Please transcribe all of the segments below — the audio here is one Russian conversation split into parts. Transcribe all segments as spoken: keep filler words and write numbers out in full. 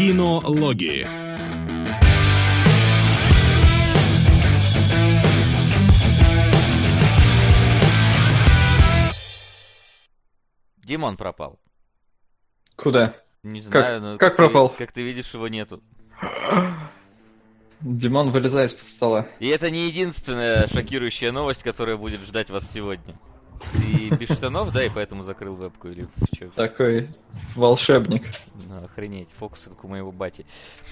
Кинологии. Димон пропал. Куда? Не знаю, как, но как ты, пропал? Как ты видишь, его нету. Димон, вылезай из-под стола. И это не единственная шокирующая новость, которая будет ждать вас сегодня. Ты без штанов, да, и поэтому закрыл вебку или в чё? Такой волшебник. Ну, охренеть, фокус как у моего бати.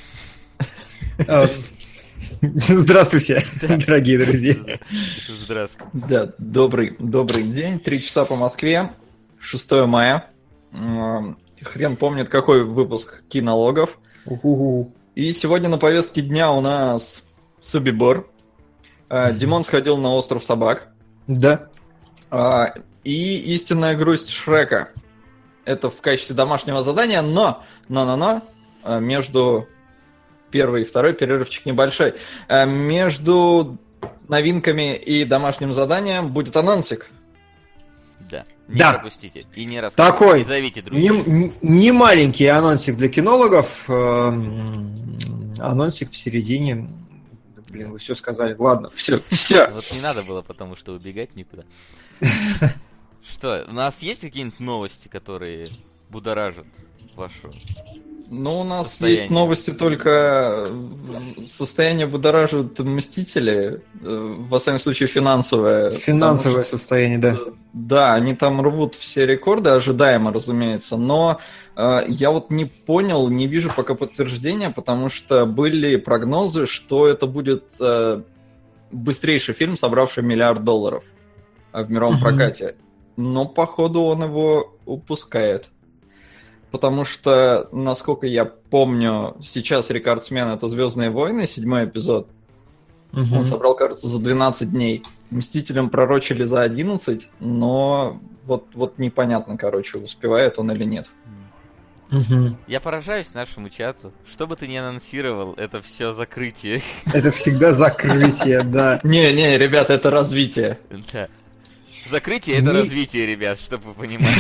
Здравствуйте, дорогие друзья. Здравствуй. Да, добрый, добрый день. Три часа по Москве. шестое мая. Хрен помнит, какой выпуск кинологов. У-ху-ху. И сегодня на повестке дня у нас Собибор. Димон сходил на остров собак. Да. И истинная грусть Шрека. Это в качестве домашнего задания, но, но-но-но, между первый и второй перерывчик небольшой. Между новинками и домашним заданием будет анонсик. Да. Не Да. пропустите. И не рассказывайте. Такой И зовите друзей. не, не маленький анонсик для кинологов. эм, Анонсик в середине. Да, блин, вы все сказали. Ладно, все, все. Вот не надо было, потому что убегать никуда. Что, у нас есть какие-нибудь новости, которые будоражат вашу? Ну, у нас Состояние. есть новости, только состояние будоражит Мстители, э, во всяком случае финансовое. Финансовое Потому что, состояние, да. да, они там рвут все рекорды, ожидаемо, разумеется, но э, я вот не понял, не вижу пока подтверждения, потому что были прогнозы, что это будет э, быстрейший фильм, собравший миллиард долларов в мировом Мгм. прокате, но походу он его упускает. Потому что, насколько я помню, сейчас рекордсмен — это «Звездные войны», седьмой эпизод. Мгм. Он собрал, кажется, за двенадцать дней. «Мстителям» пророчили за одиннадцать, но вот, вот непонятно, короче, успевает он или нет. Мгм. Я поражаюсь нашему чату. Что бы ты ни анонсировал, это все закрытие. Это всегда закрытие, да. Не-не, ребята, это развитие. Да. Закрытие это Не- развитие, ребят, чтобы вы понимали.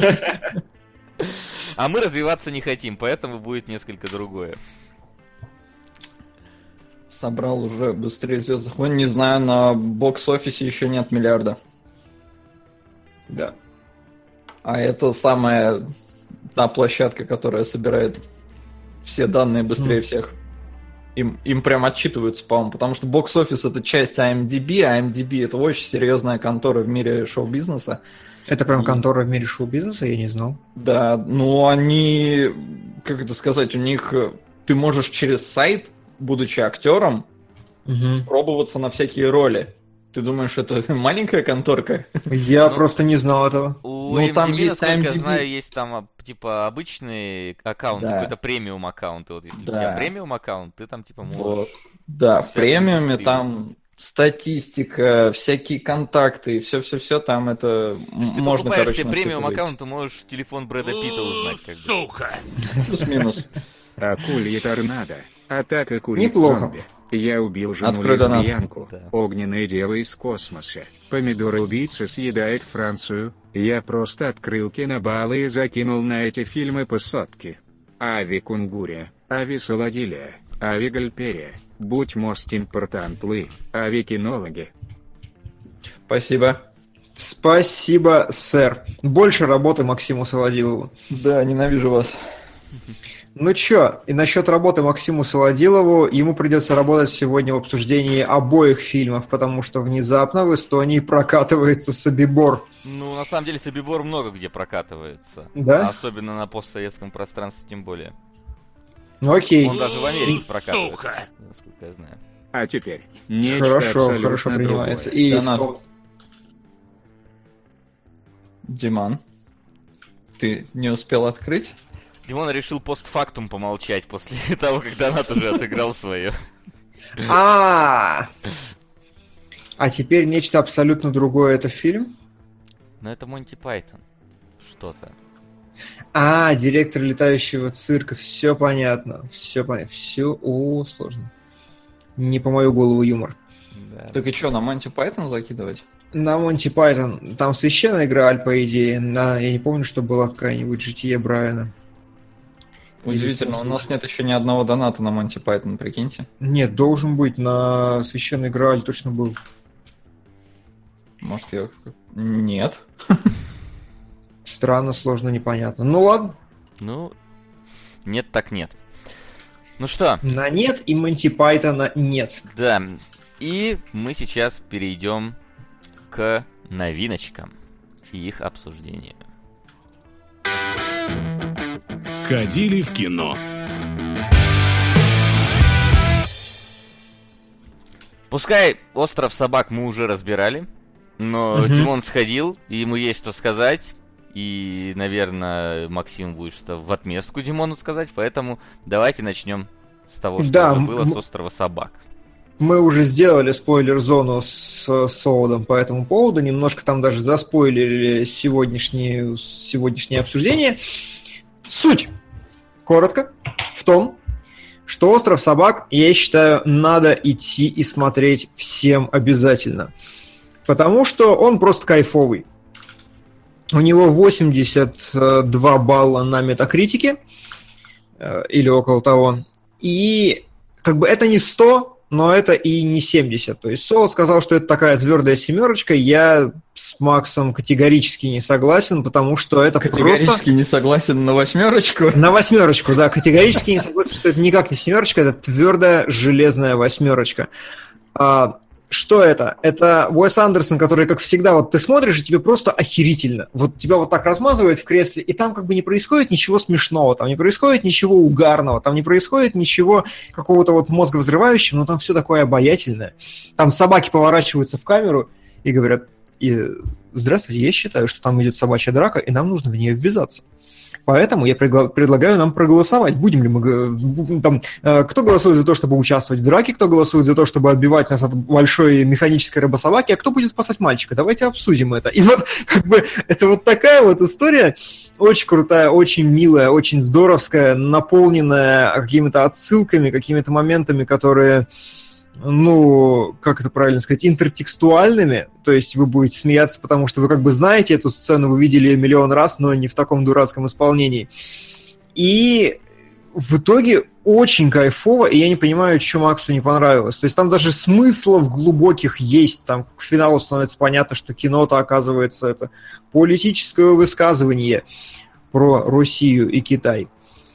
А мы развиваться не хотим, поэтому будет несколько другое. Собрал уже быстрее «Звездных войн». Не знаю, на бокс-офисе еще нет миллиарда. Да. А это самая та площадка, которая собирает все данные быстрее Мгм. всех. Им, им прям отчитываются, по-моему, потому что бокс-офис — это часть ай эм ди би, а ай эм ди би — это очень серьезная контора в мире шоу-бизнеса. Это прям И- контора в мире шоу-бизнеса, я не знал. Да, ну они, как это сказать, у них э, ты можешь через сайт, будучи актером, Мгм. пробоваться на всякие роли. Ты думаешь, это маленькая конторка? Я Ну, просто не знал этого. У Ну, эм ди би, там есть насколько ай эм ди я би. знаю, есть там а, типа обычный аккаунт, Да. какой-то премиум аккаунт. И вот если у Да. тебя премиум аккаунт, ты там типа Вот. можешь. Да, в Всякую премиуме индустрию. там статистика, всякие контакты, все-все-все там это То есть ты можно, покупаешь короче, себе на всё премиум это выйти. аккаунт, ты можешь телефон Брэда Питта узнать. Как бы. Сука! Плюс-минус. Акулья торнадо. Атака куриц Неплохо. зомби. Я убил жену Открой донат. лесбиянку. Да. Огненное дело из космоса. Помидоры-убийца съедает Францию. Я просто открыл кинобалы и закинул на эти фильмы по сотке. Ави Кунгурия, Ави Саладилия, Ави Гальперия. Будь мост импортантлы, Ави кинологи. Спасибо. Спасибо, сэр. Больше работы Максиму Солодилову. Да, ненавижу вас. Ну чё, и насчет работы Максиму Солодилову, ему придется работать сегодня в обсуждении обоих фильмов, потому что внезапно в Эстонии прокатывается Собибор. Ну, на самом деле, Собибор много где прокатывается. Да? Особенно на постсоветском пространстве, тем более. Ну окей, Он даже в Америке Сука! прокатывается, насколько я знаю. А теперь нечто хорошо, абсолютно хорошо принимается. другое. И Донат. стоп. Диман, ты не успел открыть? Димон решил постфактум помолчать после того, как Донат уже отыграл свое. А, а теперь нечто абсолютно другое. Это фильм? Но это Монти Пайтон. Что-то. А, директор летающего цирка. Все понятно. Все понятно. Все, о, сложно. Не по мою голову юмор. Да. Так и что, на Монти Пайтон закидывать? На Монти Пайтон. Там священная игра, по идее. На, я не помню, что была какая-нибудь житие Брайана. Удивительно, у нас нет еще ни одного доната на Монти Пайтон, прикиньте. Нет, должен быть, на Священный Грааль точно был. Может, я... Нет. Странно, сложно, непонятно. Ну ладно. Ну, нет так нет. Ну что? На нет и Монти Пайтона нет. Да, и мы сейчас перейдем к новиночкам и их обсуждению. Сходили в кино. Пускай «Остров собак» мы уже разбирали, но угу. Димон сходил, и ему есть что сказать. И, наверное, Максим будет что в отместку Димону сказать, поэтому давайте начнем с того, что да, было м- с «Острова собак». Мы уже сделали спойлер-зону с Солодом по этому поводу, немножко там даже заспойлерили сегодняшнее, сегодняшнее обсуждение. Суть, коротко, в том, что «Остров собак», я считаю, надо идти и смотреть всем обязательно, потому что он просто кайфовый. У него восемьдесят два балла на метакритике, или около того. И как бы это не сто, но это и не семьдесят. То есть Солод сказал, что это такая твердая семерочка. Я с Максом категорически не согласен, потому что это категорически просто... не согласен на восьмерочку? На восьмерочку, да. Категорически не согласен, что это никак не семерочка, это твердая железная восьмерочка. Что это? Это Уэс Андерсон, который, как всегда, вот ты смотришь, и тебе просто охерительно. Вот тебя вот так размазывает в кресле, и там как бы не происходит ничего смешного, там не происходит ничего угарного, там не происходит ничего какого-то вот мозга взрывающего, но там все такое обаятельное. Там собаки поворачиваются в камеру и говорят: и, здравствуйте, я считаю, что там идет собачья драка, и нам нужно в нее ввязаться. Поэтому я пригла- предлагаю нам проголосовать. Будем ли мы... Там, э, кто голосует за то, чтобы участвовать в драке, кто голосует за то, чтобы отбивать нас от большой механической рыбособаки, а кто будет спасать мальчика? Давайте обсудим это. И вот как бы это вот такая вот история, очень крутая, очень милая, очень здоровская, наполненная какими-то отсылками, какими-то моментами, которые... ну, как это правильно сказать, интертекстуальными, то есть вы будете смеяться, потому что вы как бы знаете эту сцену, вы видели ее миллион раз, но не в таком дурацком исполнении. И в итоге очень кайфово, и я не понимаю, что Максу не понравилось. То есть там даже смыслов глубоких есть, там к финалу становится понятно, что кино-то, оказывается, это политическое высказывание про Россию и Китай.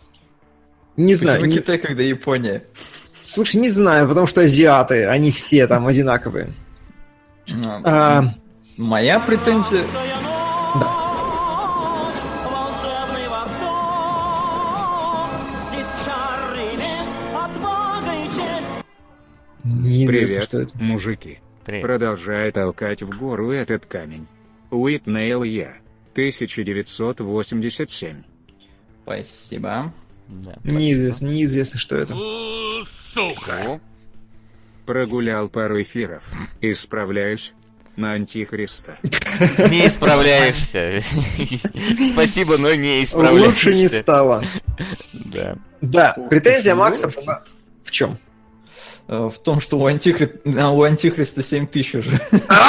Не знаю. Почему не... Китай, когда Япония? Слушай, не знаю, потому что азиаты, они все там одинаковые. А, моя претензия... Да. Неизвестно, привет, что это. Мужики. Привет. Продолжай толкать в гору этот камень. Уитнейл я. тысяча девятьсот восемьдесят семь. Спасибо. Да, Неизвестно, неизвестно, что это. Сука! Прогулял пару эфиров. Исправляюсь. На Антихриста. не исправляешься. Спасибо, но не исправляешься. Лучше не стало. Да. Да, претензия Макса была в чем? В том, что у, антихри... у Антихриста семь тысяч уже.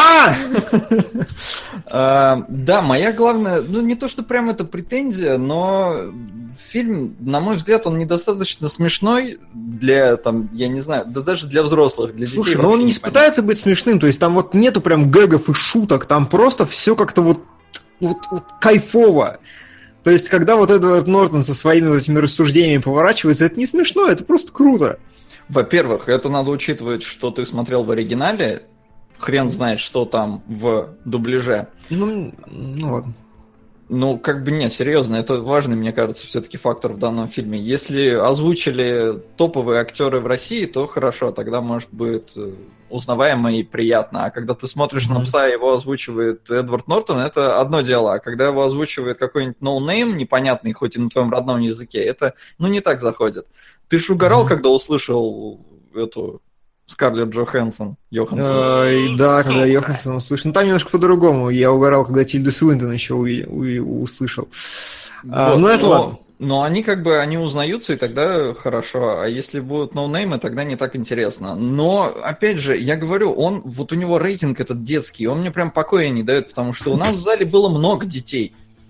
Да, моя главная, ну не то, что прям это претензия, но фильм, на мой взгляд, он недостаточно смешной для, там, я не знаю, да даже для взрослых, для детей. Слушай, но он не пытается быть смешным, то есть там вот нету прям гэгов и шуток, там просто все как-то вот, вот, вот кайфово. То есть, когда вот Эдвард Нортон со своими вот этими рассуждениями поворачивается, это не смешно, это просто круто. Во-первых, это надо учитывать, что ты смотрел в оригинале, хрен знает, что там в дубляже. Ну, ну ладно. Ну, как бы нет, серьезно, это важный, мне кажется, все-таки фактор в данном фильме. Если озвучили топовые актеры в России, то хорошо, тогда, может, будет узнаваемо и приятно. А когда ты смотришь mm-hmm. на пса, его озвучивает Эдвард Нортон, это одно дело. А когда его озвучивает какой-нибудь ноунейм непонятный, хоть и на твоем родном языке, это, ну, не так заходит. Ты ж угорал, mm-hmm. когда услышал эту... Скарлетт Джоханссон, Йоханссон. А, да, когда Йоханссон услышал. Ну, там немножко по-другому. Я угорал, когда Тильду Свинтон еще у- у- услышал. Вот, а, ну, это но, ладно. Но они как бы, они узнаются, и тогда хорошо. А если будут ноунеймы, тогда не так интересно. Но, опять же, я говорю, он, вот у него рейтинг этот детский, он мне прям покоя не дает, потому что у нас в зале было много детей.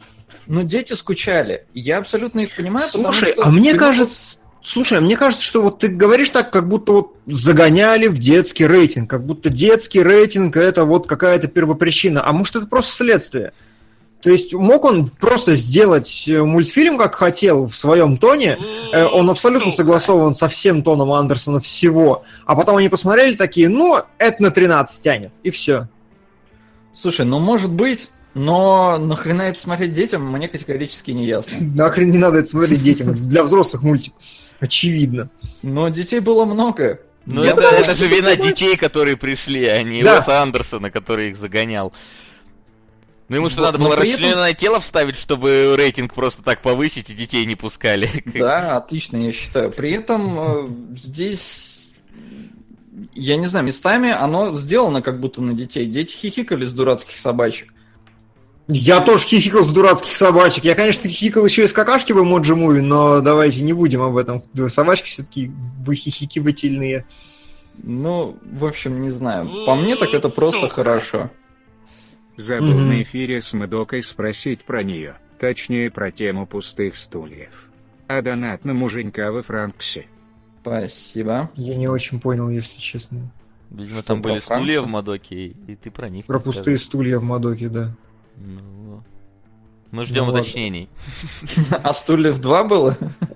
Но дети скучали. Я абсолютно их понимаю, Слушай, потому что... а мне ты кажется... Слушай, а мне кажется, что вот ты говоришь так, как будто вот загоняли в детский рейтинг, как будто детский рейтинг это вот какая-то первопричина, а может это просто следствие? То есть мог он просто сделать мультфильм, как хотел, в своем тоне, э, он абсолютно согласован со всем тоном Андерсона всего, а потом они посмотрели такие, ну, это на тринадцать тянет, и все. Слушай, ну может быть, но нахрена это смотреть детям, мне категорически не ясно. Нахрен не надо это смотреть детям, это для взрослых мультик, очевидно. Но детей было много. Ну Я это, потому это что же вина посмотри- детей, которые пришли, а не Да. Уэса Андерсона, который их загонял. Ну ему что, Вот, надо но было при этом- расчлененное тело вставить, чтобы рейтинг просто так повысить и детей не пускали? Да, отлично, я считаю. При этом э, здесь, я не знаю, местами оно сделано как будто на детей. Дети хихикали с дурацких собачек. Я тоже хихикал с дурацких собачек. Я, конечно, хихикал еще и с какашки в Эмоджи Муви, но давайте не будем об этом. Собачки все-таки выхихикивательные. Ну, в общем, не знаю. По мне так это просто Сука. хорошо. Забыл Мгм. на эфире с Мэдокой спросить про нее, точнее про тему пустых стульев. А донат на муженька во Франксе. Спасибо. Я не очень понял, если честно. Видимо, Что, там про были стулья Франкса? в Мадоке, и и ты про них Про не пустые сказал. стулья в Мадоке, да. Ну, мы ждем ладно. уточнений. А стульев два было?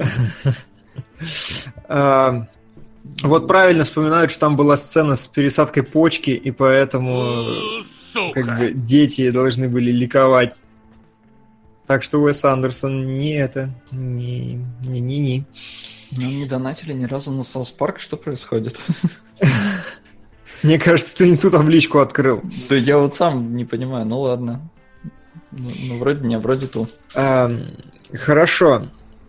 А, вот правильно вспоминают, что там была сцена с пересадкой почки, и поэтому как бы Сука. дети должны были ликовать. Так что Уэс Андерсон не это, не не не не. Ну, не донатили ни разу на Саус Парк, что происходит? Мне кажется, ты не ту табличку открыл. Да я вот сам не понимаю, ну ладно. Ну, ну, вроде не, вроде ту. А, хорошо.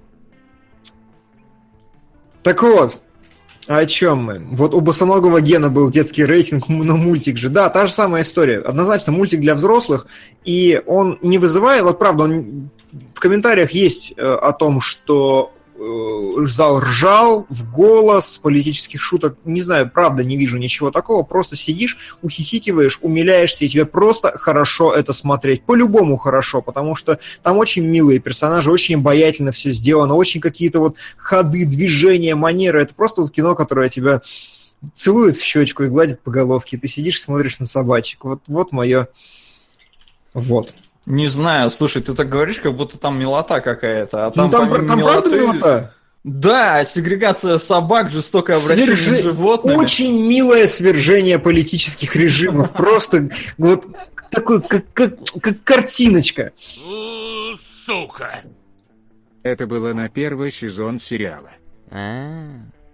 Так вот, о чем мы? Вот у босоногого Гена был детский рейтинг, м- но мультик же. Да, та же самая история. Однозначно мультик для взрослых, и он не вызывает, вот правда, он в комментариях есть э, о том, что э, зал ржал в голос, политических шуток, не знаю, правда, не вижу ничего такого, просто сидишь, ухихикиваешь, умиляешься, и тебе просто хорошо это смотреть, по-любому хорошо, потому что там очень милые персонажи, очень обаятельно все сделано, очень какие-то вот ходы, движения, манеры, это просто вот кино, которое тебя целует в щечку и гладит по головке, и ты сидишь, смотришь на собачек, вот, вот мое, вот. Не знаю, слушай, ты так говоришь, как будто там милота какая-то, а там, Ну, там, помимо там правда милоты- милота? Да, сегрегация собак, жестокое обращение Свержи- с животными. Очень милое свержение политических режимов. Просто вот такой, как, как, как картиночка. Сука. Это было на первый сезон сериала. А,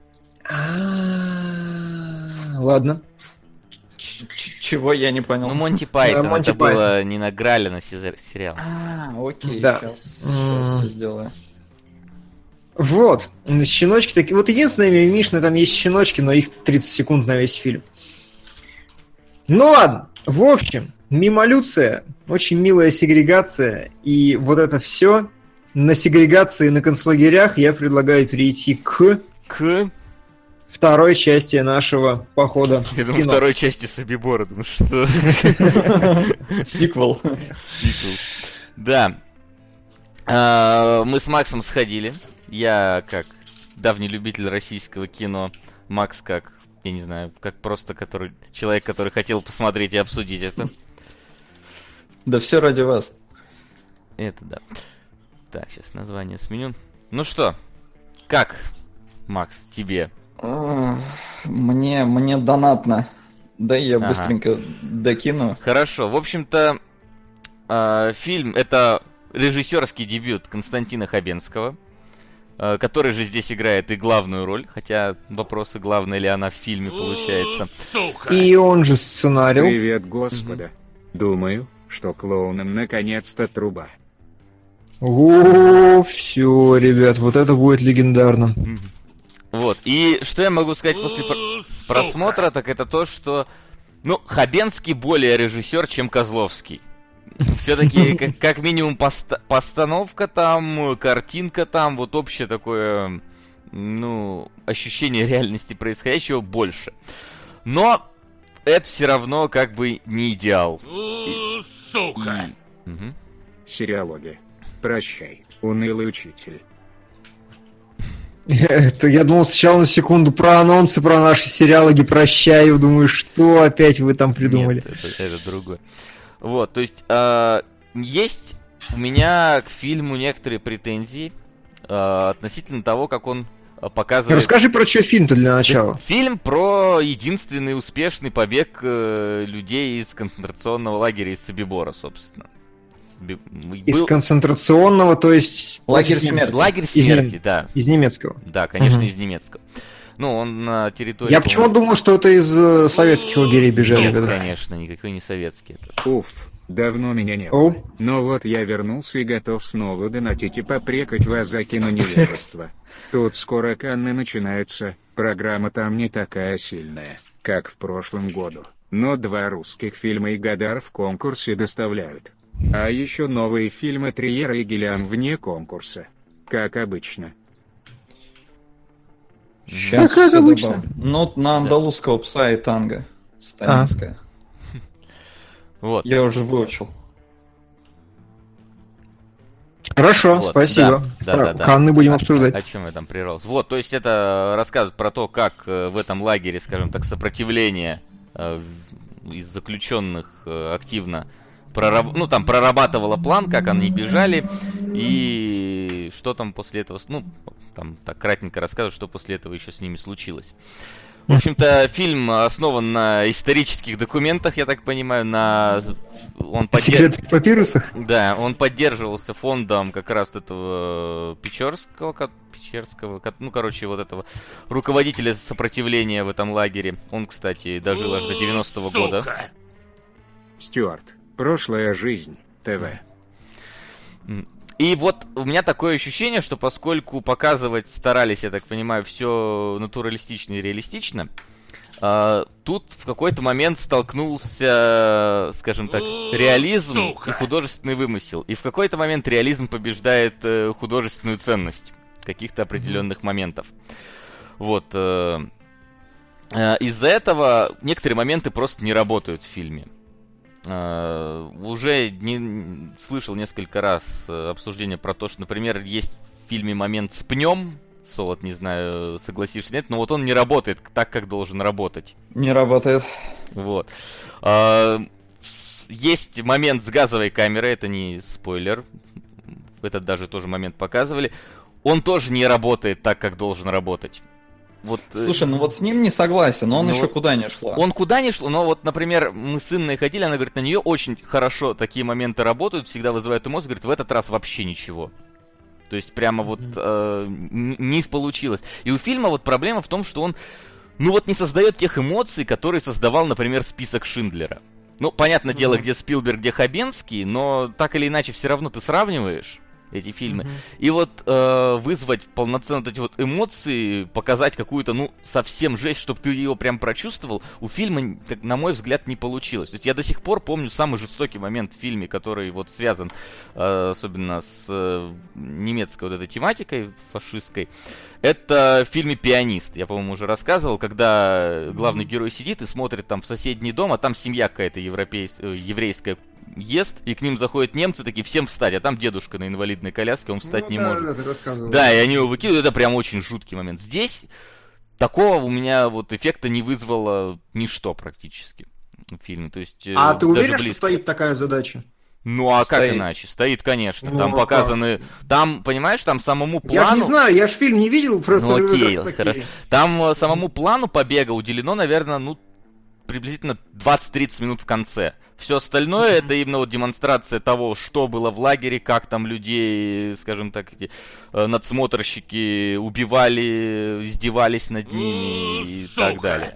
Ладно. Ч- ч- Чего я не понял? Ну, Монти Пайтон, Монти это Пайтон. было не на Грале, на сезер- сериал. А, окей, Да. сейчас, М. все сделаю. Вот. Щеночки такие. Вот единственное, мимишное, там есть щеночки, но их тридцать секунд на весь фильм. Ну ладно. В общем, мимолюция, очень милая сегрегация, и вот это все. На сегрегации на концлагерях я предлагаю перейти к К... второй части нашего похода Я в думаю, кино. второй части Собибора, думаю, что... Сиквел. Сиквел. Да. А, Мы с Максом сходили. Я как давний любитель российского кино. Макс как, я не знаю, как просто который человек, который хотел посмотреть и обсудить это. Да все ради вас. Это да. Так, сейчас название сменю. Ну что, как, Макс, тебе? А, Мне, мне донатно. Да я Ага. быстренько докину. Хорошо, в общем-то, э, фильм — это режиссерский дебют Константина Хабенского, э, который же здесь играет и главную роль, хотя вопросы, главная ли она в фильме, получается. Сука. И он же сценарил. Привет, Господа. Думаю, что клоунам наконец-то труба. О, все, ребят, вот это будет легендарно. Вот, и что я могу сказать после про- Сука. просмотра, так это то, что, ну, Хабенский более режиссер, чем Козловский. Все-таки, как, как минимум, поста- постановка там, картинка там, вот общее такое, ну, ощущение реальности происходящего больше. Но это все равно как бы не идеал. Сука. Мгм. Сериалоги. Прощай, унылый учитель. Это я думал сначала на секунду про анонсы, про наши сериалоги прощаю. Думаю, что опять вы там придумали? Нет, это, это другое. Вот, то есть э, есть у меня к фильму некоторые претензии э, относительно того, как он показывает... Расскажи про что фильм-то для начала. Фильм про единственный успешный побег э, людей из концентрационного лагеря из Собибора, собственно. Из Был... концентрационного, то есть... Лагерь смерти. Лагерь смерти, из, да. Из немецкого. Да, конечно, угу. из немецкого. Ну, он на территории... Я почему думал, что это из э, советских лагерей бежали. Нет, да? конечно, никакой не советский. Это. Уф, давно меня не О. было. Но вот я вернулся и готов снова донатить и попрекать вас за киноневежество. Тут скоро Канны начинаются, программа там не такая сильная, как в прошлом году. Но два русских фильма и Годар в конкурсе доставляют. А еще новые фильмы Триера и Гиллиан вне конкурса. Как обычно. Сейчас Да, как все обычно. добавлю. Ну, на андалузского пса и танго. Станинская. Вот. Я уже выучил. Хорошо, Вот, спасибо. да, да, да, да. Канны будем О- обсуждать. О, о чем я там прервался? Вот, то есть это рассказывает про то, как э, в этом лагере, скажем так, сопротивление э, в- из заключенных э, активно прораб- ну, там, прорабатывало план, как они бежали, и что там после этого, ну, там так кратенько рассказывают, что после этого еще с ними случилось. В общем-то, фильм основан на исторических документах, я так понимаю, на... Он поддерж- Секретных папирусах? Да, он поддерживался фондом как раз этого Печерского, ко- Печерского, ко- ну, короче, вот этого руководителя сопротивления в этом лагере. Он, кстати, дожил аж до девяностого года. Сука. Стюарт, прошлая жизнь, ТВ. И вот у меня такое ощущение, что поскольку показывать старались, я так понимаю, все натуралистично и реалистично, э, тут в какой-то момент столкнулся, скажем так, реализм Сука. и художественный вымысел. И в какой-то момент реализм побеждает э, художественную ценность каких-то определенных моментов. Вот. Э, э, из-за этого некоторые моменты просто не работают в фильме. Uh, уже не, слышал несколько раз uh, обсуждение про то, что, например, есть в фильме момент с пнем. Солод, не знаю, согласишься, нет, но вот он не работает так, как должен работать. Не работает. Вот. Uh, есть момент с газовой камерой, это не спойлер. Этот даже тоже момент показывали. Он тоже не работает так, как должен работать. Вот, Слушай, ну вот с ним не согласен, но он ну еще вот куда не шло. Он куда ни шло, но вот, например, мы с Инной ходили, она говорит, на нее очень хорошо такие моменты работают, всегда вызывают эмоции, говорит, в этот раз вообще ничего. То есть прямо вот э, не получилось. И у фильма вот проблема в том, что он, ну вот не создает тех эмоций, которые создавал, например, список Шиндлера. Ну, понятное дело, где Спилберг, где Хабенский, но так или иначе все равно ты сравниваешь эти фильмы. Mm-hmm. И вот э, вызвать полноценно вот эти вот эмоции, показать какую-то, ну, совсем жесть, чтобы ты ее прям прочувствовал, у фильма, как, на мой взгляд, не получилось. То есть я до сих пор помню самый жестокий момент в фильме, который вот связан э, особенно с э, немецкой вот этой тематикой фашистской. Это в фильме «Пианист». Я, по-моему, уже рассказывал, когда главный герой сидит и смотрит там в соседний дом, а там семья какая-то европейс... еврейская ест, и к ним заходят немцы, такие, всем встать, а там дедушка на инвалидной коляске, он встать ну, не да, может. Да, ты рассказывал. Да, и они его выкидывают, это прям очень жуткий момент. Здесь такого у меня вот эффекта не вызвало ничто практически в фильме. То есть, а ты уверен, близко. что стоит такая задача? Ну а Стоит. как иначе? Стоит, конечно. Ну, там а показаны... Как? Там, понимаешь, там самому плану... Я же не знаю, я же фильм не видел, просто... Ну окей, такие... хорошо. Там э, самому плану побега уделено, наверное, ну, приблизительно двадцать-тридцать минут в конце. Все остальное mm-hmm. это именно вот демонстрация того, что было в лагере, как там людей, скажем так, эти э, надсмотрщики убивали, издевались над ними и Сука. так далее.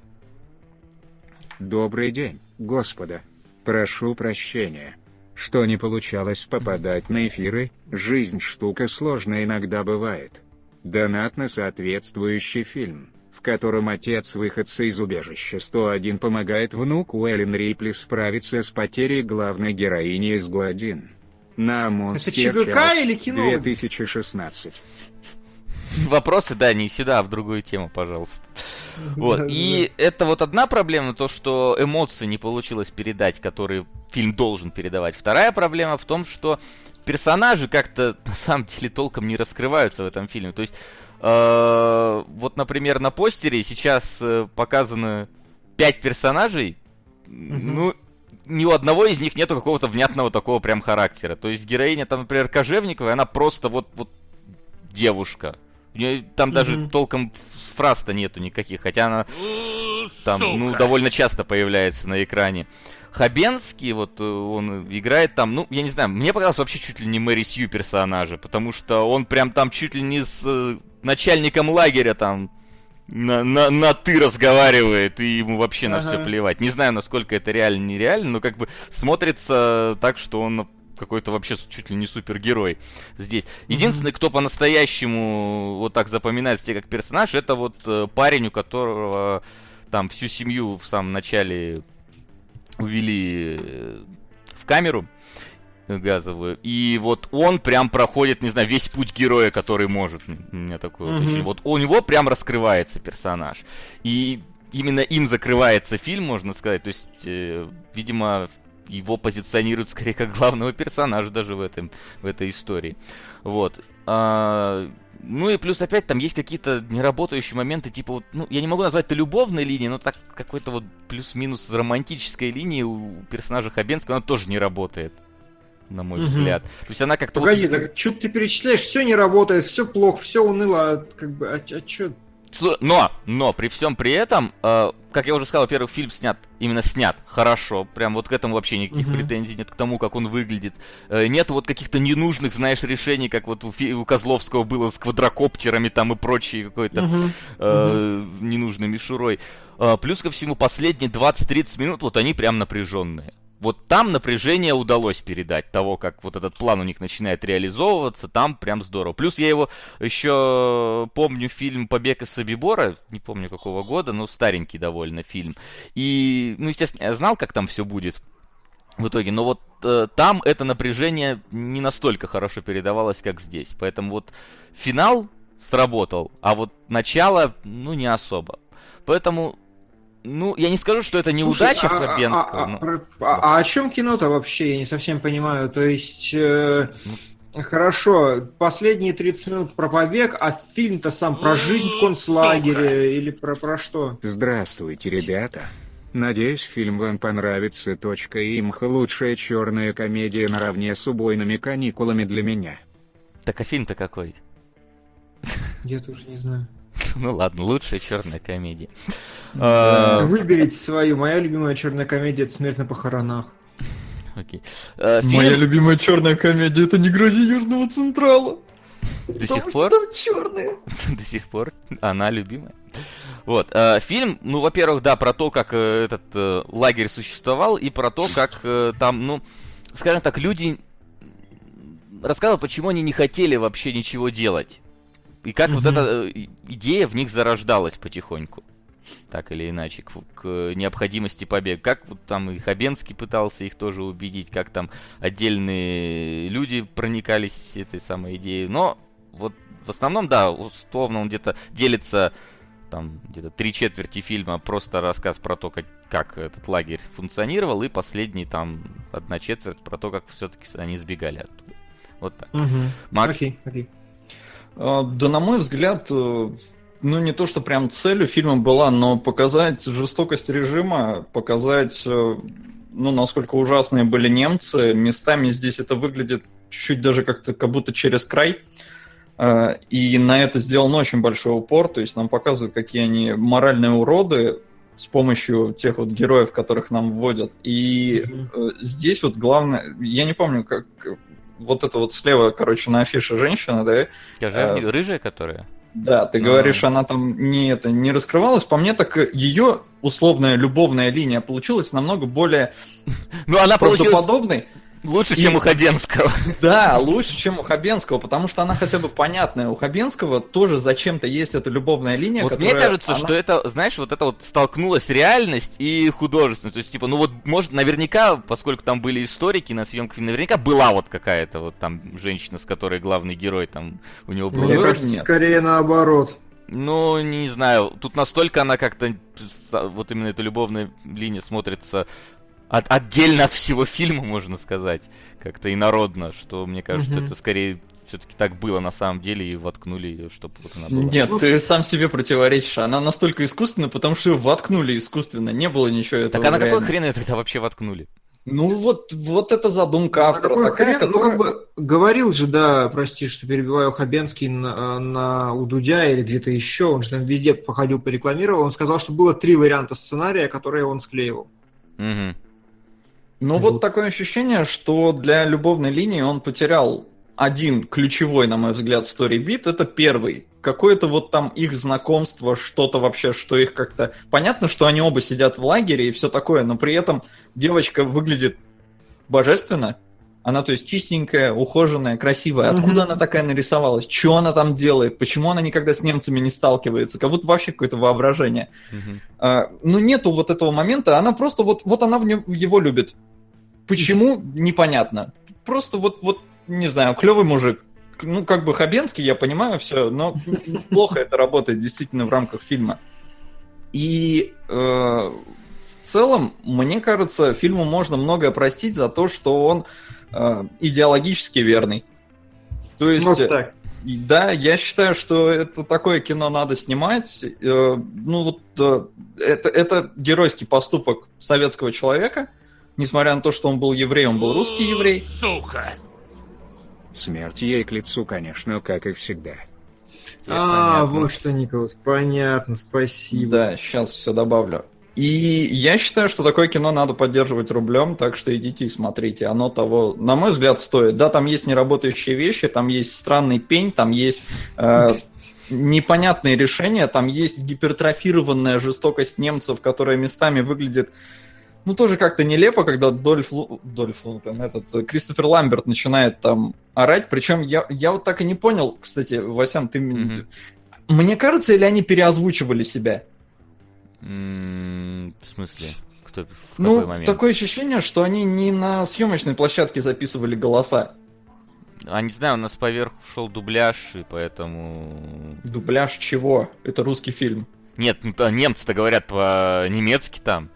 Добрый день, господа. Прошу прощения, что не получалось попадать на эфиры, жизнь штука сложная иногда бывает. Донат на соответствующий фильм, в котором отец выходца из убежища сто один помогает внуку Эллен Рипли справиться с потерей главной героини из Гуадин. На Монстер ЧГК или кино? две тысячи шестнадцать. Вопросы, да, не сюда, а в другую тему, пожалуйста. Вот. И это вот одна проблема, то, что эмоции не получилось передать, которые фильм должен передавать. Вторая проблема в том, что персонажи как-то на самом деле толком не раскрываются в этом фильме. То есть, э, вот, например, на постере сейчас э, показано пять персонажей, mm-hmm. ну, ни у одного из них нету какого-то внятного такого прям характера. То есть героиня там, например, Кожевниковая, она просто вот, вот девушка. У нее там mm-hmm. даже толком фраз-то нету никаких, хотя она там, ну, довольно часто появляется на экране. Хабенский, вот он играет там, ну, я не знаю, мне показалось вообще чуть ли не Мэри Сью персонажа, потому что он прям там чуть ли не с э, начальником лагеря там на, на, на ты разговаривает, и ему вообще ага. на все плевать. Не знаю, насколько это реально, нереально, но как бы смотрится так, что он какой-то вообще чуть ли не супергерой здесь. Единственный, mm-hmm. кто по-настоящему вот так запоминается тебе как персонаж, это вот э, парень, у которого там всю семью в самом начале увели в камеру газовую, и вот он прям проходит, не знаю, весь путь героя, который может. У меня такое mm-hmm. вот ощущение. Вот у него прям раскрывается персонаж. И именно им закрывается фильм, можно сказать. То есть, э, видимо, его позиционируют скорее как главного персонажа даже в, этом, в этой истории. Вот. А, ну и плюс опять там есть какие-то неработающие моменты, типа вот, ну, я не могу назвать это любовной линией, но так какой-то вот плюс-минус романтической линии у персонажа Хабенского, она тоже не работает, на мой mm-hmm. взгляд. То есть она как-то... Погоди, вот... так что ты перечисляешь, все не работает, все плохо, все уныло, а, как бы, а, а что... Но, но, при всем при этом, э, как я уже сказал, во-первых, фильм снят, именно снят хорошо, прям вот к этому вообще никаких uh-huh. претензий нет, к тому, как он выглядит. Э, нет вот каких-то ненужных, знаешь, решений, как вот у, Фи- у Козловского было с квадрокоптерами там и прочей какой-то uh-huh. Э, uh-huh. ненужной мишурой. Э, плюс ко всему, последние двадцать-тридцать минут, вот они прям напряженные. Вот там напряжение удалось передать, того, как вот этот план у них начинает реализовываться, там прям здорово. Плюс я его еще помню фильм «Побег из Собибора», не помню какого года, но старенький довольно фильм. И, ну, естественно, я знал, как там все будет в итоге, но вот э, там это напряжение не настолько хорошо передавалось, как здесь. Поэтому вот финал сработал, а вот начало, ну, не особо. Поэтому... Ну, я не скажу, что это неудача Слушай, Хабенского. А, а, но... а, а, а о чем кино-то вообще? Я не совсем понимаю. То есть, э, хорошо, последние тридцать минут про побег, а фильм-то сам про жизнь в концлагере или про, про что? Здравствуйте, ребята. Надеюсь, фильм вам понравится. Точка имха лучшая черная комедия наравне с убойными каникулами для меня. Так а фильм-то какой? Я тоже не знаю. Ну ладно, лучшая черная комедия. Выберите свою. Моя любимая черная комедия — это «Смерть на похоронах». Окей. Фильм... Моя любимая черная комедия — это «Не грози Южного Централа». До сих пор? Там черные. До сих пор она любимая. Вот, э, фильм, ну, во-первых, да, про то, как э, этот э, лагерь существовал, и про то, как э, там, ну, скажем так, люди рассказывают, почему они не хотели вообще ничего делать. И как mm-hmm. вот эта идея в них зарождалась потихоньку, так или иначе, к, к необходимости побега. Как вот там и Хабенский пытался их тоже убедить, как там отдельные люди проникались этой самой идеей. Но вот в основном, да, условно он где-то делится, там где-то три четверти фильма просто рассказ про то, как, как этот лагерь функционировал, и последний там одна четверть про то, как все-таки они сбегали оттуда. Вот так. Mm-hmm. Макс? Okay, okay. Да, на мой взгляд, ну не то, что прям целью фильма была, но показать жестокость режима, показать, ну, насколько ужасные были немцы. Местами здесь это выглядит чуть-чуть даже как-то как будто через край. И на это сделан очень большой упор. То есть нам показывают, какие они моральные уроды с помощью тех вот героев, которых нам вводят. И mm-hmm. здесь вот главное, я не помню, как... Вот это вот слева, короче, на афише женщина, да? Скажи, э, рыжая, которая? Да, ты Но... говоришь, она там не, это, не раскрывалась. По мне, так ее условная любовная линия получилась намного более ну, она правдоподобной. Получилась... Лучше, и... чем у Хабенского. Да, лучше, чем у Хабенского, потому что она хотя бы понятная. У Хабенского тоже зачем-то есть эта любовная линия, вот которая... мне кажется, она... что это, знаешь, вот это вот столкнулась реальность и художественность. То есть, типа, ну вот, может, наверняка, поскольку там были историки на съемках, наверняка была вот какая-то вот там женщина, с которой главный герой там у него был. Мне кажется, нет. Скорее наоборот. Ну, не знаю, тут настолько она как-то, вот именно эта любовная линия смотрится от, отдельно от всего фильма, можно сказать, как-то инородно, что, мне кажется, Мгм. это скорее все-таки так было на самом деле, и воткнули ее, чтобы вот она была. Нет, ты сам себе противоречишь. Она настолько искусственна, потому что ее воткнули искусственно. Не было ничего этого. Так а на в какой реальности. хрен ее тогда вообще воткнули? Ну вот, вот это задумка автора Такой такая, хрен, ну, которая- как бы говорил же, да, прости, что перебиваю, Хабенский на, на- у Дудя или где-то еще, он же там везде походил, порекламировал, он сказал, что было три варианта сценария, которые он склеивал. Мгм. Ну Вот. вот такое ощущение, что для любовной линии он потерял один ключевой, на мой взгляд, story-бит, это первый. Какое-то вот там их знакомство, что-то вообще, что их как-то... Понятно, что они оба сидят в лагере и все такое, но при этом девочка выглядит божественно. Она, то есть, чистенькая, ухоженная, красивая. Откуда Мгм. она такая нарисовалась? Что она там делает? Почему она никогда с немцами не сталкивается? Как будто вообще какое-то воображение. Мгм. А, ну, нету вот этого момента, она просто вот, вот она в нем, его любит. Почему? Непонятно. Просто вот, вот, не знаю, клевый мужик. Ну, как бы Хабенский, я понимаю все, но плохо это работает действительно в рамках фильма. И э, в целом, мне кажется, фильму можно многое простить за то, что он э, идеологически верный. То есть... Вот так. И да, я считаю, что это такое кино надо снимать. Э, ну вот э, это, это геройский поступок советского человека, несмотря на то, что он был еврей, он был русский еврей. Сука! Смерть ей к лицу, конечно, как и всегда. А, Понятно. вот что, Николас, понятно, спасибо. Да, сейчас все добавлю. И я считаю, что такое кино надо поддерживать рублем, так что идите и смотрите. Оно того, на мой взгляд, стоит. Да, там есть неработающие вещи, там есть странный пень, там есть э, непонятные решения, там есть гипертрофированная жестокость немцев, которая местами выглядит, ну, тоже как-то нелепо, когда Дольф, Лу... Дольф Лундгрен, этот Кристофер Ламберт начинает там орать. Причем я, я вот так и не понял, кстати, Васян, ты... Мгм. Мне кажется, или они переозвучивали себя? М, В смысле? Кто, в Ну, какой момент? такое ощущение, что они не на съемочной площадке записывали голоса. А не знаю, у нас поверху шел дубляж, и поэтому... Дубляж чего? Это русский фильм. Нет, ну, то немцы-то говорят по-немецки там.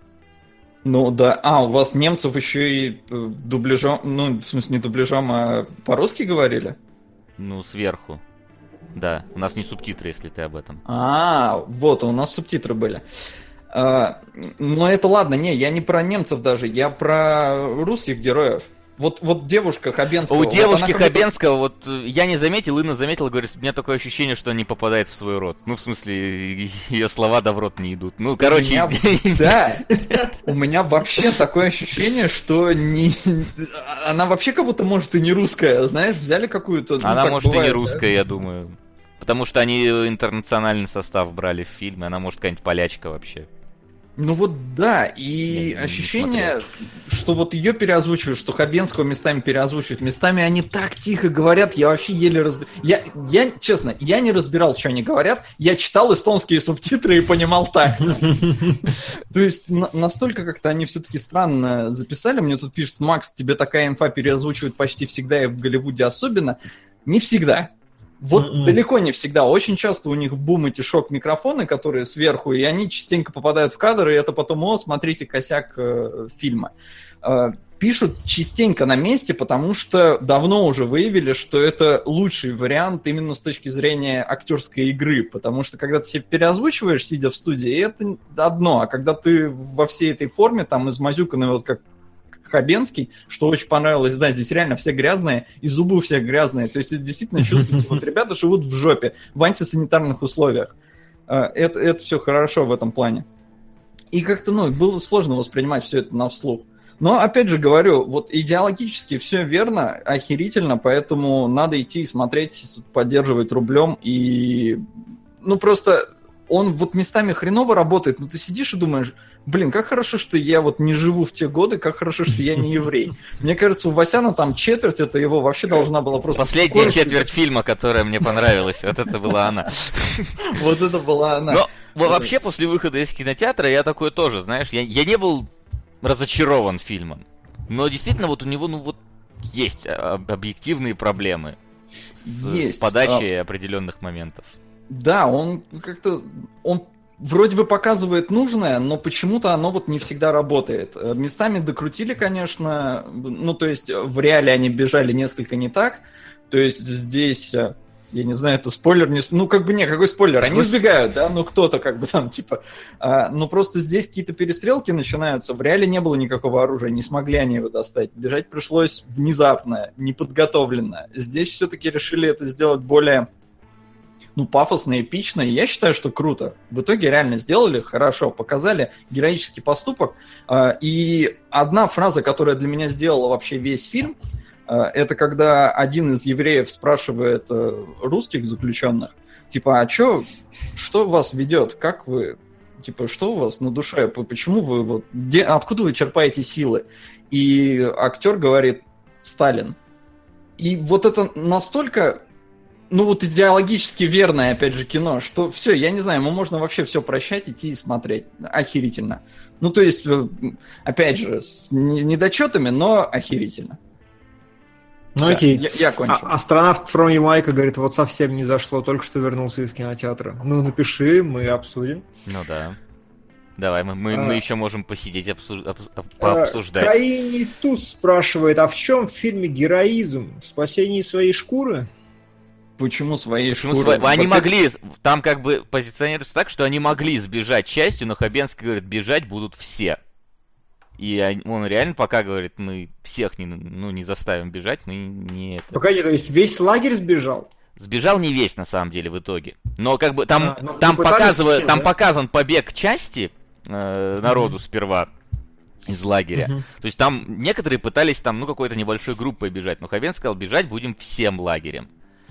Ну да, а, у вас немцев еще и э, дубляжом, ну, в смысле, не дубляжом, а по-русски говорили? Ну, сверху. Да, у нас не субтитры, если ты об этом. А, вот, у нас субтитры были. А, но это ладно, не, я не про немцев даже, я про русских героев. Вот, вот девушка Хабенского. У вот девушки она как будто- Хабенского, вот э, я не заметил, Инна заметила, говорит, у меня такое ощущение, что не попадает в свой рот. Ну, в смысле, ее слова да в рот не идут. Ну, короче... меня- Да, у меня вообще такое ощущение, что не... она вообще как будто, может, и не русская, знаешь, взяли какую-то... ну, Она, так может, и бывает, не да? русская, я думаю. Потому что они интернациональный состав брали в фильме, она, может, какая-нибудь полячка вообще. Ну вот да, и Я не- не ощущение, что вот ее переозвучивают, что Хабенского местами переозвучивают, местами они так тихо говорят, я вообще еле разбирал. Я, я, честно, я не разбирал, что они говорят, я читал эстонские субтитры и понимал так. То есть на- настолько как-то они все-таки странно записали. Мне тут пишет, Макс, тебе такая инфа переозвучивают почти всегда и в Голливуде особенно. Не всегда. Вот Мгм. далеко не всегда. Очень часто у них бум эти шок-микрофоны, которые сверху, и они частенько попадают в кадр, и это потом, о, смотрите, косяк э, фильма. Э, пишут частенько на месте, потому что давно уже выявили, что это лучший вариант именно с точки зрения актерской игры, потому что когда ты себе переозвучиваешь, сидя в студии, это одно, а когда ты во всей этой форме, там, измазюканный, вот как Хабенский, что очень понравилось, да, здесь реально все грязные, и зубы у всех грязные, то есть это действительно чувствуете, вот ребята живут в жопе, в антисанитарных условиях. Э, Это, это все хорошо в этом плане. И как-то, ну, было сложно воспринимать все это на вслух. Но, опять же говорю, вот идеологически все верно, охерительно, поэтому надо идти и смотреть, поддерживать рублем, и, ну, просто он вот местами хреново работает, но ты сидишь и думаешь, блин, как хорошо, что я вот не живу в те годы, как хорошо, что я не еврей. Мне кажется, у Васяна там четверть, это его вообще должна была просто... Последняя скорость- четверть фильма, которая мне понравилась, вот это была она. Вот это была она. Но во- вообще после выхода из кинотеатра я такой тоже, знаешь, я, я не был разочарован фильмом. Но действительно вот у него, ну вот, есть а, объективные проблемы с, с Есть. подачей определенных моментов. Да, он как-то... Он вроде бы показывает нужное, но почему-то оно вот не всегда работает. Местами докрутили, конечно, ну, то есть в реале они бежали несколько не так, то есть здесь... Я не знаю, это спойлер, не... ну как бы не, какой спойлер, они сбегают, да, ну кто-то как бы там типа, а, ну просто здесь какие-то перестрелки начинаются, в реале не было никакого оружия, не смогли они его достать, бежать пришлось внезапно, неподготовленно. Здесь все-таки решили это сделать более, ну пафосно, эпично, и я считаю, что круто. В итоге реально сделали хорошо, показали героический поступок, а, и одна фраза, которая для меня сделала вообще весь фильм, это когда один из евреев спрашивает русских заключенных, типа, а чё, что вас ведет, как вы, типа, что у вас на душе, почему вы, вот, где, откуда вы черпаете силы? И актер говорит, Сталин. И вот это настолько, ну вот идеологически верное, опять же, кино, что все, я не знаю, ему можно вообще все прощать, идти и смотреть. Охерительно. Ну то есть, опять же, с недочетами, но охерительно. Ну Все, окей. Я, я кончил. А, астронавт from Ямайка говорит, вот совсем не зашло, только что вернулся из кинотеатра. Ну напиши, мы обсудим. Ну да. Давай, мы, мы, а, мы еще можем посидеть, обсуж... пообсуждать. Каини Туз спрашивает, а в чем в фильме героизм? В спасении своей шкуры? Почему своей Почему шкуры? сво... Они Вот могли, это... там как бы позиционируется так, что они могли сбежать частью, но Хабенский говорит, бежать будут все. И он реально пока говорит, мы всех не, ну, не заставим бежать, мы не... Это... Погоди, то есть весь лагерь сбежал? Сбежал не весь, на самом деле, в итоге. Но как бы там, а, там, показывают, все, там да? показан побег части э, народу mm-hmm. сперва из лагеря. Mm-hmm. То есть там некоторые пытались там, ну, какой-то небольшой группой бежать. Но Хабен сказал, бежать будем всем лагерем.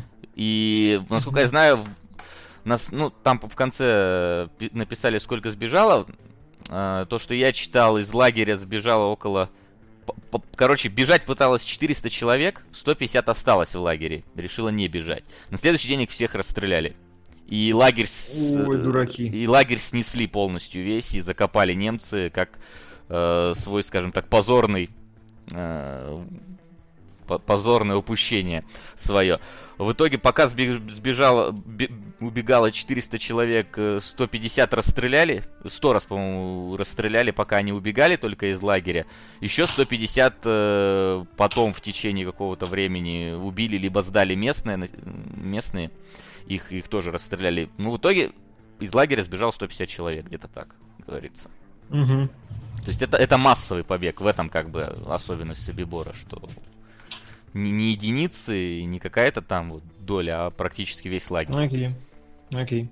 И, насколько mm-hmm. я знаю, нас, ну, там в конце написали, сколько сбежало. То, что я читал, из лагеря сбежало около... Короче, бежать пыталось четыреста человек, сто пятьдесят осталось в лагере. Решила не бежать. На следующий день их всех расстреляли. И лагерь... Ой, дураки. И лагерь снесли полностью весь, и закопали немцы, как э, свой, скажем так, позорный... Э, позорное упущение свое. В итоге, пока сбежало, убегало четыреста человек, сто пятьдесят расстреляли. сто раз, по-моему, расстреляли, пока они убегали только из лагеря. Еще сто пятьдесят э, потом в течение какого-то времени убили, либо сдали местные. местные. Их, их тоже расстреляли. Ну, в итоге из лагеря сбежало сто пятьдесят человек, где-то так говорится. Угу. То есть это, это массовый побег. В этом как бы особенность Собибора, что... Не, не единицы, не какая-то там вот доля, а практически весь лагерь. Окей, окей.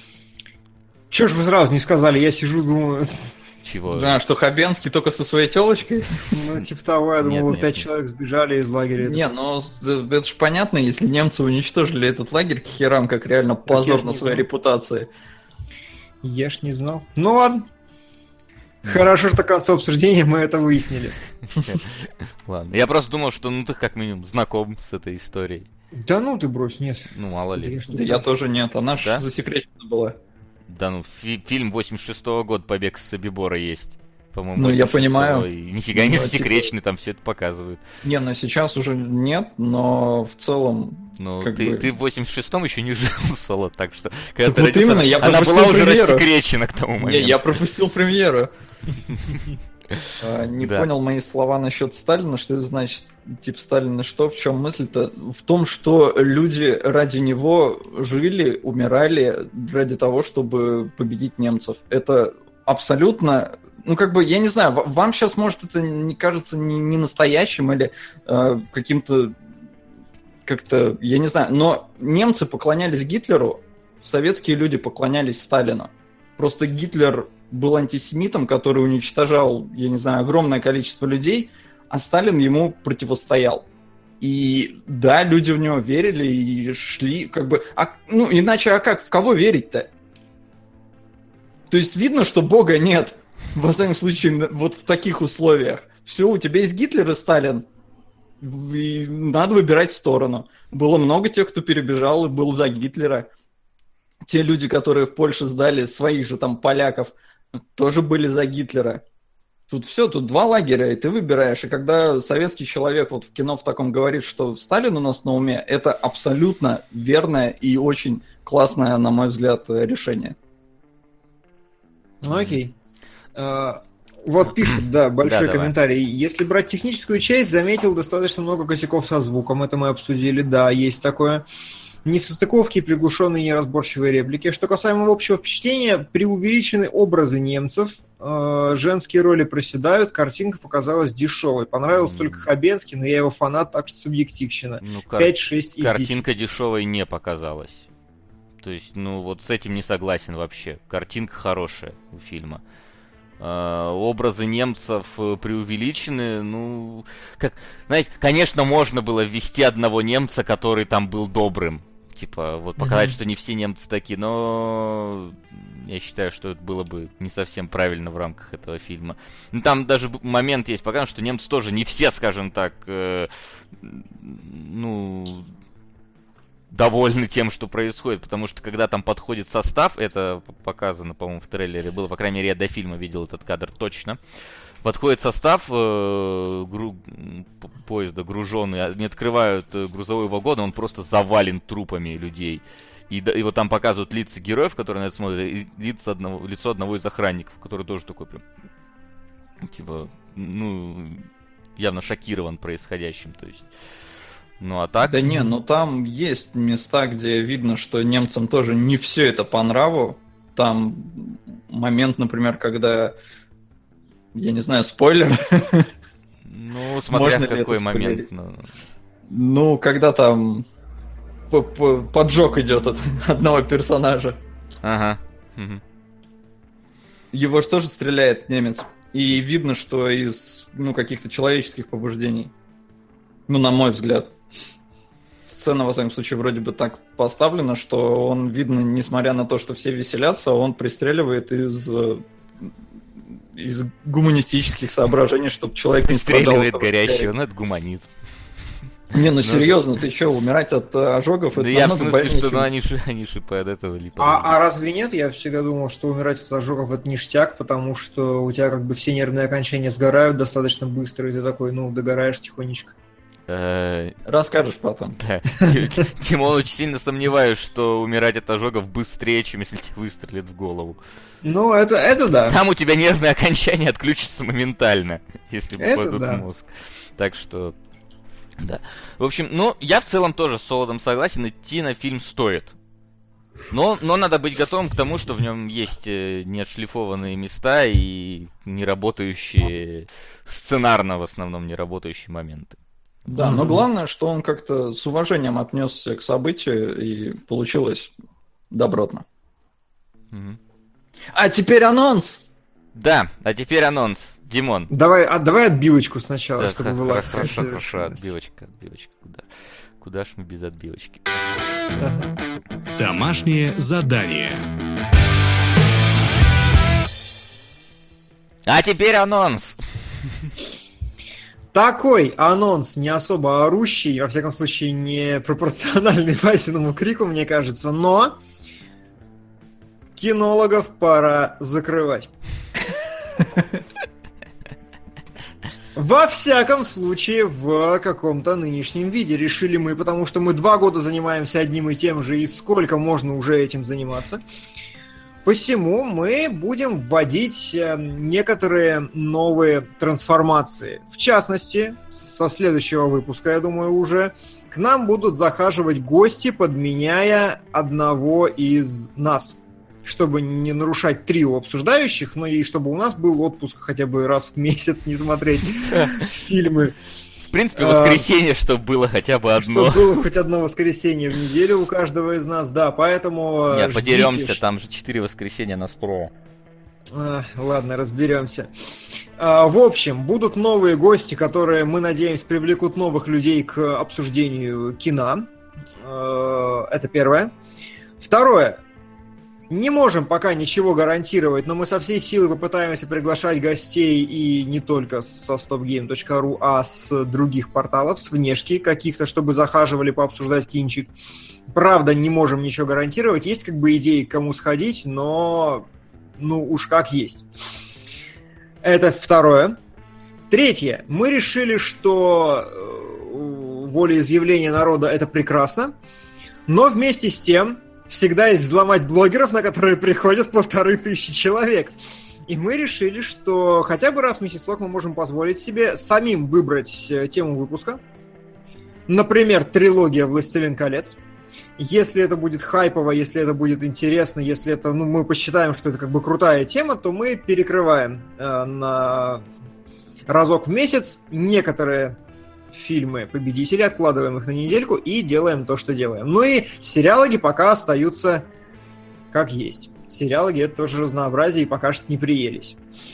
Чё ж вы сразу не сказали? Я сижу, думаю... Чего? Да, что Хабенский только со своей телочкой? Ну, типа того, я думал, Нет, пять нет. человек сбежали из лагеря. Не, ну это ж понятно, если немцы уничтожили этот лагерь к херам, как реально позор на своей репутации. Я ж не знал. Ну ладно. Хорошо, что к концу обсуждения мы это выяснили. Ладно. Я просто думал, что ну ты как минимум знаком с этой историей. Да ну ты брось, нет. Ну, мало ли. Да я тоже нет, она ж Да? засекречена была. Да ну, фи- фильм восемьдесят шестого года «Побег с Собибора» есть. По-моему, Ну, я восемьдесят шестого, понимаю. И нифига не Ну, засекречены, там все это показывают. Не, ну сейчас уже нет, но в целом... Ну, Как ты, бы- ты в восемьдесят шестом еще не жил, Соло, так что... Когда Так ты вот родился, именно, я она пропустил была уже премьеру. рассекречена к тому Не, моменту. я пропустил премьеру. А, Не Да. понял мои слова насчет Сталина, что это значит, типа, Сталина что, в чем мысль-то? В том, что люди ради него жили, умирали ради того, чтобы победить немцев. Это абсолютно, ну, как бы, я не знаю, в- вам сейчас, может, это не кажется не, не настоящим или э, каким-то, как-то, я не знаю, но немцы поклонялись Гитлеру, советские люди поклонялись Сталину. Просто Гитлер был антисемитом, который уничтожал, я не знаю, огромное количество людей, а Сталин ему противостоял. И да, люди в него верили и шли, как бы... А, ну, иначе, а как? В кого верить-то? То есть видно, что Бога нет. Во всяком случае, вот в таких условиях. Все, у тебя есть Гитлер и Сталин. И надо выбирать сторону. Было много тех, кто перебежал и был за Гитлера. Те люди, которые в Польше сдали своих же там поляков, тоже были за Гитлера. Тут все, тут два лагеря, и ты выбираешь. И когда советский человек вот в кино в таком говорит, что Сталин у нас на уме, это абсолютно верное и очень классное, на мой взгляд, решение. Ну, окей. А, вот пишут, да, большой Да, комментарий. Если брать техническую часть, заметил достаточно много косяков со звуком. Это мы обсудили, да, есть такое. Несостыковки, приглушенные неразборчивые реплики. Что касаемо общего впечатления, преувеличены образы немцев, э, женские роли проседают, картинка показалась дешевой. Понравился mm. только Хабенский, но я его фанат, так что субъективщина. Ну, кар... пять-шесть из Картинка десяти. дешевой не показалась. То есть, ну, вот с этим не согласен вообще. Картинка хорошая у фильма. Э, образы немцев преувеличены, ну, как, знаете, конечно, можно было ввести одного немца, который там был добрым. Типа, вот показать, mm-hmm. что не все немцы такие, но я считаю, что это было бы не совсем правильно в рамках этого фильма. Ну, там даже момент есть, показано, что немцы тоже не все, скажем так, э, ну, довольны тем, что происходит, потому что когда там подходит состав, это показано, по-моему, в трейлере было, по крайней мере, я до фильма видел этот кадр точно. Подходит состав э, гру... поезда, груженный, они открывают грузовой вагон, и он просто завален трупами людей. И, и вот там показывают лица героев, которые на это смотрят, и лица одного, лицо одного из охранников, который тоже такой прям, типа, ну, явно шокирован происходящим, то есть. Ну а так... Да не, ну там есть места, где видно, что немцам тоже не все это по нраву. Там момент, например, когда... Я не знаю, спойлер. Ну, смотря в какой момент. Но... Ну, когда там поджог идет от одного персонажа. Ага. Угу. Его же тоже стреляет немец. И видно, что из ну, каких-то человеческих побуждений. Ну, на мой взгляд. Сцена, во всяком случае, вроде бы так поставлена, что он, видно, несмотря на то, что все веселятся, он пристреливает из... из гуманистических соображений, чтобы человек не страдал. Стреливает горящего, ну это гуманизм. Не, ну серьезно, ты что, умирать от ожогов? Да я в смысле, что ну, они же они же от этого липа. А, а разве нет? Я всегда думал, что умирать от ожогов это ништяк, потому что у тебя как бы все нервные окончания сгорают достаточно быстро, и ты такой, ну, догораешь тихонечко. Расскажешь потом. Да. Тимон, очень сильно сомневаюсь, что умирать от ожогов быстрее, чем если тебе выстрелит в голову. Ну, это, это да. Там у тебя нервные окончания отключатся моментально, если попадут да. в мозг. Так что, да. В общем, ну, я в целом тоже с Солодом согласен, идти на фильм стоит. Но, но надо быть готовым к тому, что в нем есть неотшлифованные места и неработающие, сценарно в основном неработающие моменты. Да, но главное, что он как-то с уважением отнесся к событию, и получилось добротно. Mm-hmm. А теперь анонс! Да, а теперь анонс. Димон. Давай, а, давай отбивочку сначала, да, чтобы х- была... Хорошо, хорошо, отбивочка, отбивочка. Куда? Куда ж мы без отбивочки? Домашнее задание. А теперь анонс! Такой анонс не особо орущий, во всяком случае не пропорциональный Васиному крику, мне кажется, но кинологов пора закрывать. Во всяком случае, в каком-то нынешнем виде решили мы, потому что мы два года занимаемся одним и тем же, и сколько можно уже этим заниматься. Посему мы будем вводить некоторые новые трансформации. В частности, со следующего выпуска, я думаю, уже к нам будут захаживать гости, подменяя одного из нас. Чтобы не нарушать трио обсуждающих, но и чтобы у нас был отпуск хотя бы раз в месяц не смотреть фильмы. В принципе, воскресенье, чтобы было хотя бы одно. Чтобы было хоть одно воскресенье в неделю у каждого из нас, да, поэтому... Нет, подеремся, там же четыре воскресенья настроя. А, ладно, разберемся. А, в общем, будут новые гости, которые, мы надеемся, привлекут новых людей к обсуждению кино. А, это первое. Второе. Не можем пока ничего гарантировать, но мы со всей силы попытаемся приглашать гостей и не только со stopgame точка ру, а с других порталов, с внешки каких-то, чтобы захаживали пообсуждать кинчик. Правда, не можем ничего гарантировать. Есть как бы идеи, к кому сходить, но ну уж как есть. Это второе. Третье. Мы решили, что волеизъявление народа — это прекрасно, но вместе с тем всегда есть взломать блогеров, на которые приходят полторы тысячи человек. И мы решили, что хотя бы раз в месяцок мы можем позволить себе самим выбрать тему выпуска. Например, трилогия «Властелин колец». Если это будет хайпово, если это будет интересно, если это, ну, мы посчитаем, что это как бы крутая тема, то мы перекрываем э, на разок в месяц некоторые фильмы-победители, откладываем их на недельку и делаем то, что делаем. Ну и сериалоги пока остаются как есть. Сериалоги — это тоже разнообразие, и пока что не приелись.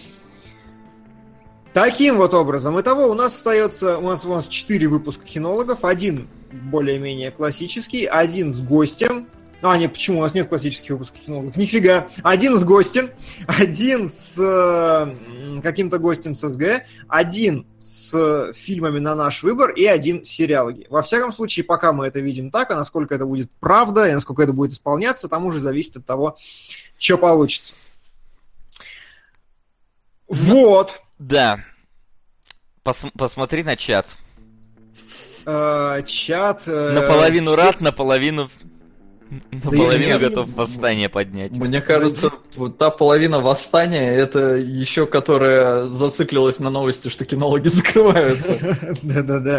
Таким вот образом. Итого у нас остается... У нас, у нас четыре выпуска кинологов. Один более-менее классический, один с гостем. А, нет, почему? У нас нет классических выпусков кинологов. Нифига. Один с гостем, один с э, каким-то гостем с СГ, один с фильмами на наш выбор и один с сериалоги. Во всяком случае, пока мы это видим так, а насколько это будет правда и насколько это будет исполняться, там уже зависит от того, что получится. Вот. Да. Пос- посмотри на чат. Э, чат... Э, наполовину все... рад, наполовину... Наполовину нет, готов восстание поднять. Мне кажется, вот та половина восстания, это еще которая зациклилась на новости, что кинологи закрываются. Да-да-да.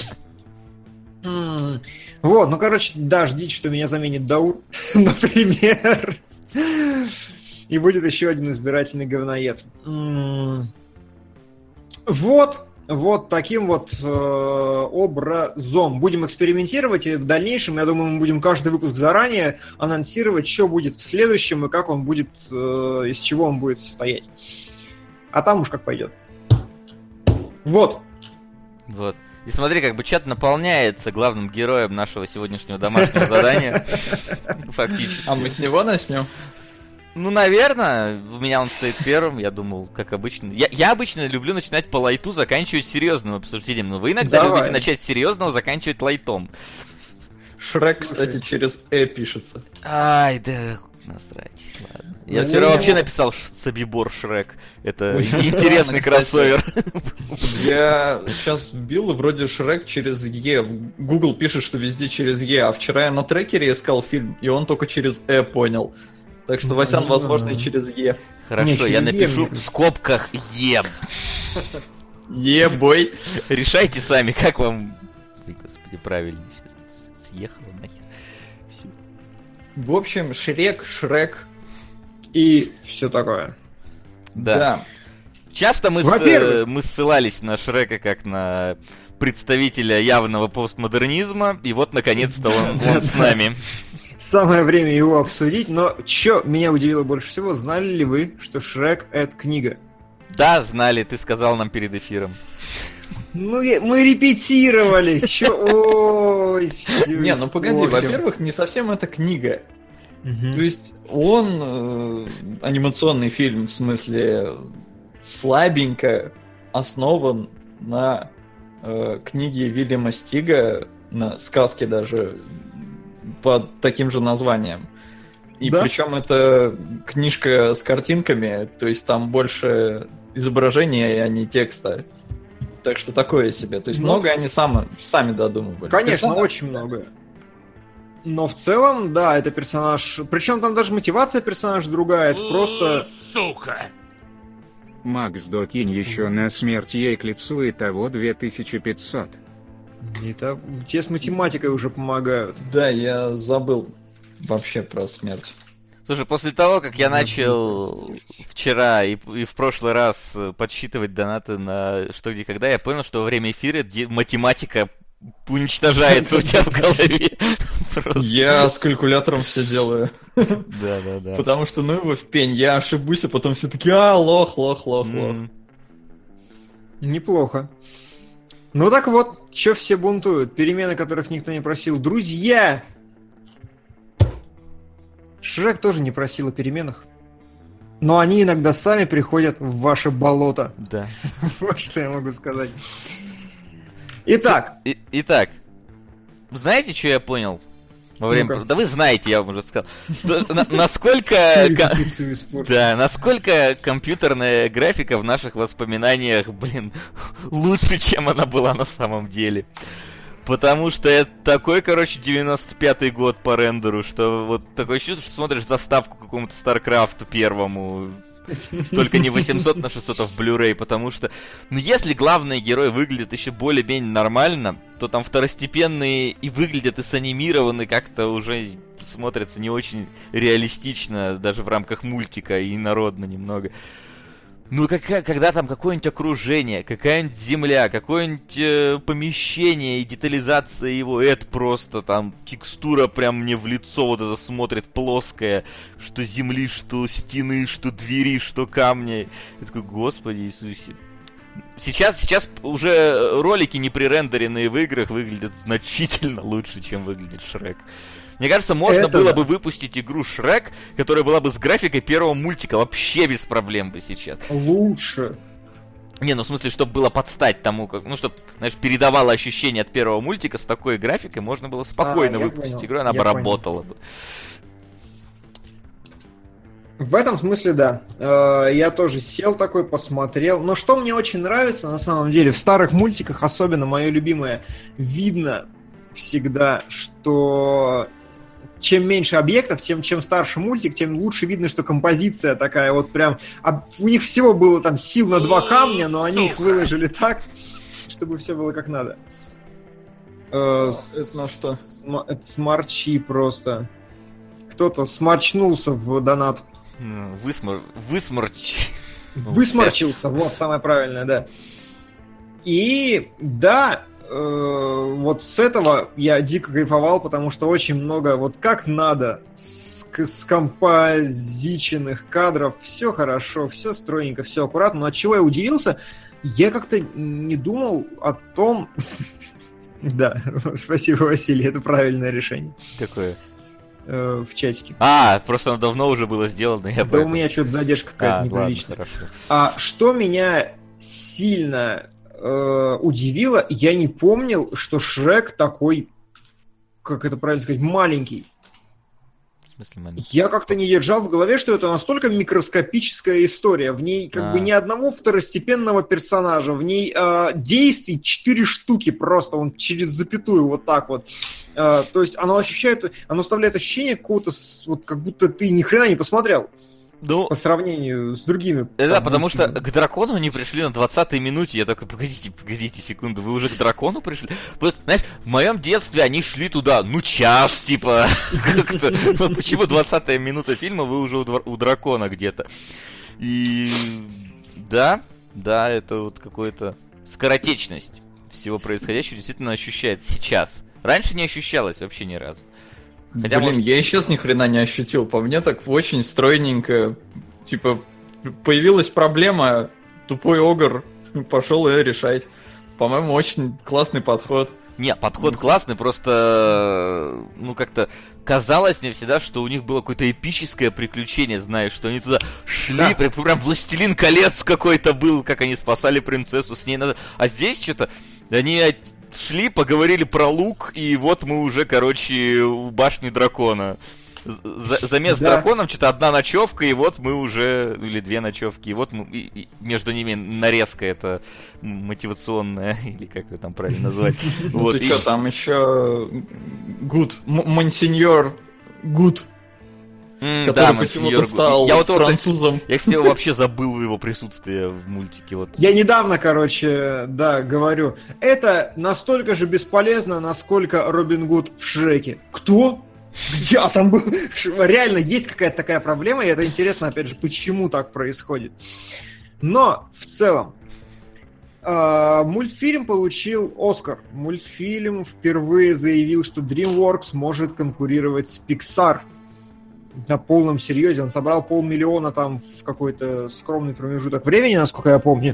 Вот, ну, короче, да, ждите, что меня заменит Даур, например. И будет еще один избирательный говноед. Вот, вот таким вот э, образом. Будем экспериментировать, и в дальнейшем, я думаю, мы будем каждый выпуск заранее анонсировать, что будет в следующем, и как он будет, э, из чего он будет состоять. А там уж как пойдет. Вот. Вот. И смотри, как бы чат наполняется главным героем нашего сегодняшнего домашнего задания. Фактически. А мы с него начнем? Ну, наверное, у меня он стоит первым, я думал, как обычно. Я, я обычно люблю начинать по лайту, заканчивать серьезным обсуждением, но вы иногда Давай. любите начать с серьезного, заканчивать лайтом. Шрек, Слушай. кстати, через «э» пишется. Ай, да, насрать, ладно. Я Ну, вчера ну, вообще ну. написал Ш- Собибор Шрек. Это Очень интересный странно, кстати. кроссовер. Я сейчас вбил, и вроде Шрек через «е». Google пишет, что везде через «е», а вчера я на трекере искал фильм, и он только через «э» понял. Так что, Васян, Ну, возможно, да. и через «е». Хорошо, Не, я через «е» напишу мне в скобках «ем». Е-бой. Решайте сами, как вам... Ой, господи, правильно сейчас съехало нахер. Всё. В общем, Шрек, Шрек. И все такое. Да. Да. Часто мы, с- Во-первых- э, мы ссылались на Шрека как на представителя явного постмодернизма, и вот, наконец-то, он, он с нами. Самое время его обсудить, но что меня удивило больше всего, знали ли вы, что Шрек — это книга? Да, знали, ты сказал нам перед эфиром. Ну, я- мы репетировали, чё, ой, всё Не, ну погоди, испортил. во-первых, не совсем это книга. Мгм. То есть он э, анимационный фильм, в смысле, слабенько основан на э, книге Вильяма Стига, на сказке даже под таким же названием. И Да? причем это книжка с картинками, то есть там больше изображения, а не текста. Так что такое себе. То есть Ну, много в- они сами, сами додумывали. Конечно, Персонаж- очень много. Но в целом, да, это персонаж... Причем там даже мотивация персонажа другая, это просто... Сука! Макс, докинь еще на смерть ей к лицу, и того две тысячи пятьсот. Это... Те с математикой уже помогают. Да, я забыл вообще про смерть. Слушай, после того, как я начал вчера и, и в прошлый раз э, подсчитывать донаты на что где когда, я понял, что во время эфира де- математика уничтожается у тебя в голове. Просто. Я с калькулятором все делаю. Да, да, да. Потому что, ну его в пень, я ошибусь, а потом все таки а, лох, лох, лох, лох. М. Неплохо. Ну так вот, чё все бунтуют? Перемены, которых никто не просил. Друзья! Шрек тоже не просил о переменах. Но они иногда сами приходят в ваше болото. Да. Вот что я могу сказать. Итак, И- итак, знаете, что я понял? Во время... Ну-ка. Да вы знаете, я вам уже сказал. Да, на- Насколько... всю ка- репетицию испортил. Да, насколько компьютерная графика в наших воспоминаниях, блин, лучше, чем она была на самом деле. Потому что это такой, короче, девяносто пятый год по рендеру, что вот такое чувство, что смотришь заставку какому-то Старкрафту первому, только не восемьсот на шестьсот, а в Blu-ray, потому что, ну, если главные герои выглядят еще более-менее нормально, то там второстепенные и выглядят, и санимированы как-то уже смотрятся не очень реалистично, даже в рамках мультика, и народно немного. Ну, как, когда там какое-нибудь окружение, какая-нибудь земля, какое-нибудь э, помещение и детализация его, это просто там текстура прям мне в лицо вот это смотрит плоская, что земли, что стены, что двери, что камни. Я такой, господи Иисусе. Сейчас, сейчас уже ролики непререндеренные в играх выглядят значительно лучше, чем выглядит Шрек. Мне кажется, можно это было да. бы выпустить игру Шрек, которая была бы с графикой первого мультика, вообще без проблем бы сейчас. Лучше. Не, ну в смысле, чтобы было подстать тому, как, ну, чтобы, знаешь, передавало ощущение от первого мультика с такой графикой, можно было спокойно А, я выпустить понял, игру, она я бы понял. работала бы. В этом смысле, да. Э, Я тоже сел такой, посмотрел. Но что мне очень нравится, на самом деле, в старых мультиках, особенно мое любимое, видно всегда, что чем меньше объектов, тем чем старше мультик, тем лучше видно, что композиция такая вот прям... а у них всего было там сил на два камня, но они их выложили так, чтобы все было как надо. Э, Это на что? см- Это сморчи просто. Кто-то сморчнулся в донат. Ну, Высмор... Высморч... Высморчился, вот, самое правильное, да. И да, э, вот с этого я дико кайфовал, потому что очень много, вот как надо, скомпозиченных кадров, все хорошо, все стройненько, все аккуратно. Но от чего я удивился, я как-то не думал о том... Да, спасибо, Василий, это правильное решение. Какое? Э, В чатике. А, просто оно давно уже было сделано, я Да поэтому- у меня что-то задержка какая-то А, неприличная. ладно, хорошо. А что меня сильно э, удивило, я не помнил, что Шрек такой, как это правильно сказать, маленький. В смысле, маленький? Я как-то не держал в голове, что это настолько микроскопическая история. В ней как А. бы ни одного второстепенного персонажа. В ней э, действий четыре штуки просто. Он через запятую вот так вот. Э, то есть оно ощущает, оно оставляет ощущение какого-то, с- вот как будто ты ни хрена не посмотрел Ну, по сравнению с другими. Э, да, там, потому что мультфильмами. к дракону они пришли на двадцатой минуте. Я такой, погодите, погодите секунду, вы уже к дракону пришли? Вот, знаешь, в моем детстве они шли туда, ну, час, типа, как-то. Вот почему двадцатая минута фильма, вы уже у, двор- у дракона где-то. И да, да, это вот какая-то скоротечность всего происходящего действительно ощущается сейчас. Раньше не ощущалось вообще ни разу. Хотя, Блин, может- я и сейчас ни хрена не ощутил. По мне так очень стройненько. Типа, появилась проблема, тупой огр пошел ее решать. По-моему, очень классный подход. Не, подход классный, просто, ну, как-то казалось мне всегда, что у них было какое-то эпическое приключение, знаешь, что они туда шли, Да. прям, прям «Властелин колец» какой-то был, как они спасали принцессу, с ней надо... А здесь что-то, они шли, поговорили про лук, и вот мы уже, короче, у башни дракона. За- Замес с Да. драконом, что-то одна ночевка, и вот мы уже, или две ночевки, и вот мы, и- и между ними нарезка эта мотивационная, или как ее там правильно назвать. Вот, Ты и- что, там еще Гуд, М- Монсеньор Гуд, М, который да, почему-то Монсеньор стал Гу- Я вот его, кстати, французом. я, кстати, вообще забыл его присутствие в мультике. Вот. Я недавно, короче, да, говорю, это настолько же бесполезно, насколько Робин Гуд в Шреке. Кто? Где? А там был... Реально есть какая-то такая проблема, и это интересно, опять же, почему так происходит. Но, в целом, э, мультфильм получил Оскар. Мультфильм впервые заявил, что DreamWorks может конкурировать с Pixar. На полном серьезе. Он собрал полмиллиона там в какой-то скромный промежуток времени, насколько я помню.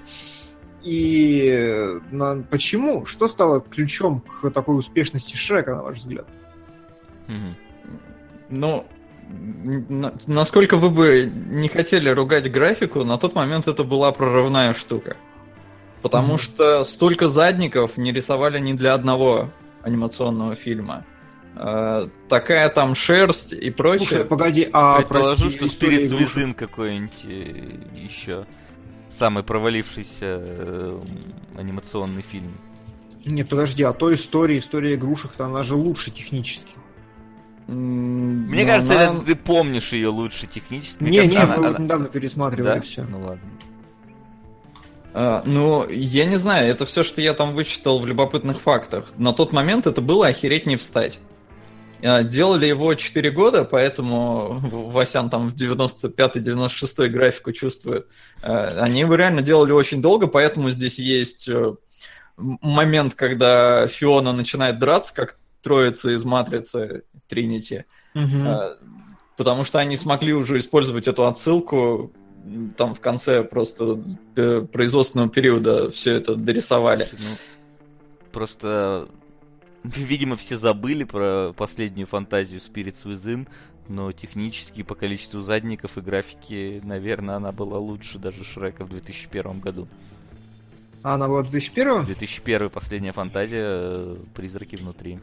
И э, на... почему? Что стало ключом к такой успешности Шрека, на ваш взгляд? Мгм. Ну, на- насколько вы бы не хотели ругать графику, на тот момент это была прорывная штука. Потому Мгм. что столько задников не рисовали ни для одного анимационного фильма. Э, такая там шерсть и прочее. Слушай, погоди, а Предположу, прости, что история Спирит игрушек. Звездин какой-нибудь еще самый провалившийся э, анимационный фильм. Не, подожди, а то история, история игрушек-то, она же лучше технически. Мне Но кажется, она- это ты помнишь ее лучше технически. Мне Не, кажется, не, она- мы вот она- недавно пересматривали Да? все. Ну ладно. А, ну, я не знаю, это все, что я там вычитал в любопытных фактах. На тот момент это было охереть не встать. А, Делали его четыре года, поэтому В- Васян там в девяносто пятый девяносто шестой графику чувствует. А, Они его реально делали очень долго, поэтому здесь есть э, м- момент, когда Фиона начинает драться, как троица из Матрицы Тринити. Мгм. А, Потому что они смогли уже использовать эту отсылку, м, там в конце просто э, производственного периода все это дорисовали. Слушай, ну, просто, видимо, все забыли про последнюю фантазию Spirits Within, но технически по количеству задников и графики, наверное, она была лучше даже Шрека в две тысячи первом году. А она была две тысячи первого? две тысячи первый последняя фантазия э, «Призраки внутри».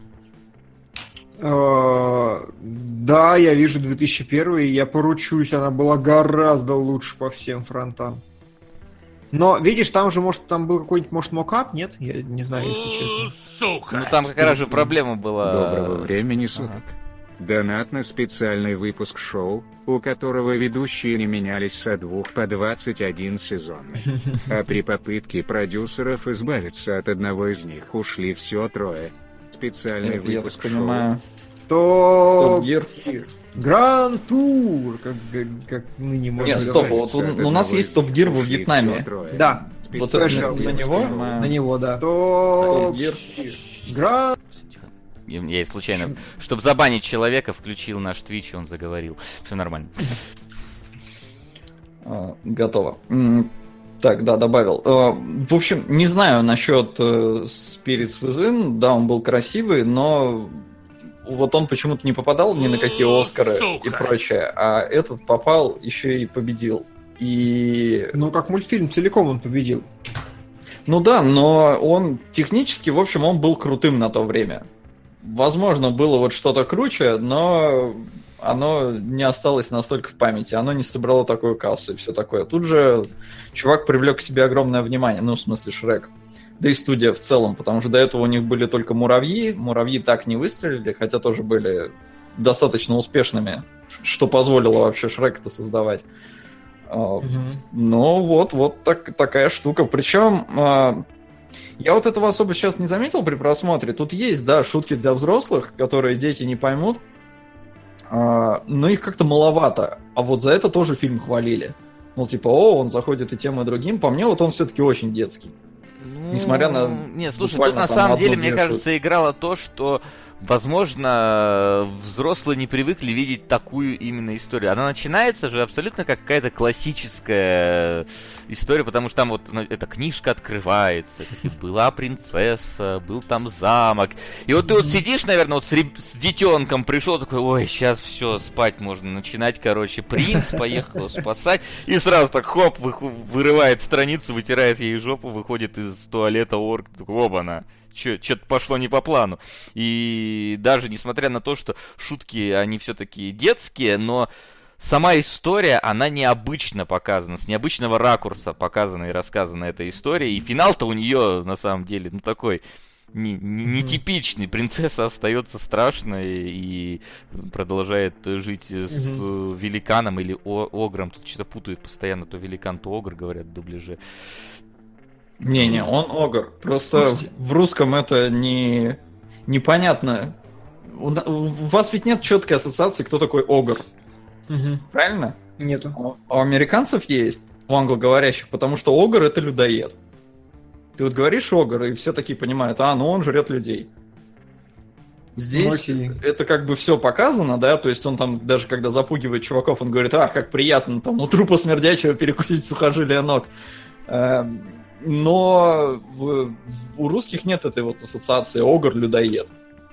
Э, Да, я вижу две тысячи первый, и я поручусь, она была гораздо лучше по всем фронтам. Но, видишь, там же, может, там был какой-нибудь, может, мокап, нет? Я не знаю, если честно. Сука! Ну там как раз же проблема была... Доброго времени суток. Донат на специальный выпуск шоу, у которого ведущие не менялись со двух по двадцать один сезон. А при попытке продюсеров избавиться от одного из них ушли все трое. Специальный Это, я так выпуск шоу. понимаю, То... Топ Гир. Гранд Тур, как, как, как ныне можно Нет, сказать. стоп, вот у- у нас есть Топ Гир во Ушли Вьетнаме. всё трое. Да, Вот Специальный это на выпуск него? шоу. На- на него, да. Топ Топ Гир. Гранд... Я, я случайно, чтобы забанить человека, включил наш Twitch, и он заговорил. Все нормально. А, Готово. М, Так, да, добавил. А, В общем, не знаю насчет э, Spirits Within, да, он был красивый, но вот он почему-то не попадал ни на какие Оскары Сука. и прочее, а этот попал, еще и победил. И Ну, как мультфильм целиком он победил. ну да, но он технически, в общем, он был крутым на то время. Возможно, было вот что-то круче, но оно не осталось настолько в памяти, оно не собрало такую кассу и все такое. Тут же чувак привлек к себе огромное внимание, ну, в смысле, Шрек. Да и студия в целом, потому что до этого у них были только муравьи, муравьи так не выстрелили, хотя тоже были достаточно успешными, что позволило вообще Шрек это создавать. А, Ну вот, вот так, такая штука. Причем а, я вот этого особо сейчас не заметил при просмотре. Тут есть, да, шутки для взрослых, которые дети не поймут, а, но их как-то маловато. А вот за это тоже фильм хвалили. Ну типа, о, он заходит и тем, и другим. По мне, вот он все-таки очень детский. Ну, Несмотря на Нет, слушай, тут буквально на там самом деле, одну-две мне кажется, играло то, что, возможно, взрослые не привыкли видеть такую именно историю. Она начинается же абсолютно как какая-то классическая история, потому что там вот ну, эта книжка открывается, такие, была принцесса, был там замок. И вот ты вот сидишь, наверное, вот с, реб- с детенком пришел такой, ой, сейчас все, спать можно начинать, короче, принц поехал спасать, и сразу так хоп, вы- вырывает страницу, вытирает ей жопу, выходит из туалета орк, такой, оба-на. Что-то пошло не по плану. И даже несмотря на то, что шутки, они все-таки детские, но сама история, она необычно показана, с необычного ракурса показана и рассказана эта история. И финал-то у нее, на самом деле, ну такой не- не- нетипичный. Принцесса остается страшной и продолжает жить с великаном или о- огром. Тут что-то путают постоянно, то великан, то огр, говорят в дубляже. Не-не, он огр. Просто Слушайте. в русском это не непонятно. У, на- у вас ведь нет четкой ассоциации, кто такой огр, Мгм. правильно? Нету. У, у американцев есть, у англоговорящих, потому что огр это людоед. Ты вот говоришь огр, и все такие понимают, а, ну он жрет людей. Здесь Ну, окей. это как бы все показано, да, то есть он там даже когда запугивает чуваков, он говорит, ах, как приятно там у трупа смердячего перекусить сухожилие ног. Эм, Но в- у русских нет этой вот ассоциации огр-людоед.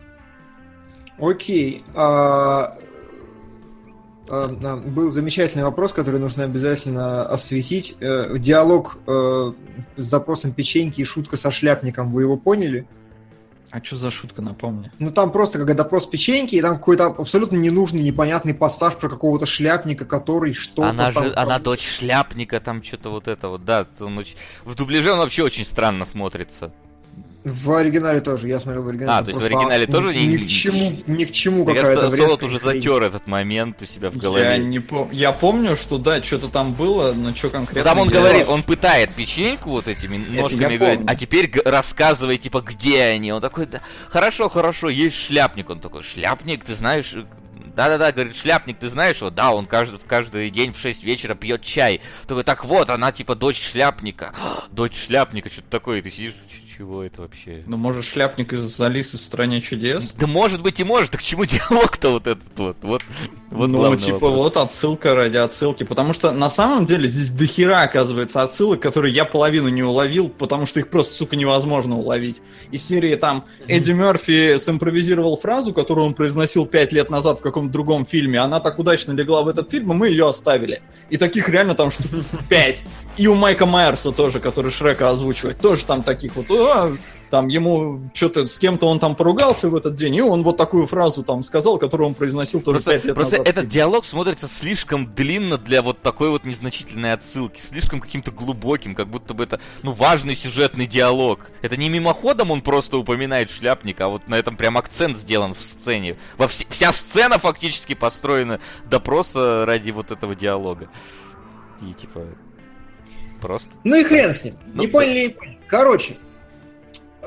Окей. А, а, а, был замечательный вопрос, который нужно обязательно осветить. Э, Диалог э, с запросом печеньки и шутка со шляпником. Вы его поняли? А что за шутка, напомни? Ну там просто как допрос печеньки, и там какой-то абсолютно ненужный, непонятный пассаж про какого-то шляпника, который что-то Она там... же, она дочь шляпника, там что-то вот это вот, да. Он очень- В дубляже он вообще очень странно смотрится. В оригинале тоже, я смотрел в оригинале. А, то есть в оригинале тоже ни, ни к чему, ни к чему Мне какая-то кажется, Солод врезка уже хрень. затер этот момент у себя в голове. Я, не пом... я помню, что да, что-то там было, но что конкретно... Ну, там он я- говорит, он пытает печеньку вот этими ножками, я и говорит, помню. а теперь г- рассказывай, типа, где они. Он такой, да, хорошо, хорошо, есть шляпник. Он такой, шляпник, ты знаешь... Да-да-да, говорит, шляпник, ты знаешь его? Да, он каждый, в каждый день в шесть вечера пьет чай. Такой, так вот, она типа дочь шляпника. Дочь шляпника, что-то такое, и ты сидишь, «Ч- чего это вообще? Ну, может, шляпник из Алисы в стране чудес? Да может быть и может, так к чему диалог-то вот этот вот? Вот, вот ну, главный типа, вопрос. вот отсылка ради отсылки. Потому что на самом деле здесь дохера, оказывается, отсылок, которые я половину не уловил, потому что их просто, сука, невозможно уловить. Из серии там Эдди Мерфи симпровизировал фразу, которую он произносил пять лет назад в каком-то другом фильме. Она так удачно легла в этот фильм, и мы ее оставили. И таких реально там штук пять. И у Майка Майерса тоже, который Шрека озвучивает, тоже там таких вот... «А, там ему что-то с кем-то он там поругался в этот день, и он вот такую фразу там сказал, которую он произносил тоже Просто, пять лет просто назад. этот диалог смотрится слишком длинно для вот такой вот незначительной отсылки, слишком каким-то глубоким, как будто бы это, ну, важный сюжетный диалог. Это не мимоходом он просто упоминает шляпника, а вот на этом прям акцент сделан в сцене. Во вс- вся сцена фактически построена допроса ради вот этого диалога. И типа просто. Ну и хрен с ним. Ну, не да. поняли, не поняли. Короче, э,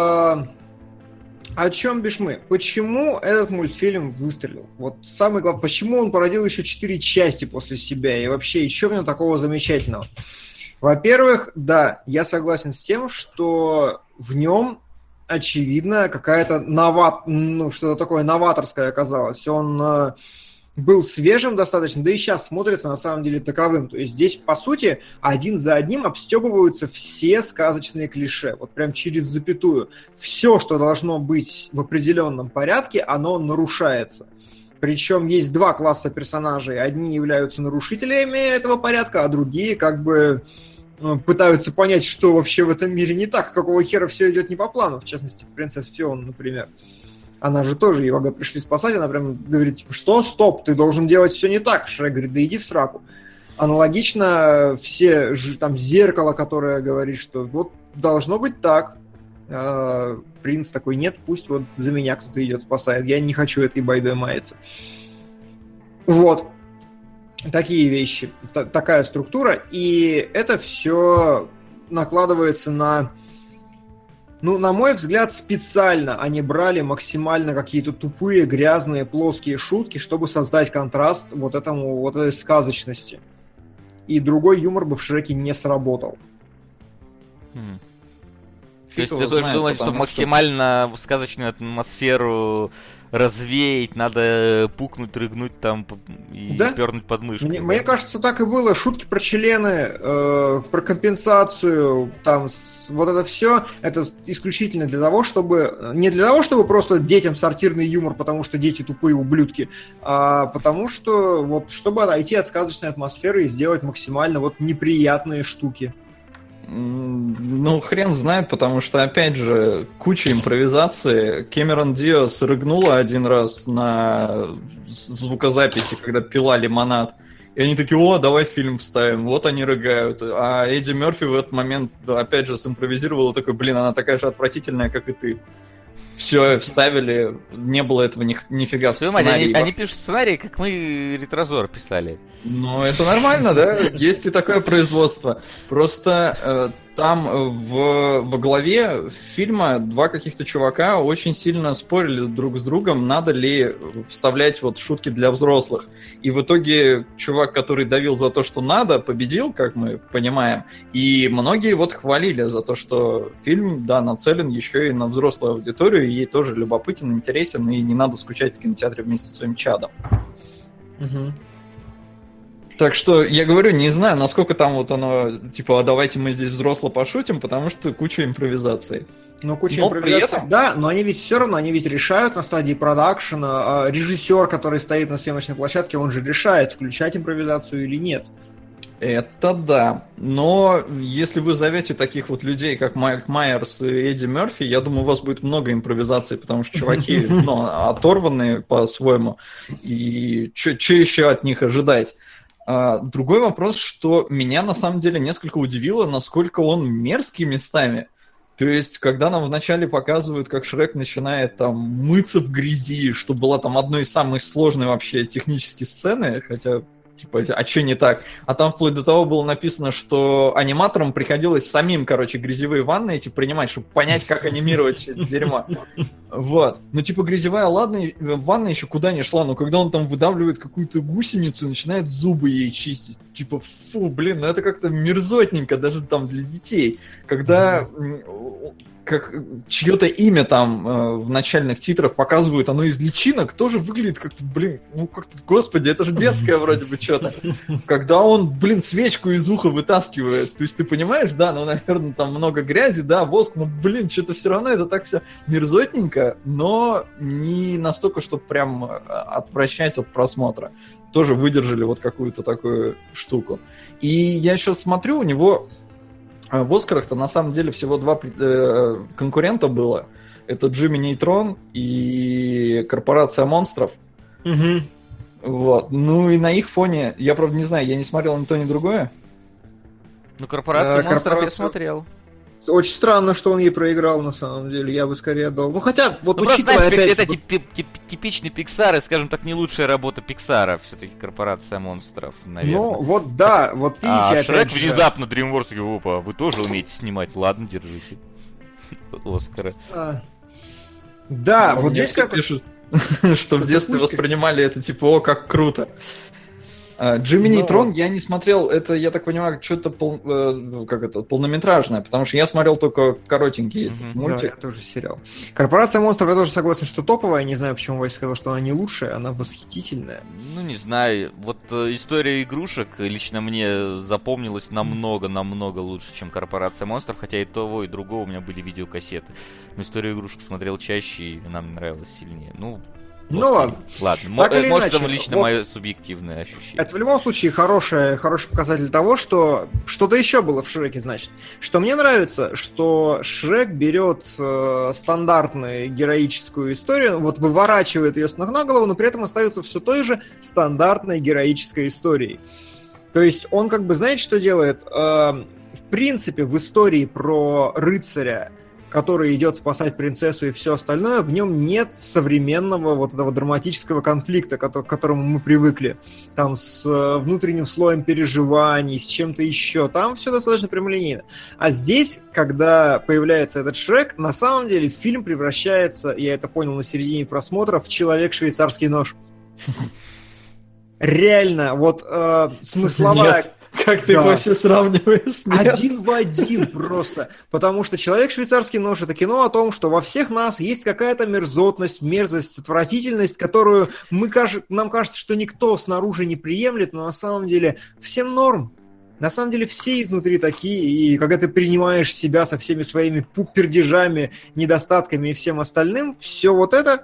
о чем бишь мы? Почему этот мультфильм выстрелил? Вот самое главное, почему он породил еще четыре части после себя? И вообще, еще в нем такого замечательного? Во-первых, да, я согласен с тем, что в нем, очевидно, какая-то новат... ну, что-то такое новаторское оказалось. Он... э, был свежим достаточно, да и сейчас смотрится на самом деле таковым. То есть здесь, по сути, один за одним обстебываются все сказочные клише. Вот прям через запятую. Все, что должно быть в определенном порядке, оно нарушается. Причем есть два класса персонажей. Одни являются нарушителями этого порядка, а другие как бы э, пытаются понять, что вообще в этом мире не так, какого хера все идет не по плану. В частности, принцесса Фиона, например. Она же тоже, его когда пришли спасать, она прям говорит, типа, что? Стоп, ты должен делать все не так. Шрек говорит, да иди в сраку. Аналогично все, ж- там, зеркало, которое говорит, что вот должно быть так. А, принц такой, нет, пусть вот за меня кто-то идет спасает. Я не хочу этой байдой маяться. Вот. Такие вещи. Т- такая структура. И это все накладывается на... Ну, на мой взгляд, специально они брали максимально какие-то тупые, грязные, плоские шутки, чтобы создать контраст вот этому, вот этой сказочности. И другой юмор бы в Шреке не сработал. Хм. То Фиг есть его ты тоже знает, думаешь, что потому максимально сказочную атмосферу развеять, надо пукнуть, рыгнуть там п- и Да. пернуть под мышкой? Мне, да? мне кажется, так и было. Шутки про члены, э, про компенсацию, там, с- вот это все, это исключительно для того, чтобы... Не для того, чтобы просто детям сортирный юмор, потому что дети тупые ублюдки, а потому что, вот, чтобы отойти от сказочной атмосферы и сделать максимально вот неприятные штуки. М, Ну, хрен знает, потому что, опять же, куча импровизации. Кэмерон Диас рыгнула один раз на звукозаписи, когда пила лимонад. И они такие, о, давай фильм вставим. Вот они рыгают. А Эдди Мерфи в этот момент, да, опять же, симпровизировал и такой, блин, она такая же отвратительная, как и ты. Все, вставили, не было этого ни, нифига в Твою мать, сценарии. они, они пишут сценарий, как мы Ретрозор писали. Ну, это нормально, да? Есть и такое производство. Просто э, там э, в, во главе фильма два каких-то чувака очень сильно спорили друг с другом, надо ли вставлять вот шутки для взрослых. И в итоге чувак, который давил за то, что надо, победил, как мы понимаем. И многие вот хвалили за то, что фильм, да, нацелен еще и на взрослую аудиторию, и ей тоже любопытен, интересен, и не надо скучать в кинотеатре вместе со своим чадом. Угу. Так что, я говорю, не знаю, насколько там вот оно, типа, а давайте мы здесь взросло пошутим, потому что куча импровизации. Ну, куча Но импровизаций. при этом- Да, но они ведь все равно, они ведь решают на стадии продакшена. А режиссер, который стоит на съемочной площадке, он же решает, включать импровизацию или нет. Это да. Но если вы зовете таких вот людей, как Майк Майерс и Эдди Мерфи, я думаю, у вас будет много импровизаций, потому что чуваки, ну, оторванные по-своему, и что еще от них ожидать? А, другой вопрос, что меня на самом деле несколько удивило, насколько он мерзкий местами. То есть, когда нам вначале показывают, как Шрек начинает там мыться в грязи, что была там одной из самых сложных вообще технически сцены, хотя, типа, а что не так? А там вплоть до того было написано, что аниматорам приходилось самим, короче, грязевые ванны эти принимать, чтобы понять, как анимировать все это дерьмо. Вот. Ну, типа, грязевая, ладно, ванна еще куда не шла, но когда он там выдавливает какую-то гусеницу и начинает зубы ей чистить, типа, фу, блин, ну это как-то мерзотненько, даже там для детей. Когда как чье-то имя там э, в начальных титрах показывают, оно из личинок, тоже выглядит как-то, блин, ну как-то, господи, это же детское вроде бы что-то. Когда он, блин, свечку из уха вытаскивает, то есть ты понимаешь, да, ну, наверное, там много грязи, да, воск, но, блин, что-то все равно это так все мерзотненько, но не настолько, чтобы прям отвращать от просмотра. Тоже выдержали вот какую-то такую штуку. И я сейчас смотрю, у него в Оскарах-то на самом деле всего два э, конкурента было. Это Джимми Нейтрон и Корпорация монстров. Угу. Вот. Ну и на их фоне, я правда не знаю, я не смотрел ни то, ни другое. Ну, Корпорация А, монстров корпорация... я смотрел. Очень странно, что он ей проиграл, на самом деле. Я бы скорее отдал. Ну, хотя, вот Ну, просто, учитывая, знаешь, опять... это тип- тип- типичный Pixar, и, скажем так, не лучшая работа Pixar, все-таки Корпорация монстров, наверное. Ну, вот да, вот видите, А опять Шрек же... внезапно DreamWorks такие, опа, вы тоже умеете снимать, ладно, держите. Оскара. А. Да, А вот мне здесь все как... пишут, что в детстве Пушкин. воспринимали это типа, о, как круто. А, Джимми Но- Нейтрон я не смотрел, это, я так понимаю, что-то пол, э, как это, полнометражное, потому что я смотрел только коротенький этот Мгм. Да, мультик. я тоже сериал. Корпорация монстров, я тоже согласен, что топовая. Не знаю, почему Вася сказал, что она не лучшая, она восхитительная. Ну, не знаю, вот э, история игрушек лично мне запомнилась намного-намного лучше, чем Корпорация монстров, хотя и того, и другого у меня были видеокассеты. Но историю игрушек смотрел чаще, и она мне нравилась сильнее. Ну, Ну вот, ладно. Ладно, Так Мо- или может, иначе, это лично вот- мое субъективное ощущение. Это в любом случае хороший, хороший показатель того, что что-то еще было в Шреке, значит. Что мне нравится, что Шрек берет э, стандартную героическую историю, вот выворачивает ее с ног на голову, но при этом остается все той же стандартной героической историей. То есть он как бы, знаете, что делает? Э, в принципе, в истории про рыцаря, который идет спасать принцессу и все остальное, в нем нет современного вот этого драматического конфликта, к которому мы привыкли. Там с внутренним слоем переживаний, с чем-то еще. Там все достаточно прямолинейно. А здесь, когда появляется этот Шрек, на самом деле фильм превращается, я это понял на середине просмотра, в «Человек-швейцарский нож». Реально, вот э, смысловая... Нет. Как ты Да. их вообще сравниваешь? Нет? Один в один просто. Потому что «Человек-швейцарский нож» — это кино о том, что во всех нас есть какая-то мерзотность, мерзость, отвратительность, которую мы, каж... нам кажется, что никто снаружи не приемлет, но на самом деле всем норм. На самом деле все изнутри такие, и когда ты принимаешь себя со всеми своими пердежами, недостатками и всем остальным, все вот это...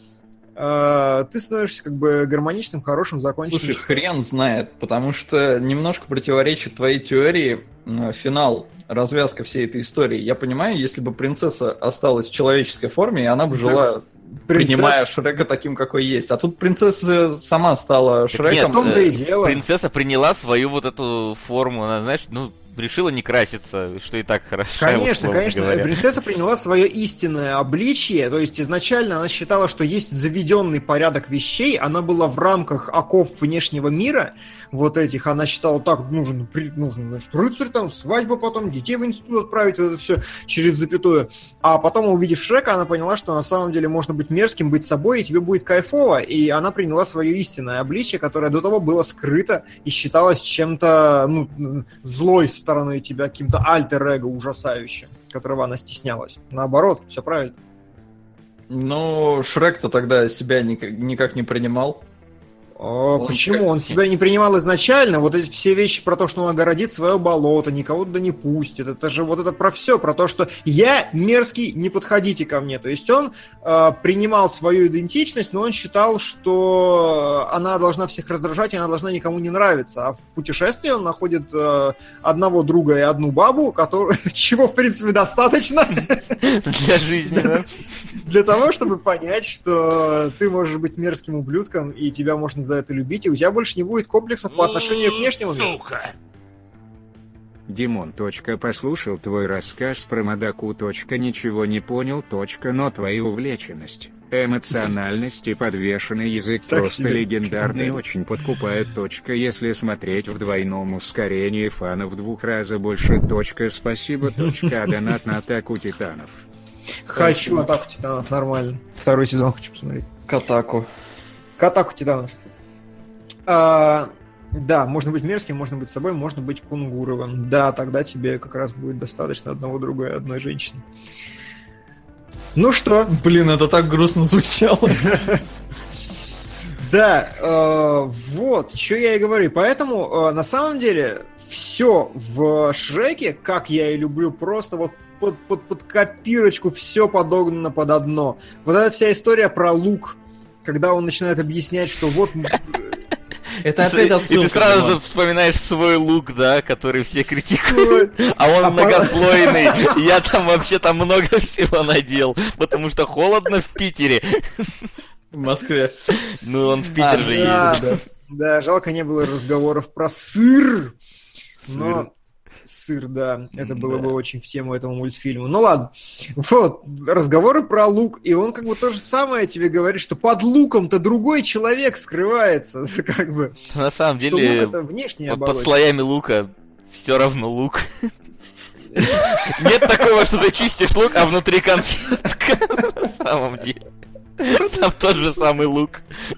ты становишься как бы гармоничным, хорошим, законченным. Слушай, хрен знает, потому что немножко противоречит твоей теории э, финал, развязка всей этой истории. Я понимаю, если бы принцесса осталась в человеческой форме, и она бы жила, принцесса- принимая Шрека таким, какой есть. А тут принцесса сама стала Так нет, Шреком. в том-то и э, дело. Принцесса приняла свою вот эту форму, она, знаешь, ну, решила не краситься, что и так хорошо. Конечно, условно конечно. говоря. Принцесса приняла свое истинное обличие, то есть изначально она считала, что есть заведенный порядок вещей, она была в рамках оков внешнего мира, вот этих, она считала, так, нужен, нужен значит, рыцарь, там, свадьба потом, детей в институт отправить, это все через запятую. А потом, увидев Шрека, она поняла, что на самом деле можно быть мерзким, быть собой, и тебе будет кайфово, и она приняла свое истинное обличие, которое до того было скрыто и считалось чем-то, ну, злой стороной тебя, каким-то альтер-эго ужасающим, которого она стеснялась. Наоборот, все правильно. Ну, Шрек-то тогда себя никак, никак не принимал. А, Он почему? как- Он себя не принимал изначально. Вот эти все вещи про то, что он огородит свое болото, никого туда не пустит. Это же вот это про все, про то, что я мерзкий, не подходите ко мне. То есть он э, принимал свою идентичность, но он считал, что она должна всех раздражать, и она должна никому не нравиться. А в путешествии он находит э, одного друга и одну бабу, который, чего, в принципе, достаточно Для жизни, да? для того, чтобы понять, что ты можешь быть мерзким ублюдком, и тебя можно за это любить, и у тебя больше не будет комплексов по отношению к внешнему миру. Сука! Димон. Послушал твой рассказ про Мадаку. Ничего не понял. Но твою увлеченность, эмоциональность и подвешенный язык Так просто себе. легендарный, очень подкупают. Если смотреть в двойном ускорении, фанов в двух раза больше. Спасибо. А донат на Атаку Титанов. Хочу Атаку Титанов, нормально. Второй сезон хочу посмотреть. К атаку. К Атаку Титанов. А, да, можно быть мерзким, можно быть собой, можно быть кунгуровым. Да, тогда тебе как раз будет достаточно одного друга и одной женщины. Ну что? Блин, это так грустно звучало. Да, э, вот, что я и говорю. Поэтому, э, на самом деле, все в Шреке, как я и люблю, просто вот под, под, под копирочку все подогнано под одно. Вот эта вся история про лук, когда он начинает объяснять, что вот... Это опять отсылка. И ты сразу вспоминаешь свой лук, да, который все критикуют, а он А многослойный. Я там вообще там много всего надел, потому что холодно в Питере. В Москве. Ну, он в Питер А, же Да, ездит. да, да, жалко, не было разговоров про сыр. Но сыр, да, это было бы очень в тему этому мультфильму. Ну ладно, вот, разговоры про лук, и он как бы то же самое тебе говорит, что под луком-то другой человек скрывается, как бы. На самом Что лук деле, это внешняя под, под оболочка. слоями лука все равно лук. Нет такого, что ты чистишь лук, а внутри конфетка. На самом деле. Там тот же самый лук.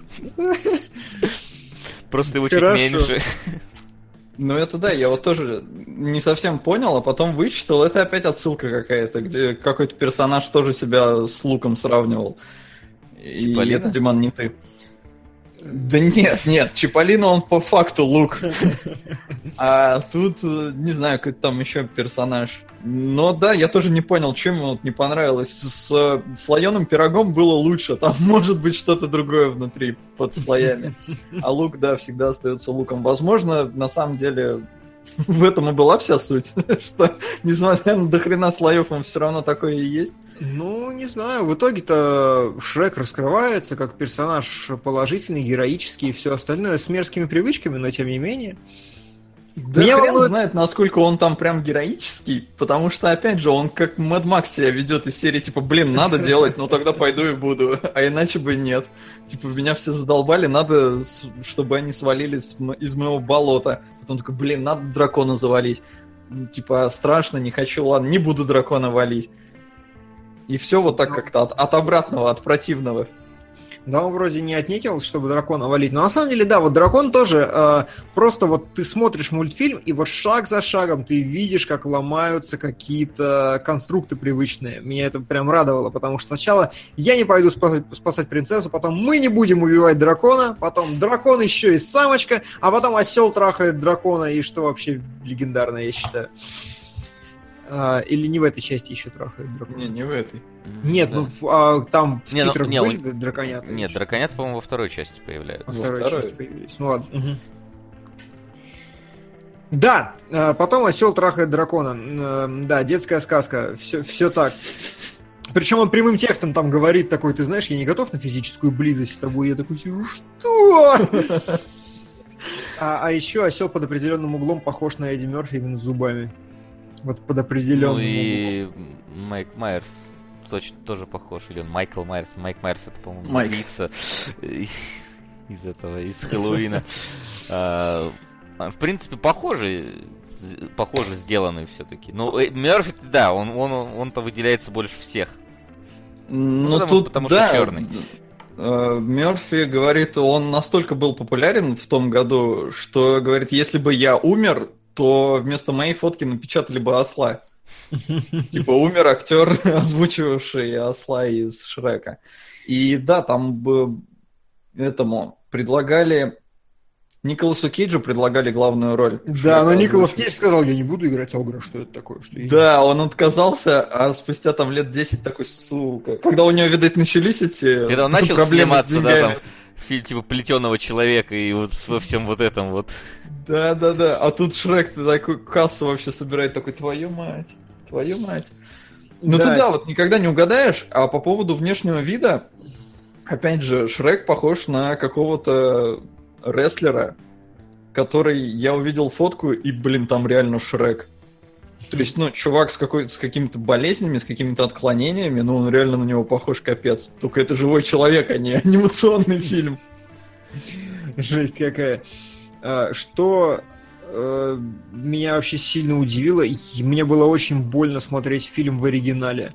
Просто его чуть Хорошо. меньше. Ну это да, я вот тоже не совсем понял, а потом вычитал, это опять отсылка какая-то, где какой-то персонаж тоже себя с луком сравнивал. И Чиполлино? это, Диман, не ты. Да нет, нет, Чиполлино он по факту лук. А тут, э, не знаю, какой-то там еще персонаж. Но да, я тоже не понял, чем ему вот не понравилось. С э, слоеным пирогом было лучше, там может быть что-то другое внутри, под слоями. А лук, да, всегда остается луком. Возможно, на самом деле, в этом и была вся суть, что, несмотря на дохрена слоев, он все равно такой и есть. Ну, не знаю, в итоге-то Шрек раскрывается как персонаж положительный, героический и все остальное, с мерзкими привычками, но тем не менее. Да Меня хрен волнует- знает, насколько он там прям героический, потому что, опять же, он как Мэд Макс себя ведет из серии, типа, блин, надо делать, ну тогда пойду и буду, а иначе бы нет. Типа, меня все задолбали, надо, с- чтобы они свалили с м- из моего болота. Потом такой, блин, надо дракона завалить. Ну, типа, страшно, не хочу, ладно, не буду дракона валить. И все вот так как-то от, от обратного, от противного. Да, он вроде не отнекил, чтобы дракона валить. Но на самом деле, да, вот дракон тоже э, просто вот ты смотришь мультфильм, и вот шаг за шагом ты видишь, как ломаются какие-то конструкты привычные. Меня это прям радовало, потому что сначала я не пойду спасать, спасать принцессу, потом мы не будем убивать дракона, потом дракон еще и самочка, а потом осел трахает дракона, и что вообще легендарно, я считаю. А, или не в этой части еще трахает дракона? Не, не в этой. Нет, Да. ну в- а, там в Не, ну, титрах не, были он- драконята? Нет, драконят, по-моему, во второй части появляются. Во Во второй второй. части появились. Ну ладно. Мгм. Да, э, потом осел трахает дракона. Э, Да, детская сказка. Все, все так. Причем он прямым текстом там говорит такой, ты знаешь, я не готов на физическую близость с тобой. Я такой, сижу, что? А, а еще осел под определенным углом похож на Эдди Мерфи именно зубами. Вот под определенным Ну углом. и Майк Майерс точно тоже похож. Или он Майкл Майерс. Майк Майерс это, по-моему, Майк. лица из этого, из Хэллоуина. А, В принципе, похожи, похоже сделаны все-таки. Но э, Мерфи, да, он, он, он-то выделяется больше всех. Ну, потому- тут, потому что да, чёрный. э, Мерфи говорит, он настолько был популярен в том году, что, говорит, если бы я умер, то вместо моей фотки напечатали бы осла. Типа умер актер, озвучивавший осла из Шрека. И да, там бы этому предлагали... Николасу Кейджу предлагали главную роль. Да, но Шрека Николас озвучить. Кейдж сказал, я не буду играть Огра, что это такое? Что я- Да, он отказался, а спустя там лет десять такой, сука. Когда у него, видать, начались эти Когда он начал проблемы с сниматься, да, деньгами. там, фильм типа плетеного человека и вот во всем вот этом вот. Да, да, да. А тут Шрек такую кассу вообще собирает, такой, твою мать, твою мать. Ну Да. ты да, вот никогда не угадаешь, а по поводу внешнего вида, опять же, Шрек похож на какого-то рестлера, который, я увидел фотку, и, блин, там реально Шрек. То есть, ну, чувак с, какой- с какими-то болезнями, с какими-то отклонениями, ну, он реально на него похож капец. Только это живой человек, а не анимационный фильм. Жесть какая. А, Что э, меня вообще сильно удивило, и мне было очень больно смотреть фильм в оригинале.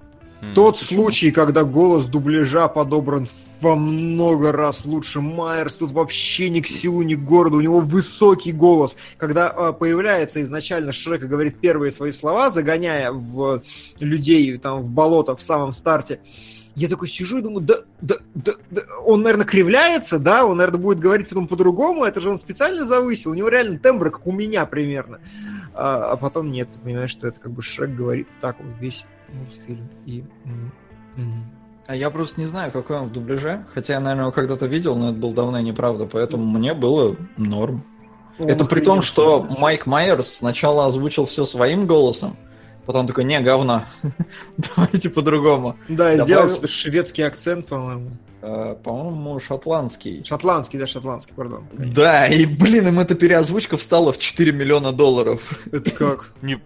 М, Тот почему? случай, когда голос дубляжа подобран во много раз лучше. Майерс тут вообще ни к селу, ни к городу. У него высокий голос. Когда а, появляется изначально Шрек и говорит первые свои слова, загоняя в людей там в болото в самом старте, я такой сижу и думаю, да, да, да, да, он, наверное, кривляется, да, он, наверное, будет говорить потом по-другому, это же он специально завысил, у него реально тембр, как у меня примерно. А, а потом нет, ты понимаешь, что это как бы Шрек говорит так вот весь мультфильм. И... м, м. А я просто не знаю, какой он в дубляже. Хотя я, наверное, его когда-то видел, но это было давно и неправда, поэтому мне было норм. Он Это при том, охренел, что конечно. Майк Майерс сначала озвучил все своим голосом, потом такой, не, говно, давайте по-другому. Да, и добавил- сделал шведский акцент, по-моему. Э, По-моему, шотландский. Шотландский, да, шотландский, пардон. конечно. Да, и, блин, им эта переозвучка встала в четыре миллиона долларов. Это как? Не...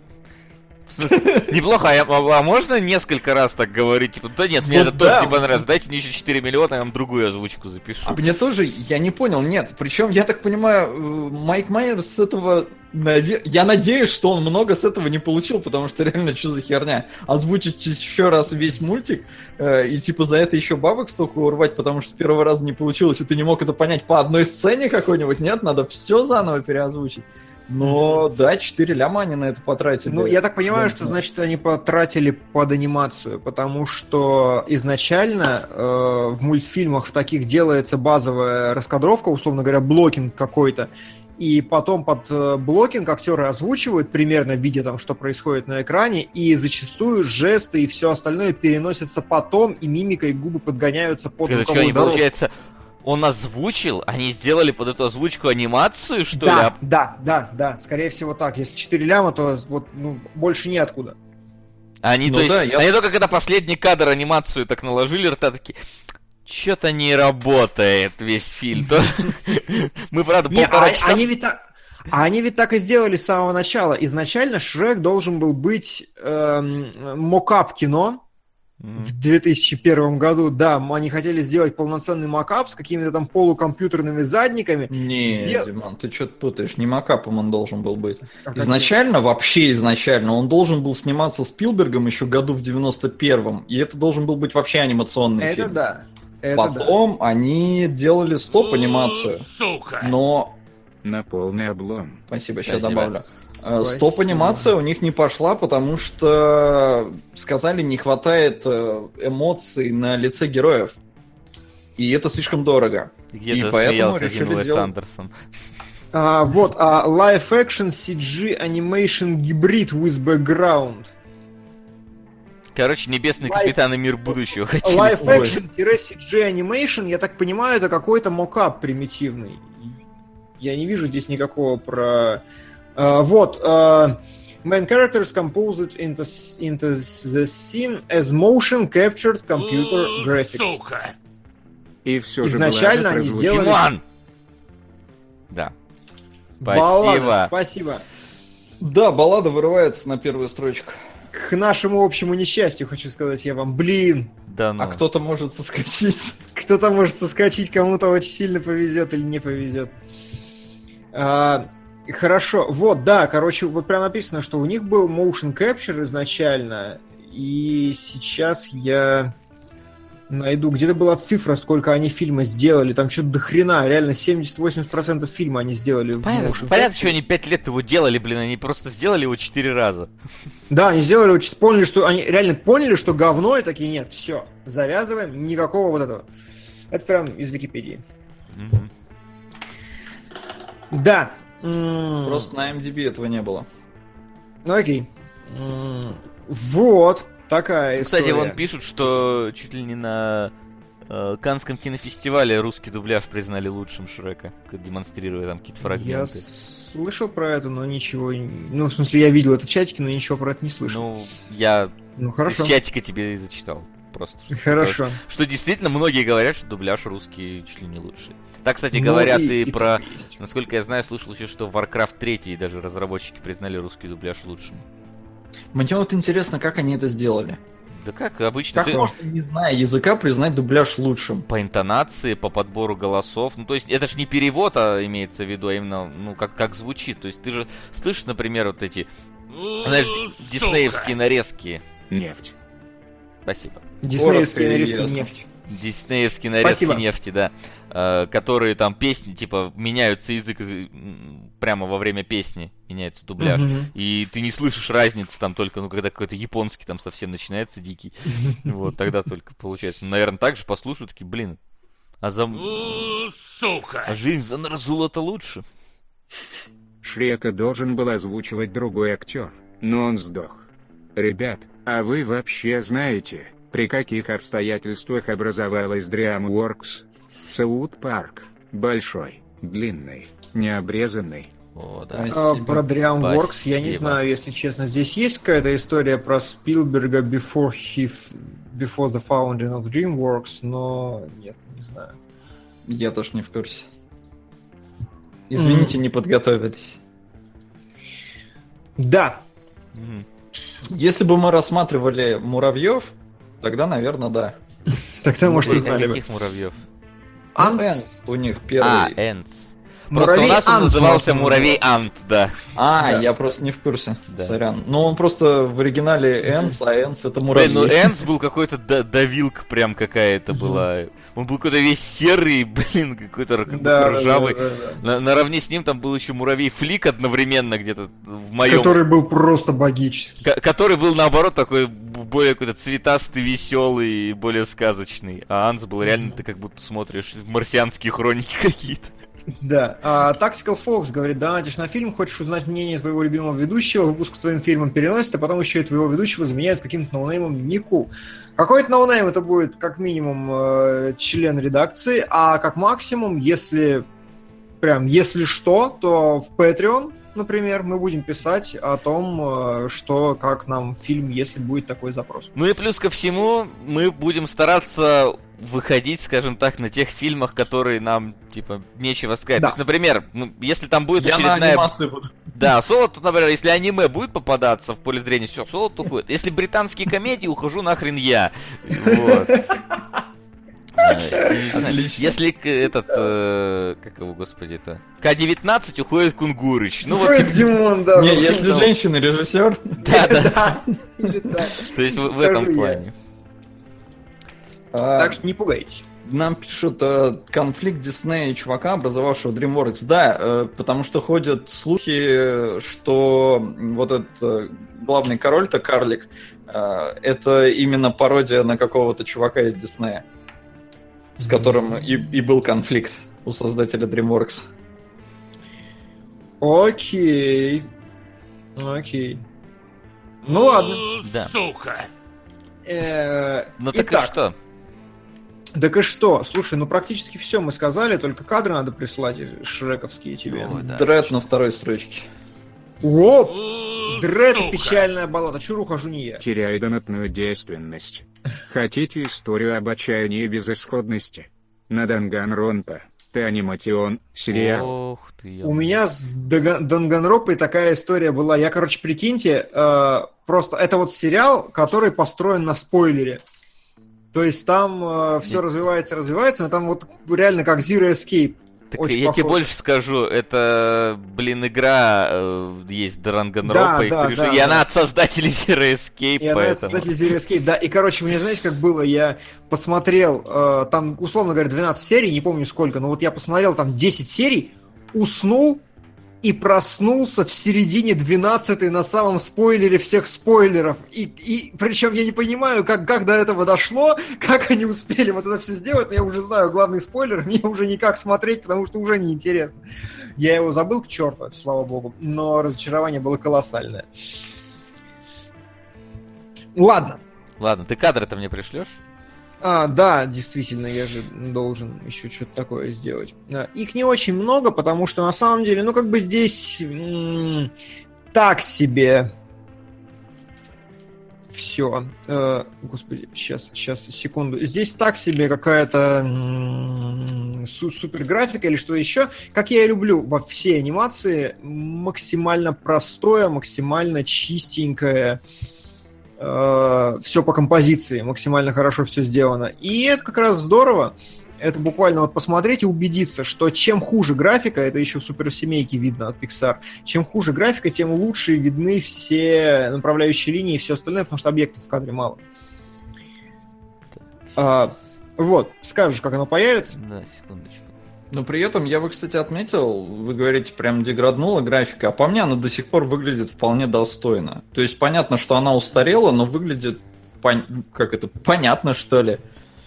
в смысле, неплохо, а, а- а можно несколько раз так говорить? Типа, да нет, мне Вот это тоже да. не понравилось. Дайте мне еще четыре миллиона, я вам другую озвучку запишу. А мне тоже, я не понял, нет. Причем, я так понимаю, э, Майк Майерс с этого... наве- Я надеюсь, что он много с этого не получил, потому что реально, что за херня? Озвучить еще раз весь мультик, э, и типа за это еще бабок столько урвать, потому что с первого раза не получилось, и ты не мог это понять по одной сцене какой-нибудь, нет? Надо все заново переозвучить. Но да, четыре ляма они на это потратили. Ну, я так понимаю, Да, что, да. значит, они потратили под анимацию, потому что изначально э, в мультфильмах в таких делается базовая раскадровка, условно говоря, блокинг какой-то, и потом под э, блокинг актеры озвучивают примерно, видя там, что происходит на экране, и зачастую жесты и все остальное переносятся потом, и мимика, и губы подгоняются под Это что, звуковую они, дорожку. получается, он озвучил, они сделали под эту озвучку анимацию, что ли? Да, А- да, да, да, скорее всего так. Если четыре ляма, то вот ну, больше неоткуда. Они, Ну то есть, да, я- они только когда последний кадр анимацию так наложили, рта такие, что-то не работает весь фильм. То- Мы, правда, Не, полтора а, часа... они ведь так, а они ведь так и сделали с самого начала. Изначально Шрек должен был быть эм, мокап кино Мгм. в две тысячи первом году. Да, они хотели сделать полноценный мокап с какими-то там полукомпьютерными задниками. Не, Сдел- Диман, ты что-то путаешь, не макапом он должен был быть. Как Изначально, вообще изначально, он должен был сниматься Спилбергом еще году в девяносто первом, и это должен был быть вообще анимационный это фильм. да. Это Потом они делали стоп-анимацию, Сука! но... На полный облом. Спасибо, сейчас Спасибо. добавлю. да. Э, Стоп-анимация у них не пошла, потому что сказали, не хватает э, эмоций на лице героев. И это слишком дорого. Где-то И поэтому смеялся один решили Уэс делать- Андерсон. А, вот, а live action си джи animation hybrid with background. Короче, Небесный Life- Капитан и Мир Будущего хотели. Live Ой. action-си джи animation, я так понимаю, это какой-то мокап примитивный. Я не вижу здесь никакого про... А, вот, а, main characters composed into, into the scene as motion captured computer graphics. Сука! И все же Изначально Влада они прозвучит- сделали- Диман! Да. Баллада, Спасибо. спасибо. Да, баллада вырывается на первую строчку. К нашему общему несчастью хочу сказать я вам, блин, Да ну. А кто-то может соскочить. кто-то может соскочить, кому-то очень сильно повезет или не повезет. А, хорошо, вот, да, короче, вот прям написано, что у них был motion capture изначально, и сейчас я найду, где-то была цифра, сколько они фильма сделали, там что-то до хрена, реально семьдесят-восемьдесят процентов фильма они сделали в Понятно, motion понятно, capture. что они пять лет его делали, блин, они просто сделали его четыре раза. Да, они сделали, очень поняли, что они реально поняли, что говно, и такие, нет, все, завязываем, никакого вот этого. Это прям из Википедии. Мгм. Да. М, Просто на эм ди би этого не было. Ну окей. М, Вот, такая история. Кстати, вон пишут, что чуть ли не на э, Каннском кинофестивале русский дубляж признали лучшим Шрека, как демонстрируя там какие-то Я фрагменты. слышал про это, но ничего... не- Ну, в смысле, я видел это в чатике, но ничего про это не слышал. Ну, я Ну, хорошо. из чатика тебе и зачитал. Просто. что- Хорошо. Что действительно многие говорят, что дубляж русский чуть ли не лучший. Так, кстати, Ну, говорят и, и про... так и есть. Насколько я знаю, слышал еще, что Warcraft три даже разработчики признали русский дубляж лучшим. Мне вот интересно, как они это сделали. Да как обычно. Как ты... можно, не зная языка, признать дубляж лучшим? По интонации, по подбору голосов. Ну, то есть, это ж не перевод, а имеется в виду, а именно, ну, как, как звучит. То есть, ты же слышишь, например, вот эти, знаешь, диснеевские нарезки. Нефть. Спасибо. Диснеевские Коротко и нарезки ясно. нефти. Диснеевские нарезки Спасибо. нефти, да. Э, которые там песни, типа, меняются язык м, прямо во время песни, меняется дубляж. Мгм. И ты не слышишь разницы там только, ну, когда какой-то японский там совсем начинается дикий. Вот, тогда только получается. Ну, наверное, так же послушают, такие, блин, а за... Сука! А жизнь за Нарзула-то лучше. Шрека должен был озвучивать другой актер, но он сдох. Ребят, а вы вообще знаете, при каких обстоятельствах образовалась DreamWorks? Саут Парк. Большой, длинный, необрезанный. О, да. Ай. А, Спасибо. про DreamWorks я не Спасибо. знаю, если честно. Здесь есть какая-то история про Спилберга before, he, f- before the founding of DreamWorks, но нет, не знаю. Я тоже не в курсе. Извините, не подготовились. Да, Мгм. Если бы мы рассматривали муравьев, тогда, наверное, да. тогда, может, и А знали бы. каких муравьев? Ну, Антс? Энс у них первый. А, Энц. Просто Муравей у нас он Антс назывался можно муравей Ант, да. А, Да. я просто не в курсе. Да. Сорян. Ну, он просто в оригинале Энс, а Энс это муравей. Блин, ну Энц был какой-то да- давилка прям какая-то была. Он был какой-то весь серый, блин, какой-то р- какой-то Да, да, ржавый. да, да, да. На- наравне с ним там был еще муравей Флик одновременно где-то в моем... Который был просто богический. Ко- который был, наоборот, такой б- более какой-то цветастый, веселый, более сказочный. А Анс был реально, ты как будто смотришь марсианские хроники какие-то. Да. А, Tactical Fox говорит, донатишь на фильм, хочешь узнать мнение твоего любимого ведущего, выпуск с твоим фильмом переносит, а потом еще и твоего ведущего заменяют каким-то ноунеймом Нику. Какой-то ноунейм это будет как минимум э, член редакции, а как максимум, если прям, если что, то в Patreon, например, мы будем писать о том, э, что, как нам фильм, если будет такой запрос. Ну и плюс ко всему, мы будем стараться выходить, скажем так, на тех фильмах, которые нам, типа, нечего сказать. Да. То есть, например, ну, если там будет Я на очередная... анимации буду. Да, соло, тут, например, если аниме будет попадаться в поле зрения, все, соло уходит. Если британские комедии, ухожу нахрен я. Вот. Э, и, Отлично. Если к- этот, э, как его, господи, это, К девятнадцать уходит Кунгурыч. Ну вот, Ой, типа, Димон, да. Не, вот если это. женщина режиссер, да, да, Да, или так. то есть в в этом Скажу я. плане. а, Так что не пугайтесь. нам пишут э, конфликт Диснея и чувака, образовавшего DreamWorks. Да, э, потому что ходят слухи, что вот этот э, главный король-то, карлик, э, это именно пародия на какого-то чувака из Диснея, с которым и, и был конфликт у создателя DreamWorks. Окей. Окей. Ну ладно. Да. Сука! Э, Ну так и итак, что? так и что? Слушай, ну практически все мы сказали, только кадры надо прислать э, шрековские тебе. Ой, да. Дред на второй строчке. Оп! Дред Сука! печальная баллада. Чур ухожу не я. Теряя донатную действенность. Хотите историю об отчаянии и безысходности? На Данганронпа. Таниматион. Сериал. Ох ты, ё- У меня с Дага- Данганропой такая история была. Я, короче, прикиньте, э, просто это вот сериал, который построен на спойлере. То есть там все Нет. развивается, развивается, но там вот реально как Zero Escape. Так Очень я тебе похоже. больше скажу, это, блин, игра э, есть Данганронпа, Да, и, да, ты да, и она да. от создателей Zero Escape, И она поэтому... создатель Zero Escape, да. И, короче, мне знаете, как было? Я посмотрел, э, там, условно говоря, двенадцать серий, не помню сколько, но вот я посмотрел там десять серий, уснул и проснулся в середине двенадцатой на самом спойлере всех спойлеров. И, и причем я не понимаю, как, как до этого дошло, как они успели вот это все сделать, но я уже знаю главный спойлер, мне уже никак смотреть, потому что уже неинтересно. Я его забыл к черту, это, слава богу, но разочарование было колоссальное. Ладно. Ладно, ты кадры-то мне пришлешь? А, да, действительно, я же должен еще что-то такое сделать. А, их не очень много, потому что на самом деле, ну, как бы здесь м- так себе. все. Э, господи, сейчас, сейчас, секунду. Здесь так себе какая-то м- супер графика или что еще. Как я и люблю во всей анимации, максимально простое, максимально чистенькое. Э, все по композиции, максимально хорошо все сделано. И это как раз здорово. Это буквально вот посмотреть и убедиться, что чем хуже графика, это еще в суперсемейке видно от Pixar, чем хуже графика, тем лучше видны все направляющие линии и все остальное, потому что объектов в кадре мало. А, вот, скажешь, как оно появится? Да, секундочку. Но при этом я бы, кстати, отметил, вы говорите, прям деграднула графика, а по мне она до сих пор выглядит вполне достойно. То есть понятно, что она устарела, но выглядит, пон... как это, понятно, что ли.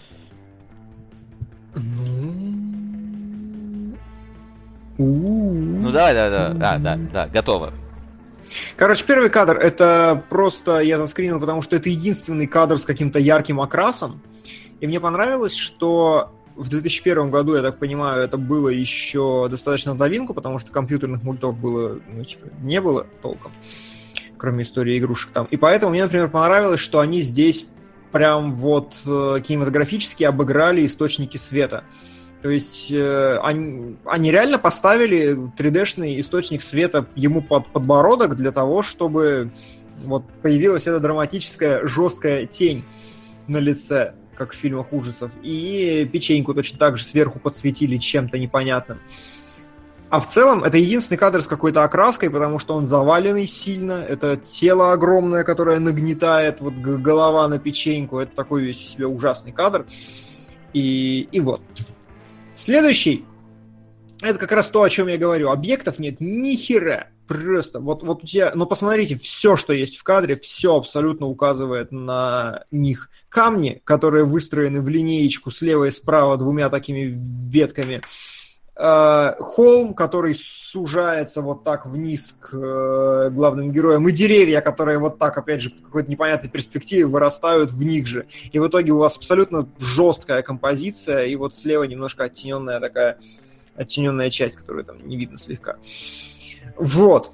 Ну да, да, да, да, да, да, готово. Короче, первый кадр, это просто я заскринил, потому что это единственный кадр с каким-то ярким окрасом. И мне понравилось, что в две тысячи первом году, я так понимаю, это было еще достаточно в новинку, потому что компьютерных мультов было, ну, типа, не было толком, кроме истории игрушек там. И поэтому мне, например, понравилось, что они здесь прям вот э, кинематографически обыграли источники света. То есть э, они, они реально поставили три дэ-шный источник света ему под подбородок для того, чтобы вот появилась эта драматическая жесткая тень на лице, как в фильмах ужасов. И печеньку точно так же сверху подсветили чем-то непонятным. А в целом это единственный кадр с какой-то окраской, потому что он заваленный сильно. Это тело огромное, которое нагнетает, вот голова на печеньку. Это такой весь в себе ужасный кадр. И, и вот. Следующий. Это как раз то, о чем я говорю. Объектов нет ни хера. Просто. Вот, вот у тебя... Ну, посмотрите, все, что есть в кадре, все абсолютно указывает на них. Камни, которые выстроены в линеечку слева и справа двумя такими ветками. Холм, который сужается вот так вниз к э, главным героям, и деревья, которые вот так, опять же, по какой-то непонятной перспективе вырастают в них же. И в итоге у вас абсолютно жесткая композиция, и вот слева немножко оттененная такая, оттененная часть, которую там не видно слегка. Вот.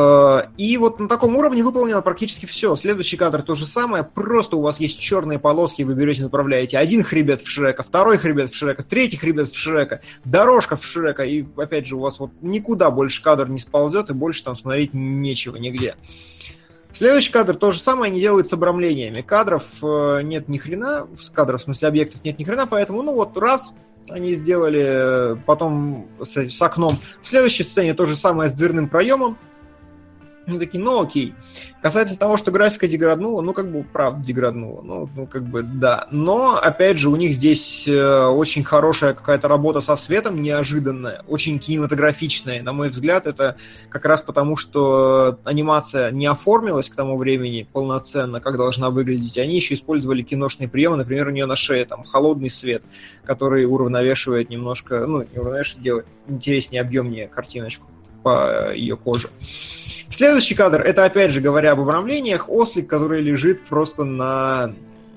И вот на таком уровне выполнено практически все. Следующий кадр то же самое, просто у вас есть черные полоски, вы берете, направляете один хребет в Шрека, второй хребет в Шрека, третий хребет в Шрека, дорожка в Шрека, и опять же у вас вот никуда больше кадр не сползет, и больше там смотреть нечего нигде. Следующий кадр то же самое, они делают с обрамлениями. Кадров нет ни хрена, кадров в смысле объектов нет ни хрена, поэтому ну вот раз... Они сделали потом с, с окном. В следующей сцене то же самое с дверным проемом. Они такие, ну окей. Касательно того, что графика деграднула, ну как бы правда деграднула. Ну, ну как бы да. Но опять же у них здесь э, очень хорошая какая-то работа со светом, неожиданная, очень кинематографичная. На мой взгляд, это как раз потому, что анимация не оформилась к тому времени полноценно, как должна выглядеть. Они еще использовали киношные приемы. Например, у нее на шее там холодный свет, который уравновешивает немножко, ну не уравновешивает, делает интереснее, объемнее картиночку по ее коже. Следующий кадр, это опять же, говоря об обрамлениях, ослик, который лежит просто на,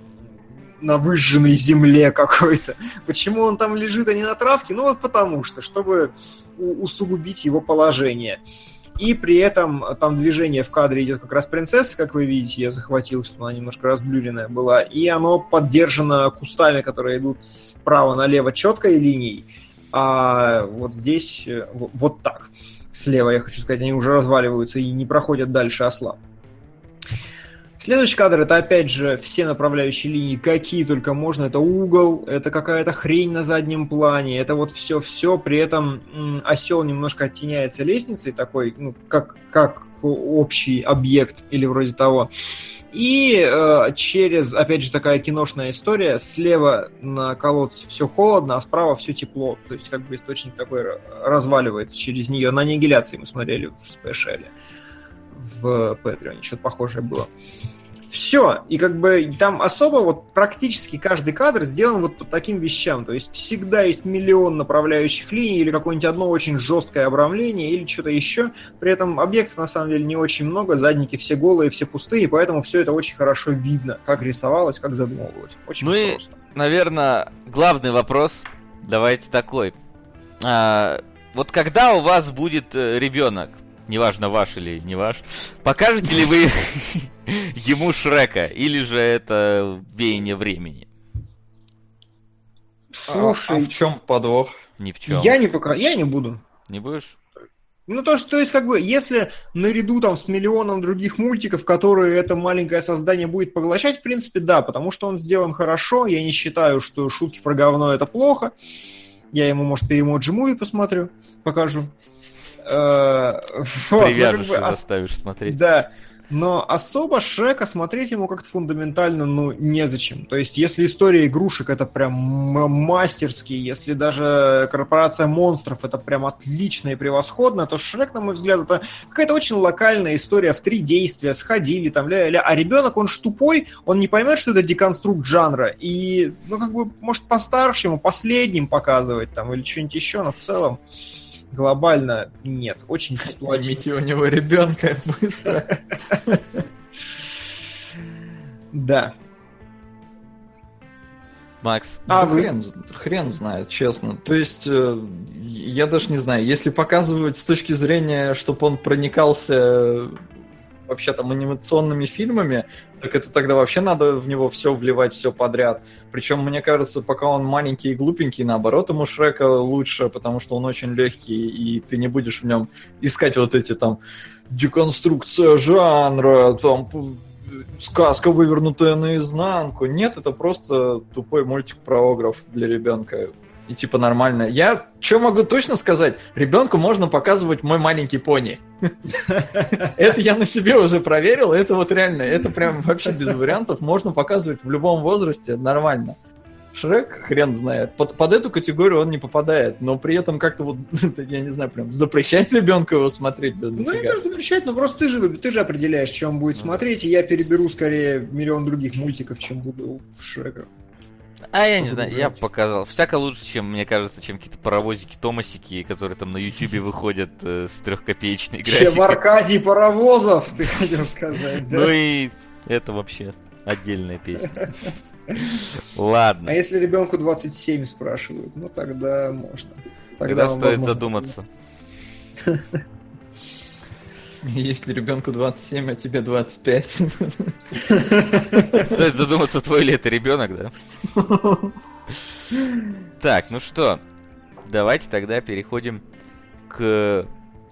на выжженной земле какой-то. Почему он там лежит, а не на травке? Ну вот потому что, чтобы усугубить его положение. И при этом там движение в кадре идет как раз принцесса, как вы видите, я захватил, чтобы она немножко разблюренная была. И оно поддержано кустами, которые идут справа налево четкой линией, а вот здесь вот так. Слева, я хочу сказать, они уже разваливаются и не проходят дальше осла. Следующий кадр, это опять же все направляющие линии, какие только можно. Это угол, это какая-то хрень на заднем плане, это вот все-все. При этом м, осел немножко оттеняется лестницей, такой, ну, как, как общий объект или вроде того. И э, через, опять же, такая киношная история, слева на колодце все холодно, а справа все тепло. То есть как бы источник такой разваливается через нее. На аннигиляции мы смотрели в спешале, в Patreon, что-то похожее было. Все, и как бы там особо вот практически каждый кадр сделан вот по таким вещам. То есть всегда есть миллион направляющих линий или какое-нибудь одно очень жесткое обрамление или что-то еще. При этом объектов на самом деле не очень много, задники все голые, все пустые, поэтому все это очень хорошо видно, как рисовалось, как задумывалось. Очень ну просто. И, наверное, главный вопрос, давайте такой. А, вот когда у вас будет ребенок, неважно ваш или не ваш, покажете ли вы ему Шрека, или же это веяние времени? Слушай, а, а в чем подвох? Ни в чем. Я не пока, я не буду. Не будешь? Ну, то, что, то есть, как бы, если наряду там с миллионом других мультиков, которые это маленькое создание будет поглощать, в принципе, да, потому что он сделан хорошо, я не считаю, что шутки про говно это плохо. Я ему, может, и Emoji Movie посмотрю, покажу. Привяжешь и заставишь смотреть. Да. Но особо Шрека смотреть ему как-то фундаментально, ну, незачем. То есть, если история игрушек это прям мастерский, если даже корпорация монстров это прям отлично и превосходно, то Шрек, на мой взгляд, это какая-то очень локальная история в три действия, сходили там, ля-ля. А ребенок, он ж тупой, он не поймет, что это деконструкт жанра. И, ну, как бы, может, по-старшему, последним показывать там или что-нибудь еще, но в целом глобально нет. Очень ситуативно. Поймите у него ребенка быстро. Да. Макс. А, Да вы? хрен, хрен знает, честно. То есть, э, я даже не знаю, если показывать с точки зрения, чтобы он проникался вообще там анимационными фильмами, так это тогда вообще надо в него все вливать, все подряд. Причем, мне кажется, пока он маленький и глупенький, наоборот, ему Шрека лучше, потому что он очень легкий, и ты не будешь в нем искать вот эти там деконструкция жанра, там сказка, вывернутая наизнанку. Нет, это просто тупой мультик про огров для ребенка. И типа нормально. Я что могу точно сказать? Ребенку можно показывать «Мой маленький пони». Это я на себе уже проверил. Это вот реально, это прям вообще без вариантов. Можно показывать в любом возрасте нормально. Шрек, хрен знает. Под, под эту категорию он не попадает. Но при этом как-то вот, я не знаю, прям запрещать ребенку его смотреть. Да, ну, это запрещать, но просто ты же, ты же определяешь, что он будет смотреть, и я переберу скорее миллион других мультиков, чем буду в Шрека. А я не знаю, я показал. Всяко лучше, чем, мне кажется, чем какие-то паровозики, томасики, которые там на Ютубе выходят э, с трехкопеечной графикой. Чем Аркадий Паровозов, ты хотел сказать, да? Ну и это вообще отдельная песня. Ладно. А если ребенку двадцать семь спрашивают, ну тогда можно. Тогда стоит задуматься. Если ребенку двадцать семь, а тебе двадцать пять. Стоит задуматься, твой ли это ребенок, да? Так, ну что, давайте тогда переходим к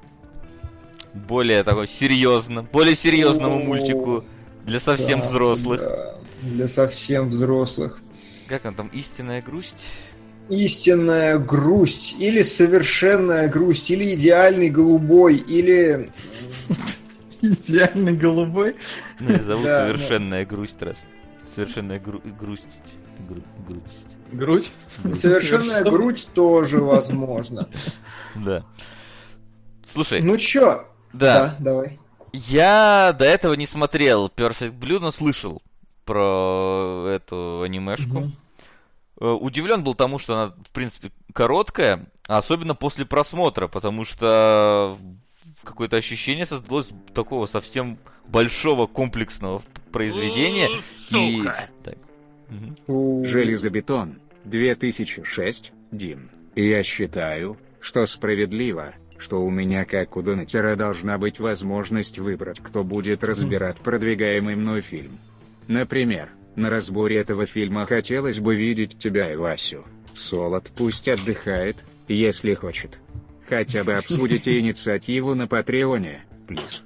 более такой серьезному, более серьезному мультику для совсем Да, взрослых. да, для совсем взрослых. Как он там, истинная грусть? Истинная грусть, или совершенная грусть, или идеальный голубой, или... Идеальный голубой. Ну, я зову Да, совершенная грусть раз. Совершенная гру- грусть. Гру- грусть. Грудь? Совершенная грудь тоже возможно. Да. Слушай, Ну чё? да, давай. я до этого не смотрел Perfect Blue, но слышал про эту анимешку. Мгм. Удивлен был тому, что она, в принципе, короткая, особенно после просмотра, потому что какое-то ощущение создалось такого совсем большого комплексного произведения. Сука! И... Так. Мгм. У- Железобетон, две тысячи шесть, Дим. Я считаю, что справедливо, что у меня как у донатера должна быть возможность выбрать, кто будет разбирать продвигаемый мной фильм. Например, на разборе этого фильма хотелось бы видеть тебя и Васю. Солод пусть отдыхает, если хочет. Хотя бы обсудите инициативу на Патреоне, плиз.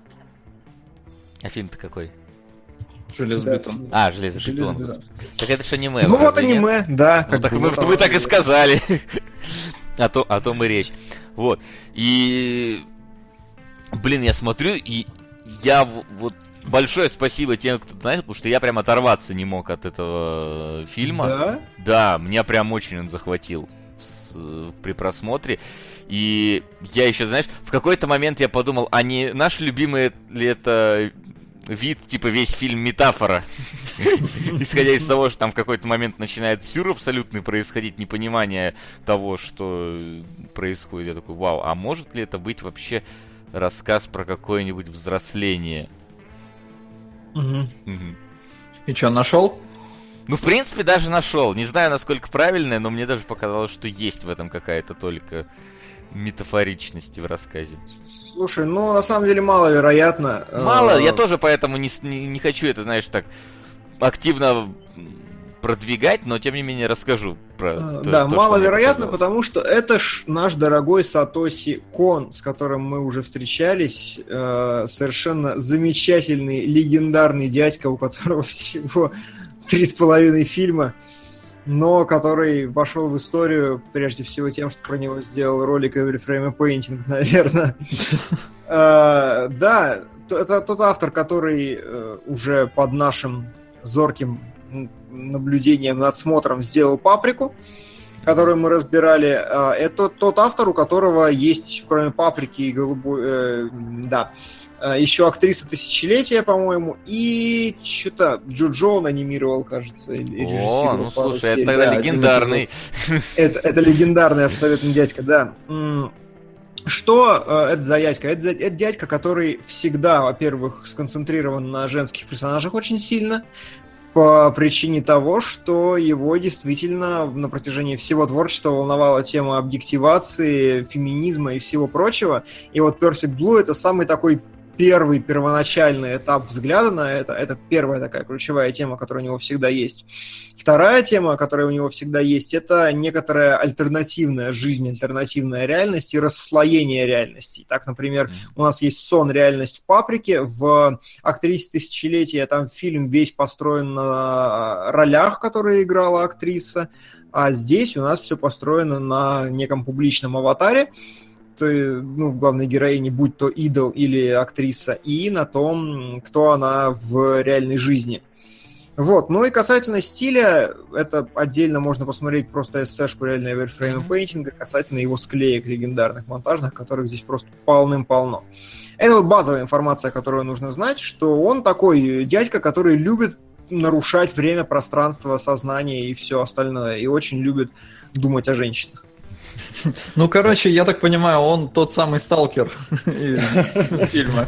А фильм-то какой? Железобетон. А, Железобетон. Железобетон. господи. Так это ж аниме. Ну вот разве нет? аниме, да. Ну, так бы мы, вот мы оно так и есть. сказали. о, то, о том и речь. Вот. И... Блин, я смотрю, и я в- вот... Большое спасибо тем, кто знает, потому что я прям оторваться не мог от этого фильма. Да? Да, меня прям очень он захватил с- при просмотре. И я еще, знаешь, в какой-то момент я подумал, а не наш любимый ли это вид, типа весь фильм метафора? Исходя из того, что там в какой-то момент начинает сюр абсолютный происходить, непонимание того, что происходит. Я такой, вау, а может ли это быть вообще рассказ про какое-нибудь взросление? Мгм. Мгм. И что, нашел? Ну, в принципе, даже нашел. Не знаю, насколько правильное, но мне даже показалось, что есть в этом какая-то только метафоричности в рассказе. Слушай, ну, на самом деле, маловероятно. Мало, я тоже поэтому не, не, не хочу это, знаешь, так активно продвигать, но тем не менее расскажу про а, то, да, то, маловероятно, потому что это ж наш дорогой Сатоси Кон, с которым мы уже встречались, э, совершенно замечательный, легендарный дядька, у которого всего три с половиной фильма, но который вошел в историю прежде всего тем, что про него сделал ролик Every Frame a Painting, наверное. Да, это тот автор, который уже под нашим зорким наблюдением, надсмотром сделал «Паприку», которую мы разбирали. Это тот автор, у которого есть, кроме «Паприки» и «Голубой», э, да, еще «Актриса тысячелетия», по-моему, и что-то Джоджо он анимировал, кажется. Или О, ну слушай, серий. Это тогда да, легендарный. Это, это легендарный абсолютно дядька, да. Что э, это за дядька? Это, это дядька, который всегда, во-первых, сконцентрирован на женских персонажах очень сильно, по причине того, что его действительно на протяжении всего творчества волновала тема объективации, феминизма и всего прочего. И вот Perfect Blue — это самый такой первый, первоначальный этап взгляда на это. Это первая такая ключевая тема, которая у него всегда есть. Вторая тема, которая у него всегда есть, это некоторая альтернативная жизнь, альтернативная реальность и расслоение реальностей. Так, например, у нас есть сон, реальность в «Паприке», в «Актрисе тысячелетия» там фильм весь построен на ролях, которые играла актриса, а здесь у нас все построено на неком публичном аватаре, то, ну, главной героине, будь то идол или актриса, и на том, кто она в реальной жизни. Вот, ну и касательно стиля, это отдельно можно посмотреть просто эссешку реально Every Frame a Painting, касательно его склеек легендарных монтажных, которых здесь просто полным-полно. Это вот базовая информация, которую нужно знать, что он такой дядька, который любит нарушать время, пространство, сознание и все остальное, и очень любит думать о женщинах. Ну, короче, я так понимаю, он тот самый сталкер из фильма.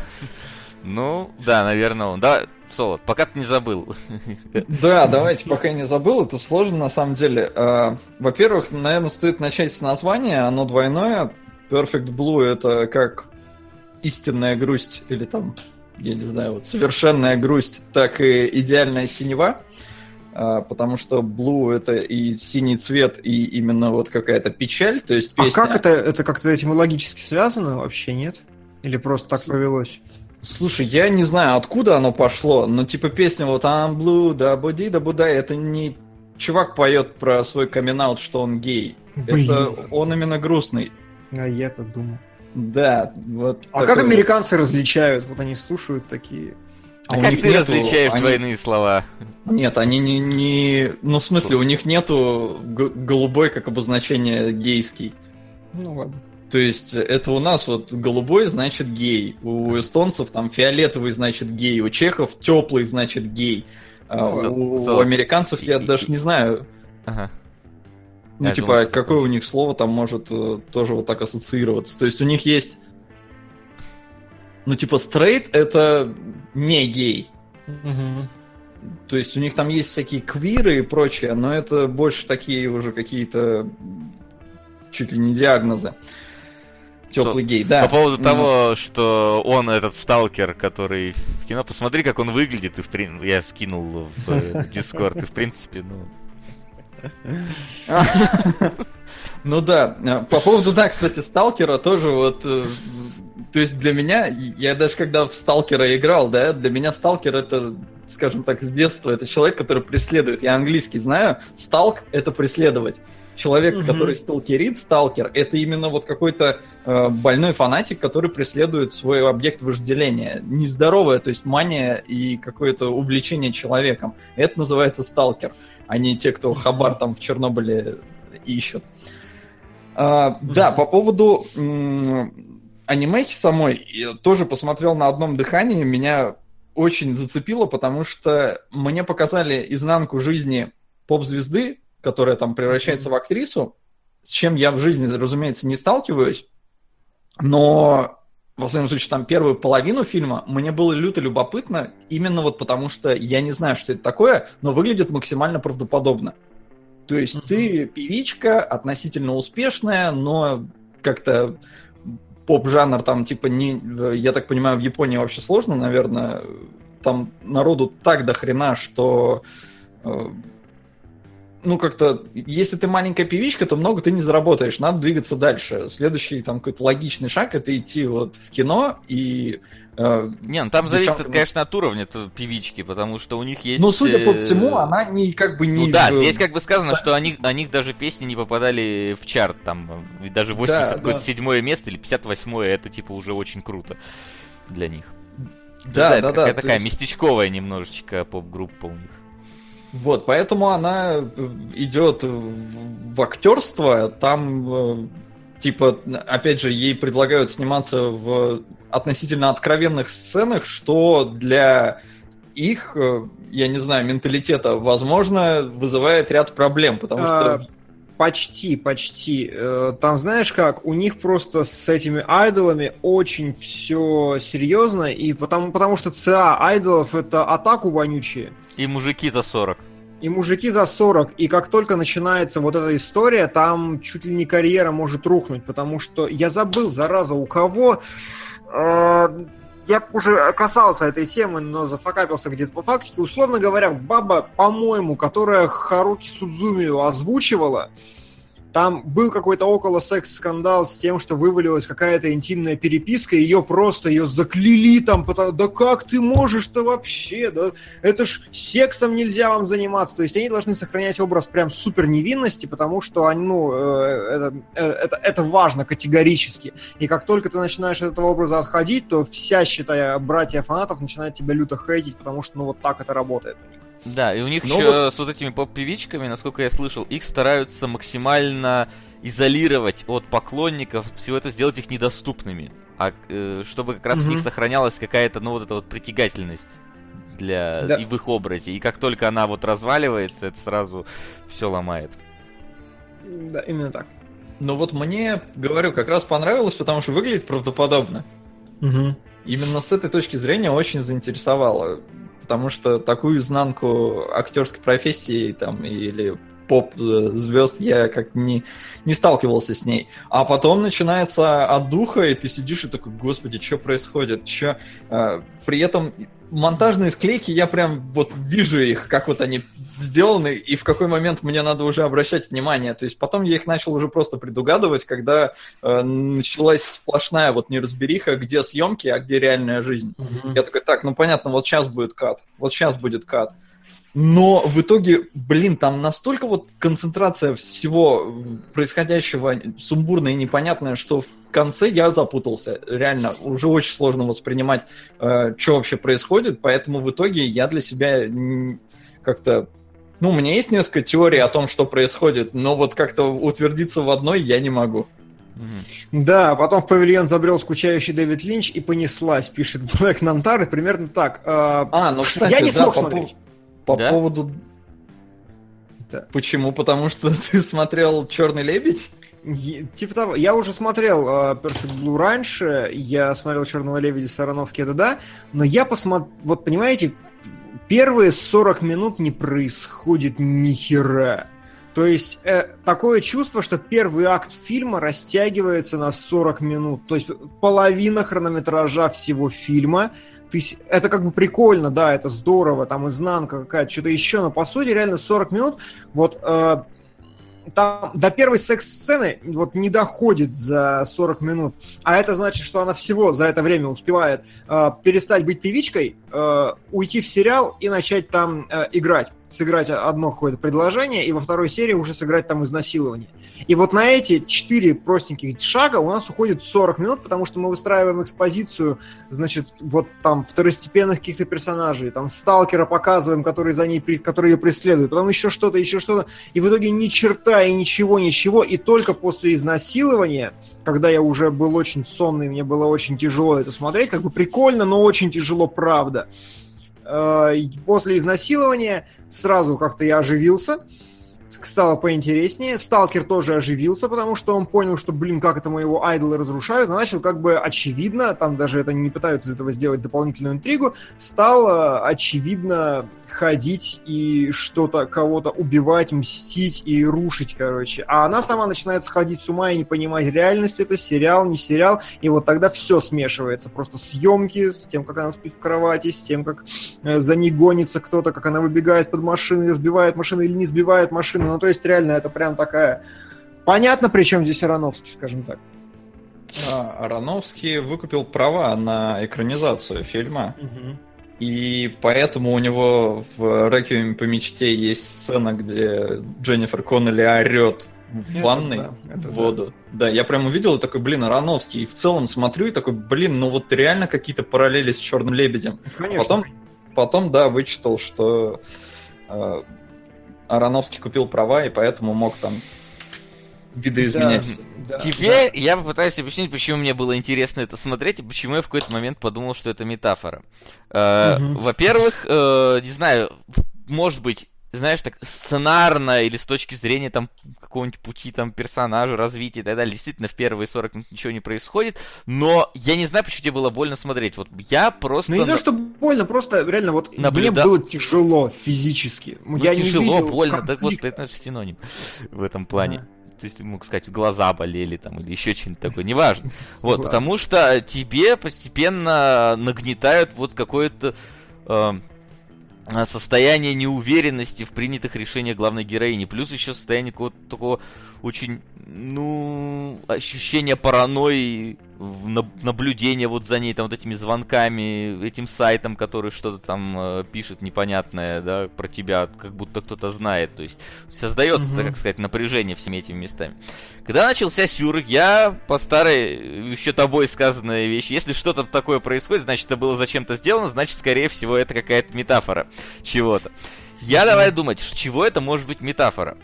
Ну, да, наверное, он. Да, Солод, пока ты не забыл. Да, давайте, пока я не забыл, это сложно на самом деле. Во-первых, наверное, стоит начать с названия, оно двойное. Perfect Blue — это как истинная грусть, или там, я не знаю, вот совершенная грусть, так и идеальная синева. Потому что blue — это и синий цвет, и именно вот какая-то печаль, то есть песня... А как это? Это как-то этимологически связано вообще, нет? Или просто так повелось? Слушай, я не знаю, откуда оно пошло, но типа песня вот I'm blue, да буди, да будай, это не чувак поет про свой камин-аут, что он гей. Блин. Это он именно грустный. А я-то думал. Да, вот. А такой... как американцы различают? Вот они слушают такие... А, а как ты нету, различаешь они... двойные слова? Нет, они не, не... Ну, в смысле, у них нету г- голубой как обозначение гейский. Ну, ладно. То есть, это у нас вот голубой значит гей. У эстонцев там фиолетовый значит гей. У чехов теплый значит гей. А so, у, so... у американцев я даже не знаю. Ага. Ну, я типа, думал, какое у них слово там может тоже вот так ассоциироваться. То есть, у них есть... Ну, типа, straight — это не гей. Угу. То есть у них там есть всякие квиры и прочее, но это больше такие уже какие-то чуть ли не диагнозы. Теплый гей, да. По поводу mm. того, что он этот сталкер, который в кино, посмотри, как он выглядит, и в прин... я скинул в Discord, и в принципе, ну... Ну да, по поводу, да, кстати, сталкера тоже вот... То есть для меня, я даже когда в сталкера играл, да, для меня сталкер — это, скажем так, с детства, это человек, который преследует. Я английский знаю, сталк — это преследовать. Человек, mm-hmm. который сталкерит, сталкер, это именно вот какой-то э, больной фанатик, который преследует свой объект вожделения. Нездоровая, то есть мания и какое-то увлечение человеком. Это называется сталкер, а не те, кто хабар там в Чернобыле ищут. А, mm-hmm. Да, по поводу... М- анимехи самой я тоже посмотрел на одном дыхании, меня очень зацепило, потому что мне показали изнанку жизни поп-звезды, которая там превращается в актрису, с чем я в жизни, разумеется, не сталкиваюсь, но, во всяком случае, там первую половину фильма мне было люто любопытно, именно вот потому что я не знаю, что это такое, но выглядит максимально правдоподобно. То есть mm-hmm. ты певичка, относительно успешная, но... как-то поп-жанр там, типа, не, я так понимаю, в Японии вообще сложно, наверное. Там народу так до хрена, что... Ну, как-то, если ты маленькая певичка, то много ты не заработаешь, надо двигаться дальше. Следующий там какой-то логичный шаг — это идти вот в кино и... Э, не, ну там зависит, девчонка... конечно, от уровня певички, потому что у них есть... Ну, судя по всему, она не как бы не... Ну да, здесь как бы сказано, что они, о них даже песни не попадали в чарт, там, даже восемьдесят седьмое да. место или пятьдесят восьмое, это типа уже очень круто для них. Да, да, да. Это такая, да, такая есть... местечковая немножечко поп-группа у них. Вот, поэтому она идет в актерство, там, типа, опять же, ей предлагают сниматься в относительно откровенных сценах, что для их, я не знаю, менталитета, возможно, вызывает ряд проблем, потому что... А, почти, почти. Там, знаешь как, у них просто с этими айдолами очень все серьезно, и потому, потому что ЦА айдолов — это атаку вонючие. И мужики за сорок. И мужики за сорок. И как только начинается вот эта история, там чуть ли не карьера может рухнуть, потому что я забыл, зараза, у кого... Э, я уже касался этой темы, но зафакапился где-то по фактике. Условно говоря, баба, по-моему, которая Харуки Судзумию озвучивала, там был какой-то около секс-скандал с тем, что вывалилась какая-то интимная переписка, ее просто, ее закляли там, потому, да как ты можешь-то вообще, да, это ж сексом нельзя вам заниматься, то есть они должны сохранять образ прям супер невинности, потому что они, ну, это, это, это важно категорически, и как только ты начинаешь от этого образа отходить, то вся, считай, братья фанатов начинают тебя люто хейтить, потому что, ну, вот так это работает у них. Да, и у них Но еще вот... с вот этими поп-певичками, насколько я слышал, их стараются максимально изолировать от поклонников, всего это сделать их недоступными, а э, чтобы как раз mm-hmm. в них сохранялась какая-то, ну, вот эта вот притягательность для да. и в их образе. И как только она вот разваливается, это сразу все ломает. Да, именно так. Ну вот мне, говорю, как раз понравилось, потому что выглядит правдоподобно. Mm-hmm. Именно с этой точки зрения очень заинтересовало. Потому что такую изнанку актерской профессии там, или поп-звезд я как не, не сталкивался с ней. А потом начинается отдуха, и ты сидишь и такой, господи, что происходит? Чё? А, при этом монтажные склейки, я прям вот вижу их, как вот они сделаны, и в какой момент мне надо уже обращать внимание. То есть потом я их начал уже просто предугадывать, когда э, началась сплошная вот неразбериха, где съемки, а где реальная жизнь. Mm-hmm. Я такой, так, ну понятно, вот сейчас будет кат, вот сейчас будет кат. Но в итоге, блин, там настолько вот концентрация всего происходящего сумбурная и непонятная, что в конце я запутался. Реально, уже очень сложно воспринимать, э, что вообще происходит, поэтому в итоге я для себя как-то... Ну, у меня есть несколько теорий о том, что происходит, но вот как-то утвердиться в одной я не могу. Mm-hmm. Да, потом в павильон забрел скучающий Дэвид Линч и понеслась, пишет Блэк Нантар, примерно так. Э, а, ну, кстати, я не да, смог по смотреть. По да? поводу... Да. Почему? Потому что ты смотрел «Черный лебедь»? Я, типа того. Я уже смотрел uh, Perfect Blue раньше, я смотрел «Черного лебедя» с Аронофски, да-да, но я посмотрел... Вот, понимаете, первые сорок минут не происходит ни хера. То есть э, такое чувство, что первый акт фильма растягивается на сорок минут. То есть половина хронометража всего фильма. То есть это как бы прикольно, да, это здорово, там изнанка какая-то, что-то еще, но по сути реально сорок минут, вот э, там до первой секс-сцены вот не доходит за сорок минут, а это значит, что она всего за это время успевает э, перестать быть певичкой, э, уйти в сериал и начать там э, играть, сыграть одно какое-то предложение и во второй серии уже сыграть там изнасилование. И вот на эти четыре простеньких шага у нас уходит сорок минут, потому что мы выстраиваем экспозицию, значит, вот там второстепенных каких-то персонажей, там сталкера показываем, который за ней, который ее преследует, потом еще что-то, еще что-то, и в итоге ни черта и ничего, ничего, и только после изнасилования, когда я уже был очень сонный, мне было очень тяжело это смотреть, как бы прикольно, но очень тяжело, правда. После изнасилования сразу как-то я оживился, стало поинтереснее. Сталкер тоже оживился, потому что он понял, что, блин, как это моего айдола разрушают. Начал как бы очевидно, там даже это не пытаются из этого сделать дополнительную интригу, стало очевидно ходить и что-то, кого-то убивать, мстить и рушить, короче. А она сама начинает сходить с ума и не понимать, реальность это сериал, не сериал, и вот тогда все смешивается. Просто съемки с тем, как она спит в кровати, с тем, как э, за ней гонится кто-то, как она выбегает под машину, сбивает машину или не сбивает машину. Ну, то есть, реально, это прям такая... Понятно, при чем здесь Аронофский, скажем так. А, Аронофский выкупил права на экранизацию фильма. Угу. И поэтому у него в «Реквиеме по мечте» есть сцена, где Дженнифер Коннелли орет в Это ванной да, это в воду. Да. да, я прям увидел и такой, блин, Аронофский. И в целом смотрю и такой, блин, ну вот реально какие-то параллели с «Черным лебедем». Конечно. Потом, потом да, вычитал, что э, Аронофский купил права и поэтому мог там видоизменять. Да, Теперь да. я попытаюсь объяснить, почему мне было интересно это смотреть, и почему я в какой-то момент подумал, что это метафора. Э, Мгм. Во-первых, э, не знаю, может быть, знаешь, так сценарно или с точки зрения там какого-нибудь пути там персонажа, развития и так далее, действительно в первые сорок минут ничего не происходит, но я не знаю, почему тебе было больно смотреть. Вот я просто... Ну не то, что больно, просто реально вот Наблюда- мне было тяжело физически. Ну, я тяжело, не видел больно, так вот конфликта. это же синоним в этом плане. Да. То есть, мог сказать, глаза болели там или еще что-нибудь такое, неважно. Вот, Ладно. потому что тебе постепенно нагнетают вот какое-то э, состояние неуверенности в принятых решениях главной героини. Плюс еще состояние какого-то такого очень, ну, ощущения паранойи, наб- наблюдения вот за ней, там, вот этими звонками, этим сайтом, который что-то там э, пишет непонятное, да, про тебя, как будто кто-то знает. То есть создается, Мгм. так как сказать, напряжение всеми этими местами. Когда начался сюр, я по старой, еще тобой сказанной вещи, если что-то такое происходит, значит, это было зачем-то сделано, значит, скорее всего, это какая-то метафора чего-то. Я давай думать, ш- чего это может быть метафора.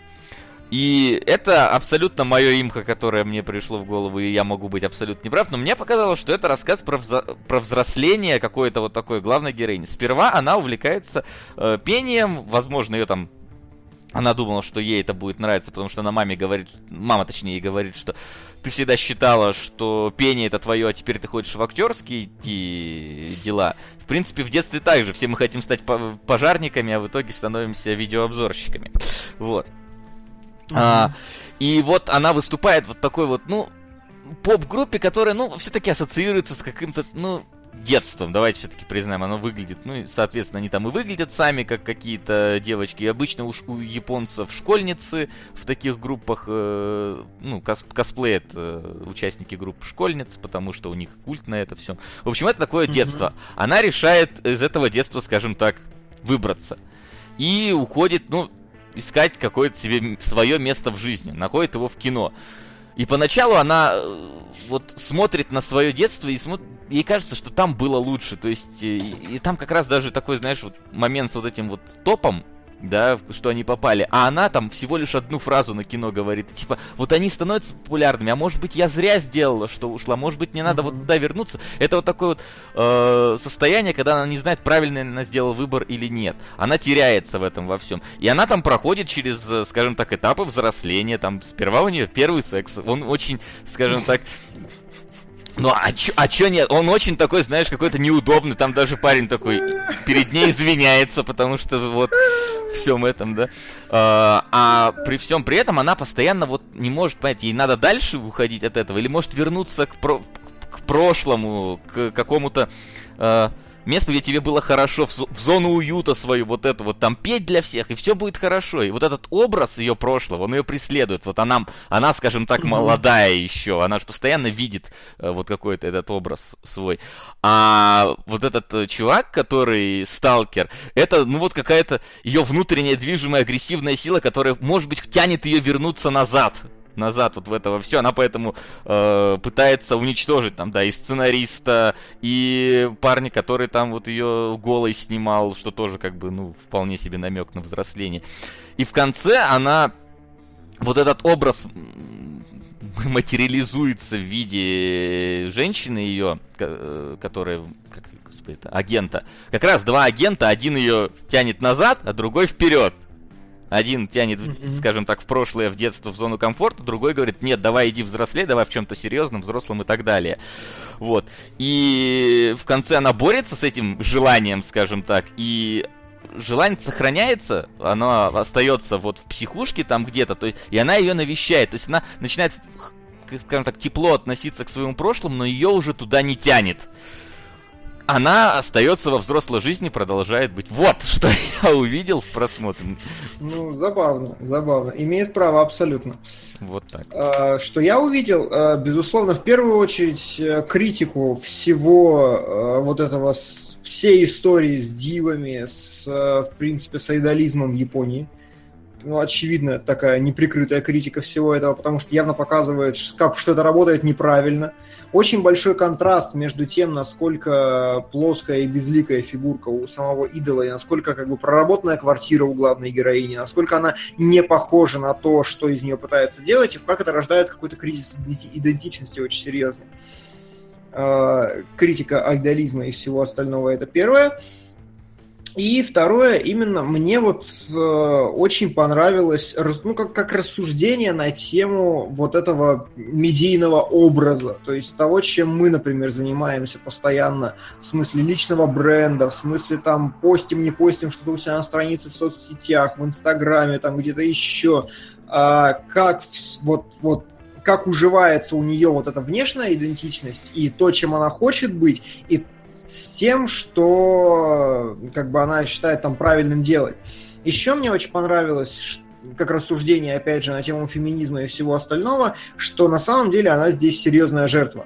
И это абсолютно мое имхо, которое мне пришло в голову, и я могу быть абсолютно неправ, но мне показалось, что это рассказ про, вза- про взросление какое-то вот такое главной героини. Сперва она увлекается э, пением, возможно, ее там... Она думала, что ей это будет нравиться, потому что она маме говорит, мама точнее ей говорит, что ты всегда считала, что пение это твое, а теперь ты хочешь в актерские идти дела. В принципе, в детстве так же. Все мы хотим стать по- пожарниками, а в итоге становимся видеообзорщиками. Вот. А, и вот она выступает вот такой вот, ну, поп-группе, которая, ну, все-таки ассоциируется с каким-то, ну, детством, давайте все-таки признаем, оно выглядит, ну, и, соответственно, они там и выглядят сами, как какие-то девочки. И обычно уж у японцев школьницы в таких группах, э, ну, кос- косплеят э, участники групп школьниц, потому что у них культ на это все. В общем, это такое Мгм. детство. Она решает из этого детства, скажем так, выбраться. И уходит, ну, искать какое-то себе свое место в жизни, находит его в кино. И поначалу она э, вот смотрит на свое детство и смотрит, ей кажется, что там было лучше. То есть, и, и там как раз даже такой, знаешь, вот момент с вот этим вот топом, да, что они попали. А она там всего лишь одну фразу на кино говорит. Типа, вот они становятся популярными, а может быть я зря сделала, что ушла, может быть мне надо вот туда вернуться. Это вот такое вот э, состояние, когда она не знает, правильно она сделала выбор или нет. Она теряется в этом во всем. И она там проходит через, э, скажем так, этапы взросления. Там сперва у нее первый секс. Он очень, скажем так... Ну, а чё, а чё нет? Он очень такой, знаешь, какой-то неудобный. Там даже парень такой перед ней извиняется, потому что вот всем этом, да. А, а при всем при этом она постоянно вот не может понять, ей надо дальше уходить от этого, или может вернуться к, про- к прошлому, к какому-то а, месту, где тебе было хорошо, в, зо- в зону уюта свою, вот эту вот, там петь для всех, и все будет хорошо. И вот этот образ ее прошлого, он ее преследует. Вот она, она, скажем так, молодая еще, она же постоянно видит э, вот какой-то этот образ свой. А вот этот э, чувак, который сталкер, это, ну вот какая-то ее внутренняя движимая агрессивная сила, которая, может быть, тянет ее вернуться назад. назад вот в это во все, она поэтому э, пытается уничтожить там, да, и сценариста, и парня, который там вот ее голой снимал, что тоже как бы, ну, вполне себе намек на взросление. И в конце она вот этот образ м, материализуется в виде женщины ее, которая, как, господи, это, агента. Как раз два агента, один ее тянет назад, а другой вперед. Один тянет, mm-hmm. скажем так, в прошлое, в детство, в зону комфорта, другой говорит, нет, давай иди взрослей, давай в чем-то серьезном, взрослом и так далее. Вот. И в конце она борется с этим желанием, скажем так, и желание сохраняется, оно остается вот в психушке там где-то, то есть, и она ее навещает, то есть она начинает, скажем так, тепло относиться к своему прошлому, но ее уже туда не тянет. Она остается во взрослой жизни, продолжает быть. Вот что я увидел в просмотре. Ну, забавно, забавно. Имеет право абсолютно. Вот так. А, что я увидел, безусловно, в первую очередь критику всего вот этого, всей истории с дивами, с, в принципе, с айдолизмом в Японии. Ну, очевидно, такая неприкрытая критика всего этого, потому что явно показывает, как, что это работает неправильно. Очень большой контраст между тем, насколько плоская и безликая фигурка у самого идола, и насколько как бы проработанная квартира у главной героини, насколько она не похожа на то, что из нее пытаются делать, и как это рождает какой-то кризис идентичности очень серьезный. Критика айдолизма и всего остального — это первое. И второе, именно мне вот э, очень понравилось, ну, как, как рассуждение на тему вот этого медийного образа, то есть того, чем мы, например, занимаемся постоянно, в смысле личного бренда, в смысле там постим, не постим что-то у себя на странице в соцсетях, в Инстаграме, там где-то еще, а, как вот, вот как уживается у нее вот эта внешняя идентичность и то, чем она хочет быть, и с тем, что как бы она считает там правильным делать. Еще мне очень понравилось, как рассуждение, опять же, на тему феминизма и всего остального, что на самом деле она здесь серьезная жертва.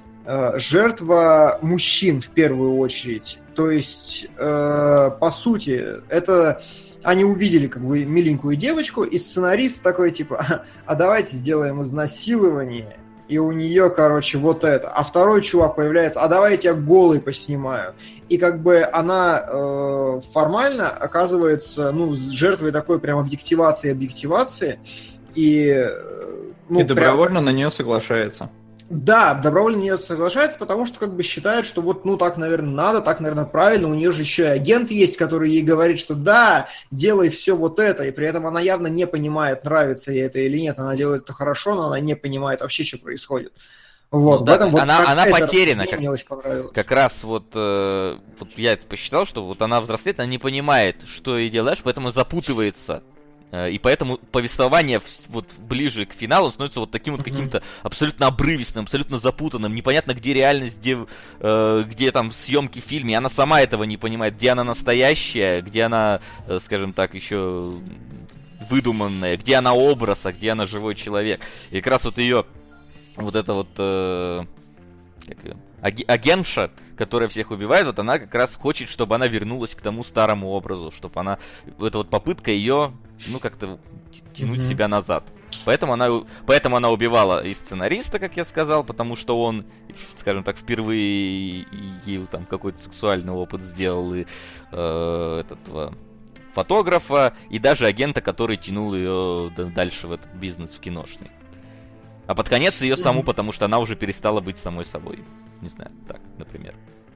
Жертва мужчин в первую очередь. То есть, по сути, это они увидели как бы миленькую девочку, и сценарист такой типа: а давайте сделаем изнасилование, и у нее, короче, вот это. А второй чувак появляется: а давай я тебя голый поснимаю. И как бы она э, формально оказывается, ну, жертвой такой прям объективации объективации. И, ну, и добровольно прям... на нее соглашается. Да, добровольно на нее соглашается, потому что как бы считает, что вот, ну, так, наверное, надо, так, наверное, правильно. У нее же еще и агент есть, который ей говорит, что да, делай все вот это. И при этом она явно не понимает, нравится ей это или нет. Она делает это хорошо, но она не понимает вообще, что происходит. Вот, ну, в да, этом вот она, она потеряна. Как, мне очень понравилось. Как раз вот, э, вот я это посчитал, что вот она взрослеет, она не понимает, что ей делаешь, поэтому запутывается. И поэтому повествование вот ближе к финалу становится вот таким вот mm-hmm. каким-то абсолютно обрывистым, абсолютно запутанным. Непонятно, где реальность, где, э, где там съемки в фильме. И она сама этого не понимает, где она настоящая, где она, э, скажем так, еще выдуманная, где она образ, а где она живой человек. И как раз вот ее, вот это вот э, как ее, агентша, которая всех убивает, вот она как раз хочет, чтобы она вернулась к тому старому образу, чтобы она, это вот попытка ее, ну, как-то тянуть mm-hmm. себя назад. Поэтому она, поэтому она убивала и сценариста, как я сказал, потому что он, скажем так, впервые ей там какой-то сексуальный опыт сделал, и э, этого фотографа, и даже агента, который тянул ее дальше в этот бизнес в киношный. А под конец ее саму, потому что она уже перестала быть самой собой. Не знаю, так, например.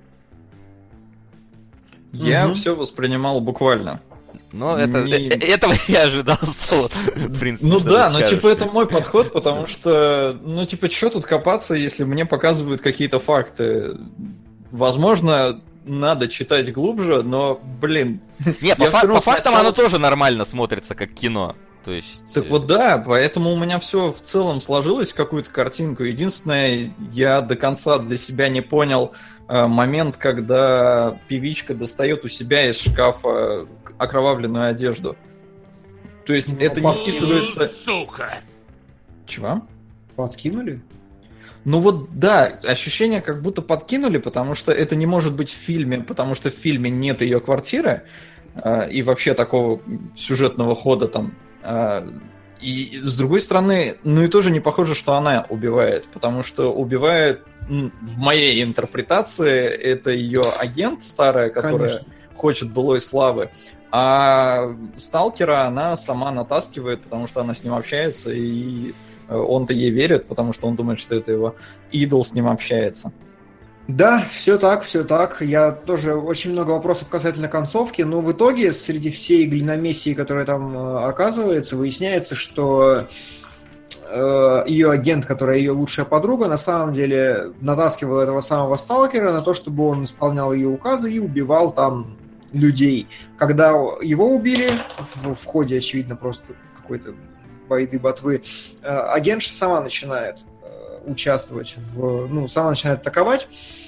Я угу. все воспринимал буквально. Ну, это, Не... этого я ожидал, что, в принципе, ну да, ну типа это мой подход, потому что, ну типа, что тут копаться, если мне показывают какие-то факты? Возможно, надо читать глубже, но, блин... Не, по, фа- по фактам сначала... оно тоже нормально смотрится, как кино. То есть... Так вот да, поэтому у меня все в целом сложилось в какую-то картинку. Единственное, я до конца для себя не понял э, момент, когда певичка достает у себя из шкафа окровавленную одежду. То есть ну, это не вписывается... Сука! Чего? Подкинули? Ну вот да, ощущение как будто подкинули, потому что это не может быть в фильме, потому что в фильме нет ее квартиры э, и вообще такого сюжетного хода там. И с другой стороны, ну и тоже не похоже, что она убивает, потому что убивает, в моей интерпретации, это ее агент старая, которая Конечно. хочет былой славы, а сталкера она сама натаскивает, потому что она с ним общается, и он-то ей верит, потому что он думает, что это его идол с ним общается. Да, все так, все так. Я тоже очень много вопросов касательно концовки, но в итоге среди всей глиномессии, которая там оказывается, выясняется, что э, ее агент, которая ее лучшая подруга, на самом деле натаскивала этого самого сталкера на то, чтобы он исполнял ее указы и убивал там людей. Когда его убили, в, в ходе, очевидно, просто какой-то байды-ботвы, э, агентша сама начинает э, участвовать в... Ну, сама начинает атаковать.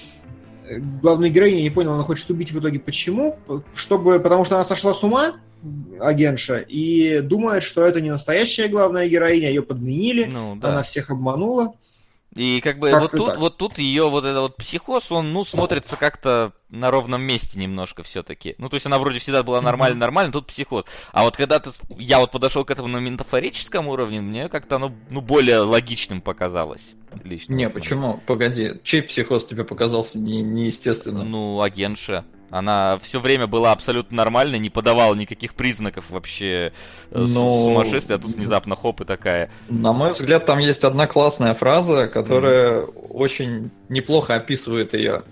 Главную героиню, я не понял, она хочет убить в итоге почему? Чтобы, потому что она сошла с ума, агентша, и думает, что это не настоящая главная героиня, ее подменили, Ну, да. она всех обманула. И как бы Как вот и тут, так. вот тут ее вот этот вот психоз, он, ну, смотрится как-то на ровном месте немножко все-таки. Ну, то есть она вроде всегда была нормально, нормально, тут психоз. А вот когда ты, я вот подошел к этому на метафорическом уровне, мне как-то оно, ну, более логичным показалось. Лично. Не, почему? Погоди, чей психоз тебе показался не, неестественным? Ну, агентша. Она все время была абсолютно нормальной, не подавала никаких признаков вообще э, су- Ну, сумасшествия, а тут внезапно хоп и такая. На мой взгляд, там есть одна классная фраза, которая очень неплохо описывает ее.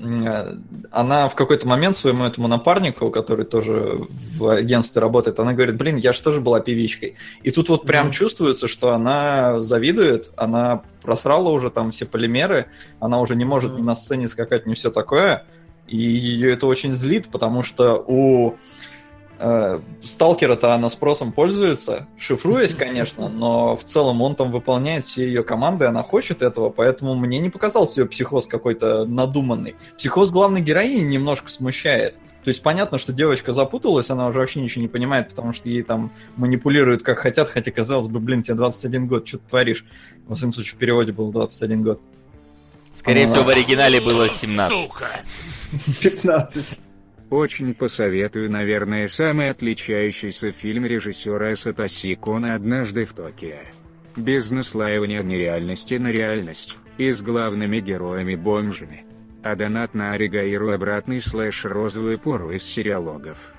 Она в какой-то момент своему этому напарнику, который тоже в агентстве работает, она говорит: блин, я же тоже была певичкой. И тут вот прям Мгм. чувствуется, что она завидует, она просрала уже там все полимеры, она уже не может ни на сцене скакать, ни все такое. И ее это очень злит, потому что у э, сталкера-то она спросом пользуется, шифруясь, конечно, но в целом он там выполняет все ее команды, она хочет этого, поэтому мне не показался ее психоз какой-то надуманный. Психоз главной героини немножко смущает. То есть понятно, что девочка запуталась, она уже вообще ничего не понимает, потому что ей там манипулируют как хотят, хотя, казалось бы, блин, тебе двадцать один год, что ты творишь? Во всяком случае, в переводе было двадцать один год. Скорее А. всего, в оригинале было семнадцать. Сука! пятнадцать. Очень посоветую, наверное, самый отличающийся фильм режиссера Сатоси Кона «Однажды в Токио». Без наслаивания нереальности на реальность, и с главными героями-бомжами. А донат на Оригайру обратный слэш розовую пору из сериалогов.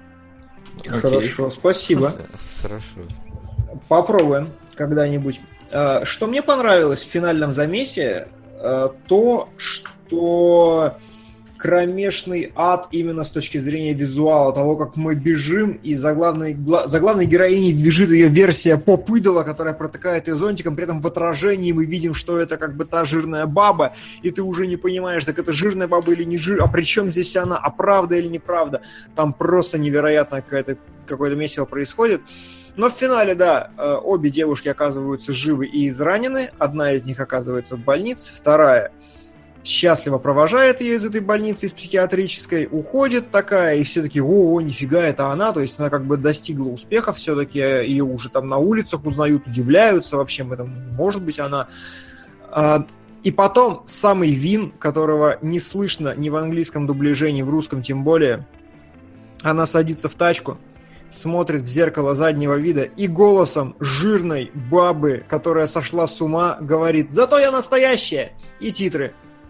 Хорошо, спасибо. Хорошо. Попробуем когда-нибудь. Э, Что мне понравилось в финальном замесе, э, то, что кромешный ад именно с точки зрения визуала, того, как мы бежим, и за главной, гла- за главной героиней бежит ее версия поп-идола, которая протыкает ее зонтиком, при этом в отражении мы видим, что это как бы та жирная баба, и ты уже не понимаешь, так это жирная баба или не жирная, а при чем здесь она, а правда или неправда. Там просто невероятно какая-то, какое-то месиво происходит. Но в финале, да, э, обе девушки оказываются живы и изранены. Одна из них оказывается в больнице, вторая счастливо провожает ее из этой больницы, из психиатрической, уходит такая, и все таки: о, нифига, это она. То есть она как бы достигла успеха, все-таки ее уже там на улицах узнают, удивляются вообще, это может быть она. А, и потом самый Вин, которого не слышно ни в английском дубляже, ни в русском тем более, она садится в тачку, смотрит в зеркало заднего вида и голосом жирной бабы, которая сошла с ума, говорит: «Зато я настоящая!» И титры.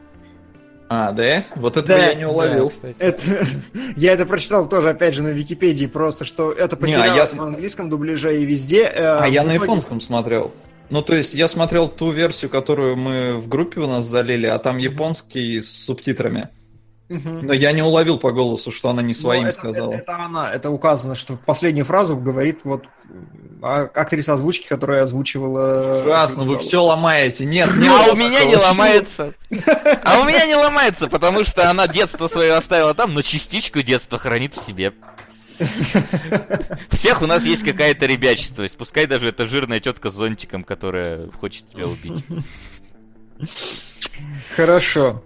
А, да? Вот это Да, я не уловил. Да, кстати. Это, я это прочитал тоже, опять же, на Википедии, просто что это Не, а потерялось я- в английском дубляже и везде. э, А я в на итоге- японском смотрел. Ну, то есть я смотрел ту версию, которую мы в группе у нас залили, а там японский с субтитрами. Мгм. Но я не уловил по голосу, что она не Но своим это, сказала. Это, это она, это указано, что последнюю фразу говорит вот а- актриса озвучки, которая озвучивала... Ужасно, вы все ломаете. Нет, нет. А у меня не ломается. А у меня не ломается, потому что она детство свое оставила там, но частичку детства хранит в себе. Всех у нас есть какая-то ребячество, пускай даже это жирная тетка с зонтиком, которая хочет тебя убить. Хорошо.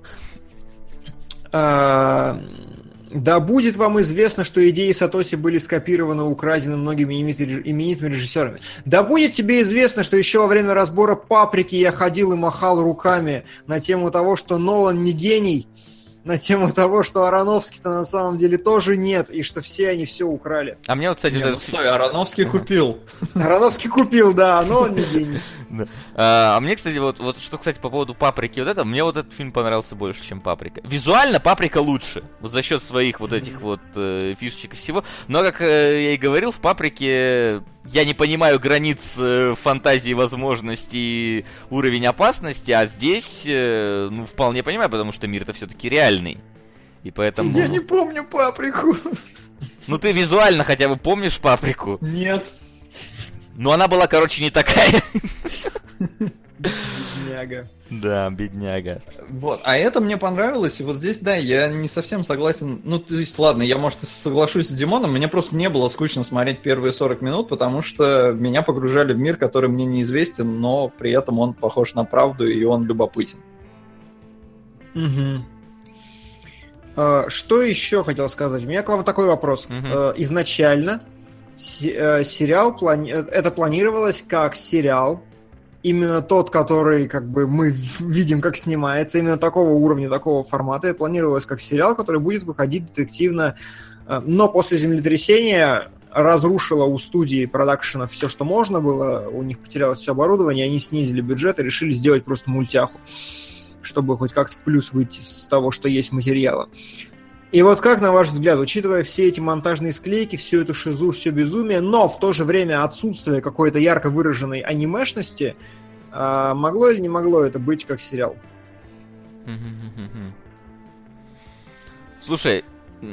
А, да будет вам известно, что идеи Сатоси были скопированы и украдены многими именит- именитыми режиссерами. Да будет тебе известно, что еще во время разбора «Паприки» я ходил и махал руками на тему того, что Нолан не гений, на тему того, что Аронофски-то на самом деле тоже нет, и что все они все украли. А мне вот, кстати, Не, вот ну этот стой, Аронофский купил. Аронофский купил, да, но он не гений. Да. А, а мне, кстати, вот, вот что, кстати, по поводу «Паприки», вот это, мне вот этот фильм понравился больше, чем «Паприка». Визуально «Паприка» лучше, вот за счет своих вот этих вот э, фишечек и всего. Но, как э, я и говорил, в «Паприке» я не понимаю границ э, фантазии, возможностей, уровень опасности, а здесь, э, ну, вполне понимаю, потому что мир-то все-таки реальный. И поэтому... Я не помню «Паприку». Ну, ты визуально хотя бы помнишь «Паприку»? Нет. Но она была, короче, не такая. Бедняга. Да, бедняга. Вот, а это мне понравилось, и вот здесь, да, я не совсем согласен, ну, то есть, ладно, я, может, соглашусь с Димоном, мне просто не было скучно смотреть первые сорок минут, потому что меня погружали в мир, который мне неизвестен, но при этом он похож на правду, и он любопытен. Угу. А, что еще хотел сказать? У меня к вам такой вопрос. Угу. А, изначально си- а, сериал, плани... это планировалось как сериал, именно тот, который как бы мы видим, как снимается, именно такого уровня, такого формата. Это планировалось как сериал, который будет выходить детективно, но после землетрясения разрушило у студии продакшена все, что можно было, у них потерялось все оборудование, они снизили бюджет и решили сделать просто мультяху, чтобы хоть как-то в плюс выйти с того, что есть материала. И вот как, на ваш взгляд, учитывая все эти монтажные склейки, всю эту шизу, все безумие, но в то же время отсутствие какой-то ярко выраженной анимешности, а могло или не могло это быть как сериал? Слушай,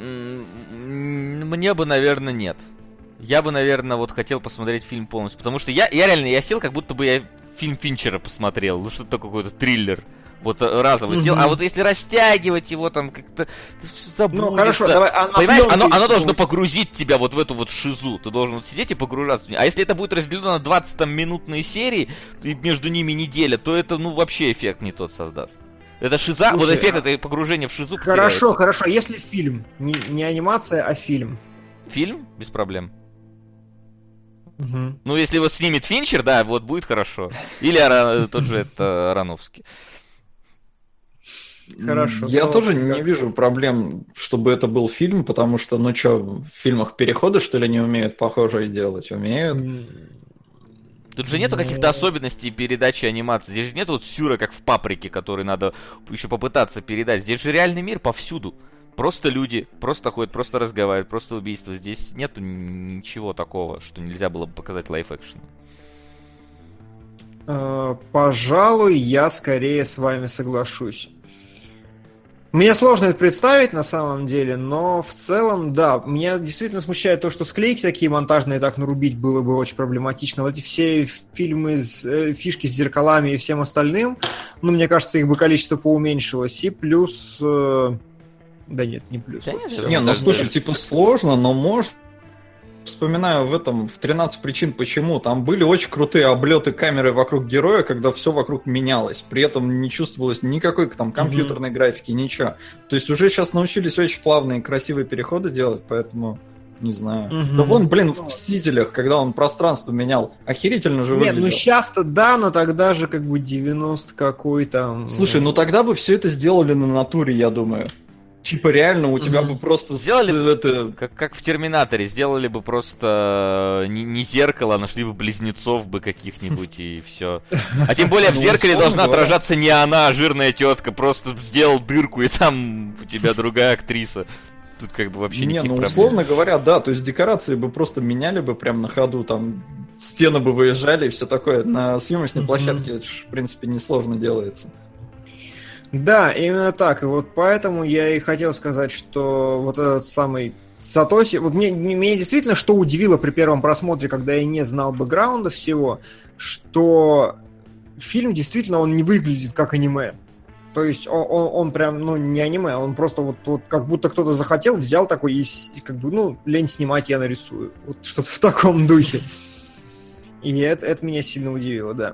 мне бы, наверное, нет. Я бы, наверное, вот хотел посмотреть фильм полностью, потому что я, я реально, я сел, как будто бы я фильм Финчера посмотрел, ну что-то какой-то триллер. Вот разово mm-hmm. сел. А вот если растягивать его там как-то забудется. Ну хорошо, давай. А понимаешь, оно, оно должно погрузить тебя вот в эту вот шизу. Ты должен вот сидеть и погружаться в нее. А если это будет разделено на двадцать-минутные серии, и между ними неделя, то это, ну, вообще эффект не тот создаст. Это шиза, слушай, вот эффект, а... это погружение в шизу. Хорошо, потеряется. Хорошо. Если фильм, не, не анимация, а фильм. Фильм? Без проблем. Угу. Ну, если его снимет Финчер, да, вот будет хорошо. Или тот же это Аронофский. Хорошо. Я тоже как... не вижу проблем, чтобы это был фильм, потому что, ну что, в фильмах переходы, что ли, не умеют похожие делать? Умеют. Тут же нету каких-то особенностей передачи анимации. Здесь же нет вот сюра, как в «Паприке», который надо еще попытаться передать. Здесь же реальный мир повсюду. Просто люди, просто ходят, просто разговаривают, просто убийства. Здесь нету ничего такого, что нельзя было бы показать лайф-экшеном. Пожалуй, я скорее с вами соглашусь. Мне сложно это представить на самом деле, но в целом, да, меня действительно смущает то, что склейки такие монтажные так нарубить было бы очень проблематично. Вот эти все фильмы, с, фишки с зеркалами и всем остальным, ну, мне кажется, их бы количество поуменьшилось. И плюс... Э... Да нет, не плюс. Да, вот не, ну, слушай, типа сложно, но может... Вспоминаю в этом, в тринадцать причин почему, там были очень крутые облеты камеры вокруг героя, когда все вокруг менялось, при этом не чувствовалось никакой там компьютерной mm-hmm. графики, ничего. То есть уже сейчас научились очень плавные красивые переходы делать, поэтому не знаю. Mm-hmm. Да вон, блин, в «Мстителях», когда он пространство менял, охерительно же выглядел. Нет, ну сейчас-то да, но тогда же как бы девяносто какой там... Слушай, ну тогда бы все это сделали на натуре, я думаю. Типа реально у тебя mm-hmm. бы просто... Сделали с... это... как, как в «Терминаторе», сделали бы просто не, не зеркало, а нашли бы близнецов бы каких-нибудь и все. А тем более в зеркале должна отражаться не она, а жирная тетка. Просто сделал дырку, и там у тебя другая актриса. Тут как бы вообще никаких проблем. Не, ну условно говоря, да, то есть декорации бы просто меняли бы прям на ходу, там стены бы выезжали и все такое. На съемочной площадке это ж, в принципе, несложно делается. Да, именно так. И вот поэтому я и хотел сказать, что вот этот самый Сатоси... Вот мне, меня действительно что удивило при первом просмотре, когда я не знал бэкграунда всего, что фильм действительно он не выглядит как аниме. То есть он, он, он прям, ну, не аниме, он просто вот, вот как будто кто-то захотел, взял такой и как бы, ну, лень снимать, я нарисую. Вот что-то в таком духе. И это, это меня сильно удивило, да.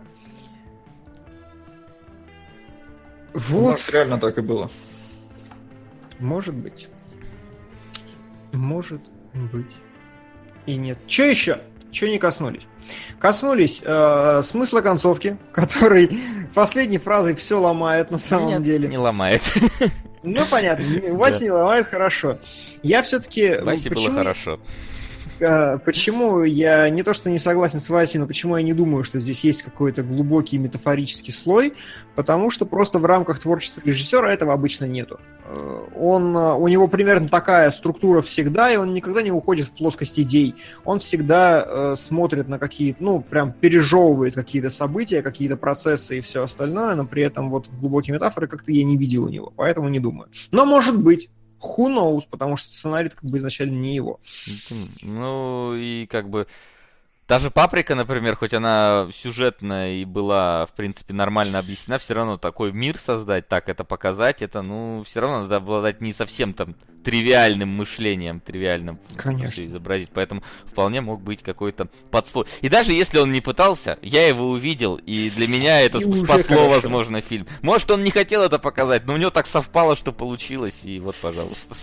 Вот. Может, реально так и было. Может быть. Может быть. И нет. Че еще? Че не коснулись? Коснулись э, смысла концовки, который последней фразой все ломает на самом нет, деле. Не ломает. Ну, понятно. Вася не ломает, хорошо. Я все-таки... Васе было хорошо. Почему я не то что не согласен с Васей, но почему я не думаю, что здесь есть какой-то глубокий метафорический слой, потому что просто в рамках творчества режиссера этого обычно нету. Он, у него примерно такая структура всегда, и он никогда не уходит в плоскость идей. Он всегда э, смотрит на какие-то, ну, прям пережевывает какие-то события, какие-то процессы и все остальное, но при этом вот в глубокие метафоры как-то я не видел у него, поэтому не думаю. Но может быть. Who knows, потому что сценарий как бы изначально не его. Ну, и как бы... Та же «Паприка», например, хоть она сюжетная и была, в принципе, нормально объяснена, все равно такой мир создать, так это показать, это, ну, все равно надо обладать не совсем там тривиальным мышлением, тривиальным все изобразить, поэтому вполне мог быть какой-то подслой. И даже если он не пытался, я его увидел, и для меня это и спасло, возможно, фильм. Может, он не хотел это показать, но у него так совпало, что получилось, и вот, пожалуйста.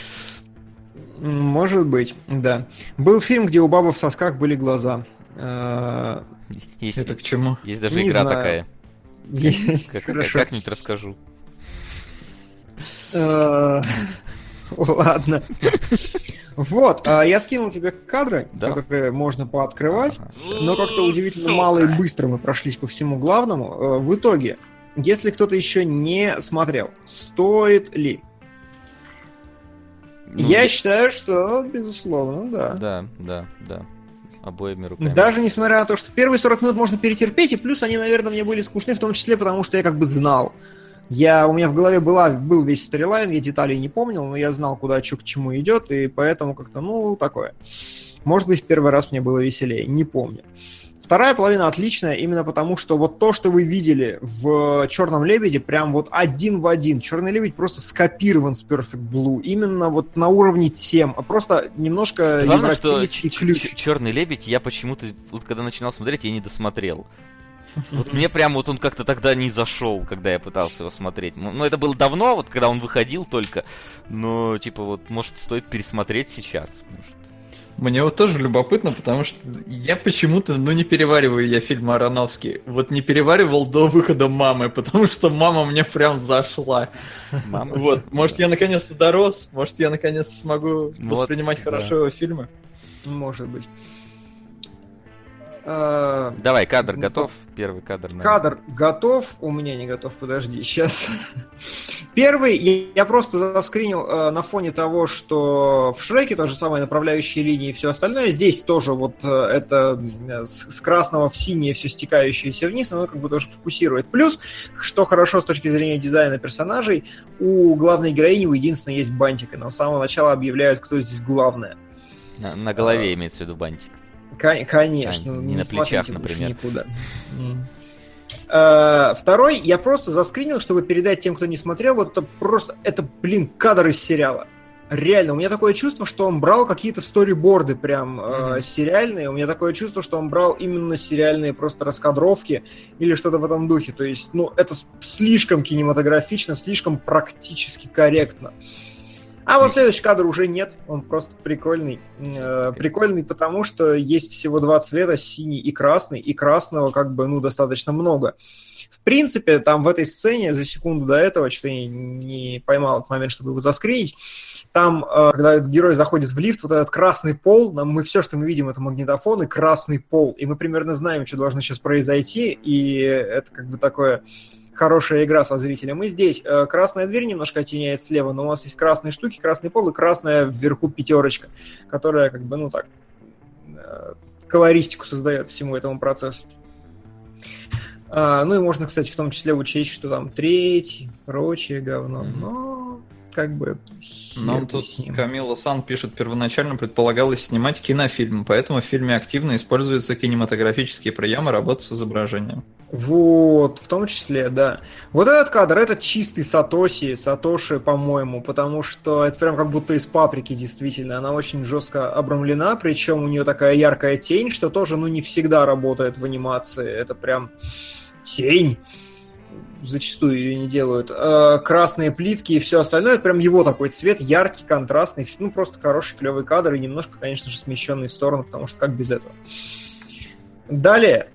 Может быть, да. Был фильм, где у бабы в сосках были глаза. Есть, это к чему? Есть даже не игра знаю. такая. Как, как, как-нибудь расскажу. Ладно. Вот, я скинул тебе кадры, которые можно пооткрывать, но как-то удивительно мало и быстро мы прошлись по всему главному. В итоге, если кто-то еще не смотрел, стоит ли? Ну, я, я считаю, что, безусловно, да. Да, да, да. Обоими руками. Даже несмотря на то, что первые сорок минут можно перетерпеть, и плюс они, наверное, мне были скучны, в том числе потому, что я как бы знал. Я, у меня в голове была, был весь сторилайн, я деталей не помнил, но я знал, куда что к чему идет, и поэтому как-то, ну, такое. Может быть, в первый раз мне было веселее, не помню. Вторая половина отличная именно потому, что вот то, что вы видели в «Черном лебеде», прям вот один в один. «Черный лебедь» просто скопирован с Perfect Blue. Именно вот на уровне тем. А просто немножко главное, европейский что ключ. «Черный лебедь» я почему-то, вот когда начинал смотреть, я не досмотрел. Вот мне прям вот он как-то тогда не зашел, когда я пытался его смотреть. Ну, это было давно, вот когда он выходил только. Но, типа, вот, может, стоит пересмотреть сейчас, может. Мне вот тоже любопытно, потому что я почему-то, ну, не перевариваю я фильм Аронофски. Вот не переваривал до выхода «Мамы», потому что «Мама» мне прям зашла. Мама? Вот, может, я наконец-то дорос, может, я наконец-то смогу вот, воспринимать хорошо да. его фильмы. Может быть. Давай, кадр готов? Первый кадр. Наверное. Кадр готов. У меня не готов, подожди, сейчас. Первый, я, я просто заскринил э, на фоне того, что в Шреке то же самое направляющие линии и все остальное. Здесь тоже вот э, это э, с, с красного в синее все стекающееся вниз, оно как бы тоже фокусирует. Плюс, что хорошо с точки зрения дизайна персонажей, у главной героини у единственной есть бантик, и на самого начала объявляют, кто здесь главное. На, на голове а, имеется в виду бантик. Конечно. А, не на плечах, например. Никуда. Uh, второй я просто заскринил, чтобы передать тем, кто не смотрел, вот это просто, это, блин, кадр из сериала. Реально, у меня такое чувство, что он брал какие-то сториборды прям mm-hmm. uh, сериальные, у меня такое чувство, что он брал именно сериальные просто раскадровки или что-то в этом духе, то есть, ну, это слишком кинематографично, слишком практически корректно. А вот следующий кадр уже нет, он просто прикольный. Э, прикольный, потому что есть всего два цвета, синий и красный, и красного как бы, ну, достаточно много. В принципе, там в этой сцене за секунду до этого, что я не поймал этот момент, чтобы его заскринить, там, э, когда этот герой заходит в лифт, вот этот красный пол, нам, мы все, что мы видим, это магнитофон и красный пол, и мы примерно знаем, что должно сейчас произойти, и это как бы такое... хорошая игра со зрителем. И здесь э, красная дверь немножко оттеняет слева, но у вас есть красные штуки, красный пол и красная вверху пятерочка, которая как бы, ну так, э, колористику создает всему этому процессу. А, ну и можно, кстати, в том числе учесть, что там треть, прочее говно, mm-hmm. но как бы... Нам тут Камила Сан пишет, первоначально предполагалось снимать кинофильм, поэтому в фильме активно используются кинематографические приемы работы с изображением. Вот, в том числе, да. Вот этот кадр, это чистый Сатоси, Сатоши, по-моему, потому что это прям как будто из «Паприки», действительно. Она очень жестко обрамлена, причем у нее такая яркая тень, что тоже, ну, не всегда работает в анимации. Это прям тень. Зачастую ее не делают. Красные плитки и все остальное, это прям его такой цвет, яркий, контрастный, ну, просто хороший, клевый кадр и немножко, конечно же, смещенный в сторону, потому что как без этого. Далее.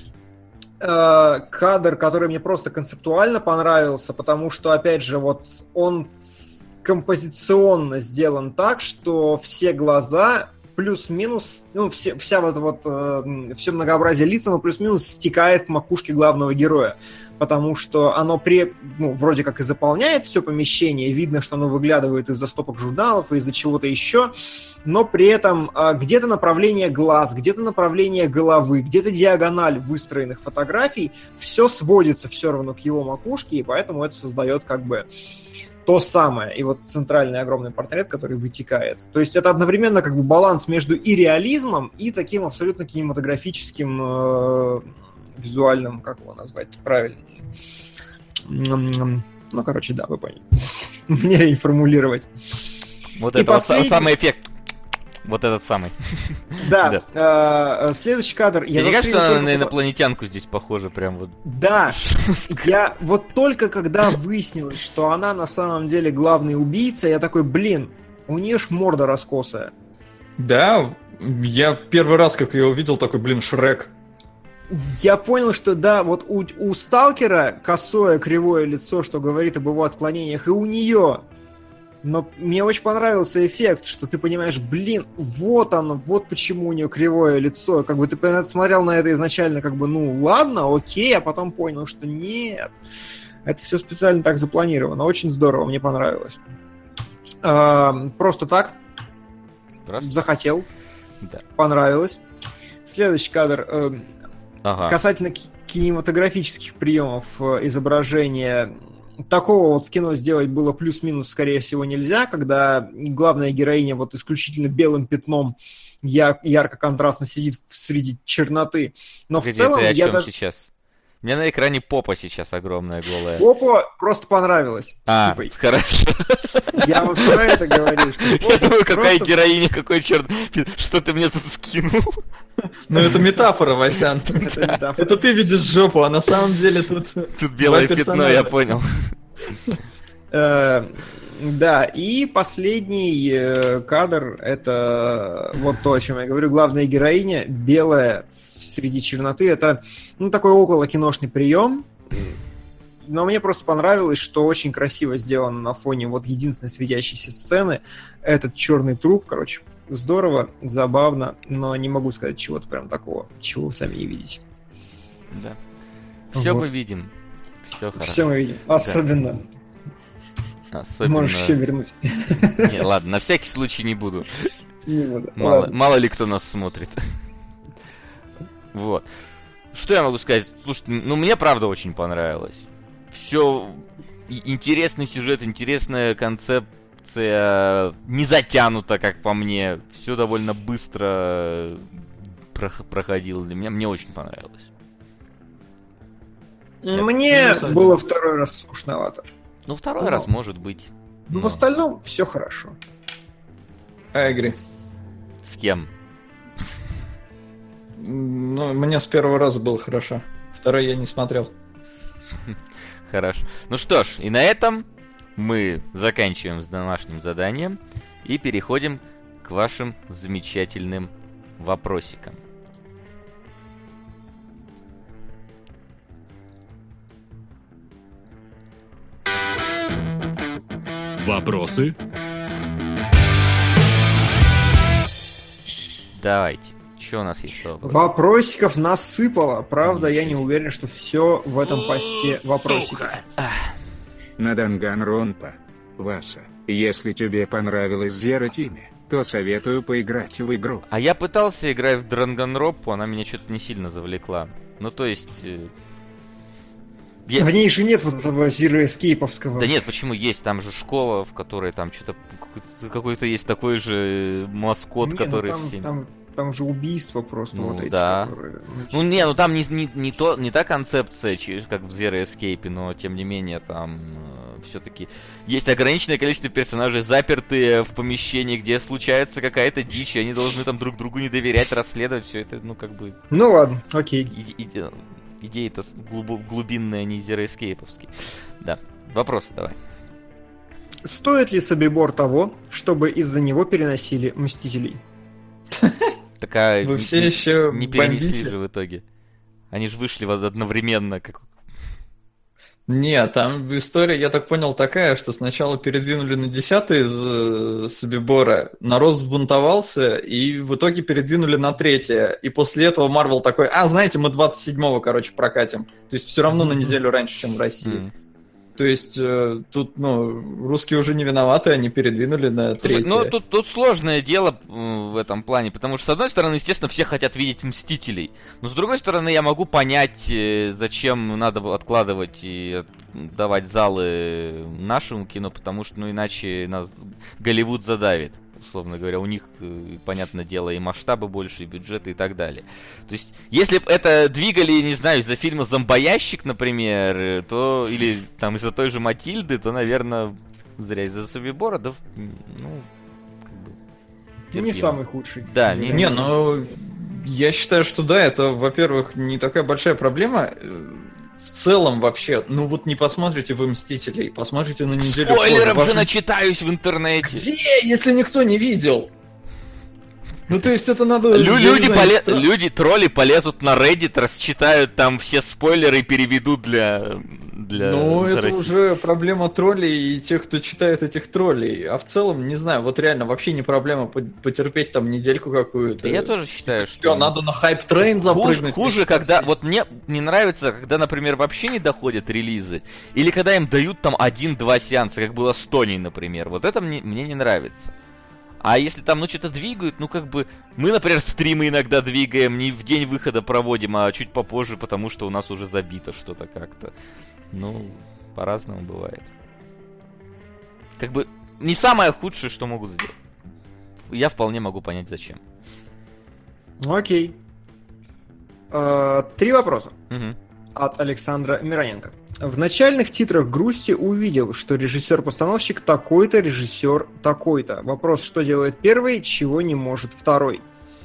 Кадр, который мне просто концептуально понравился, потому что, опять же, вот он композиционно сделан так, что все глаза плюс-минус, ну, все, вся вот, вот э, все многообразие лица, но плюс-минус стекает к макушке главного героя, потому что оно при, ну, вроде как и заполняет все помещение, видно, что оно выглядывает из-за стопок журналов и из-за чего-то еще, но при этом э, где-то направление глаз, где-то направление головы, где-то диагональ выстроенных фотографий, все сводится все равно к его макушке, и поэтому это создает как бы то самое. И вот центральный огромный портрет, который вытекает. То есть это одновременно как бы баланс между и реализмом, и таким абсолютно кинематографическим э, визуальным, как его назвать правильно. Ну, короче, да, вы поняли. Мне и формулировать. Вот И это вот последний- са- самый эффект. Вот этот самый. Да. э, Следующий кадр. Тебе не застрелил кажется, она только на потому- инопланетянку здесь похожа прям вот? Да, я вот только когда выяснилось, что она на самом деле главный убийца, я такой, блин, у нее ж морда раскосая. Да, я первый раз, как ее увидел, такой, блин, Шрек. Я понял, что да, вот у, у Сталкера косое кривое лицо, что говорит об его отклонениях, и у нее. Но мне очень понравился эффект, что ты понимаешь, блин, вот оно, вот почему у нее кривое лицо. Как бы ты смотрел на это изначально, как бы, ну ладно, окей, а потом понял, что нет. Это все специально так запланировано. Очень здорово, мне понравилось. А, просто так. Просто? Захотел. Да. Понравилось. Следующий кадр. э, Ага. Касательно ки- кинематографических приемов э, изображения, такого вот в кино сделать было плюс-минус, скорее всего, нельзя, когда главная героиня вот исключительно белым пятном яр- ярко-контрастно сидит в- среди черноты. Но в Погоди, целом ты о я чем даже... сейчас? У меня на экране попа сейчас огромная голая. Попа просто понравилось. А, Скипай. хорошо. Я вот про это говорю. Что Я попа думаю, какая просто- героиня, какой черт. Что ты мне тут скинул? Ну, это метафора, Васян. Это метафора. Это ты видишь жопу, а на самом деле тут... Тут белое Два пятно, персонажа. я понял. Э, Да, и последний э, кадр, это вот то, о чем я говорю. Главная героиня, белая среди черноты, это ну, такой около киношный прием. Но мне просто понравилось, что очень красиво сделано на фоне вот единственной светящейся сцены. Этот черный труп, короче, здорово, забавно, но не могу сказать чего-то прям такого, чего вы сами не видите. Да. Все Вот. мы видим. Все хорошо. Все мы видим. Особенно. Особенно... Можешь еще вернуть. Не, ладно, на всякий случай не буду. Не буду. Мало, Ладно. мало ли кто нас смотрит. Вот. Что я могу сказать? Слушайте, ну мне правда очень понравилось. Все интересный сюжет, интересная концепция, не затянута, как по мне. Все довольно быстро прох- проходило для меня. Мне очень понравилось. Мне плюс один. было второй раз скучновато. Ну, второй Ну, раз может быть. Но в Но остальном все хорошо. I agree. с кем? Ну, мне с первого раза было хорошо. Второй я не смотрел. Хорошо. Ну что ж, и на этом мы заканчиваем с домашним заданием и переходим к вашим замечательным вопросикам. Вопросы? Давайте. Что у нас есть за вопрос? Вопросиков насыпало. Правда, я не Ничего себе. уверен, что все в этом посте вопросики. Сука. На Данганронпа. Васа, если тебе понравилось Zero Team, то советую поиграть в игру. А я пытался играть в Дрангонропу, она меня что-то не сильно завлекла. Ну, то есть... э, я- В ней же нет вот этого Zero Escape-овского. Да нет, почему есть? Там же школа, в которой там что-то... Какой-то, какой-то есть такой же маскот, Не, ну который там, всем... там, там же убийства просто Ну, вот эти, да. которые... Ну не, ну там не, не, не, то, не та концепция, чи- как в Zero Escape, но тем не менее там э, все-таки есть ограниченное количество персонажей, запертые в помещении, где случается какая-то дичь, и они должны там друг другу не доверять, расследовать все это, ну как бы Ну ладно, окей. иде- иде- идея-то глубо- глубинная, не Zero Escape-овский. Да, вопросы давай. Стоит ли Собибор того, чтобы из-за него переносили Мстителей? Такая Вы все еще не перенесли бомбите? же в итоге. Они же вышли вот одновременно, как... Нет, там история, я так понял, такая, что сначала передвинули на десятый из э, Собибора, народ взбунтовался, и в итоге передвинули на третье. И после этого Марвел такой, а, знаете, мы двадцать седьмого, короче, прокатим. То есть все равно на неделю раньше, чем в России. М. То есть э, тут, ну, русские уже не виноваты, они передвинули на третье. Ну, тут, тут сложное дело в этом плане, потому что, с одной стороны, естественно, все хотят видеть Мстителей, но, с другой стороны, я могу понять, зачем надо откладывать и давать залы нашему кино, потому что, ну, иначе нас Голливуд задавит. Условно говоря, у них, понятное дело, и масштабы больше, и бюджеты, и так далее. То есть, если бы это двигали, не знаю, из-за фильма «Зомбоящик», например, то, или там из-за той же «Матильды», то, наверное, зря из-за Собибора, да, ну, как бы... Не самый худший. Да, не... Не, ну, я считаю, что да, это, во-первых, не такая большая проблема. В целом вообще, ну вот не посмотрите вы «Мстителей», посмотрите на неделю Спойлеров позже. же начитаюсь в интернете. Где, если никто не видел? Ну то есть это надо... Лю- я не люди, знаю, поле- стра- люди, тролли полезут на Reddit, расчитают там все спойлеры и переведут для... для Ну, это России. уже проблема троллей и тех, кто читает этих троллей. А в целом, не знаю, вот реально вообще не проблема по- потерпеть там недельку какую-то. Да я тоже считаю, что... Всё, надо на хайп-трейн Хуже, запрыгнуть. хуже, когда... Вот мне не нравится, когда, например, вообще не доходят релизы. Или когда им дают там один-два сеанса, как было с Тоней, например. Вот это мне, мне не нравится. А если там, ну, что-то двигают, ну, как бы... Мы, например, стримы иногда двигаем, не в день выхода проводим, а чуть попозже, потому что у нас уже забито что-то как-то. Ну, по-разному бывает. Как бы, не самое худшее, что могут сделать. Я вполне могу понять, зачем. Окей. Э, Три вопроса Угу. от Александра Мироненко. В начальных титрах «Грусти» увидел, что режиссер-постановщик такой-то, режиссер такой-то. Вопрос, что делает первый, чего не может второй.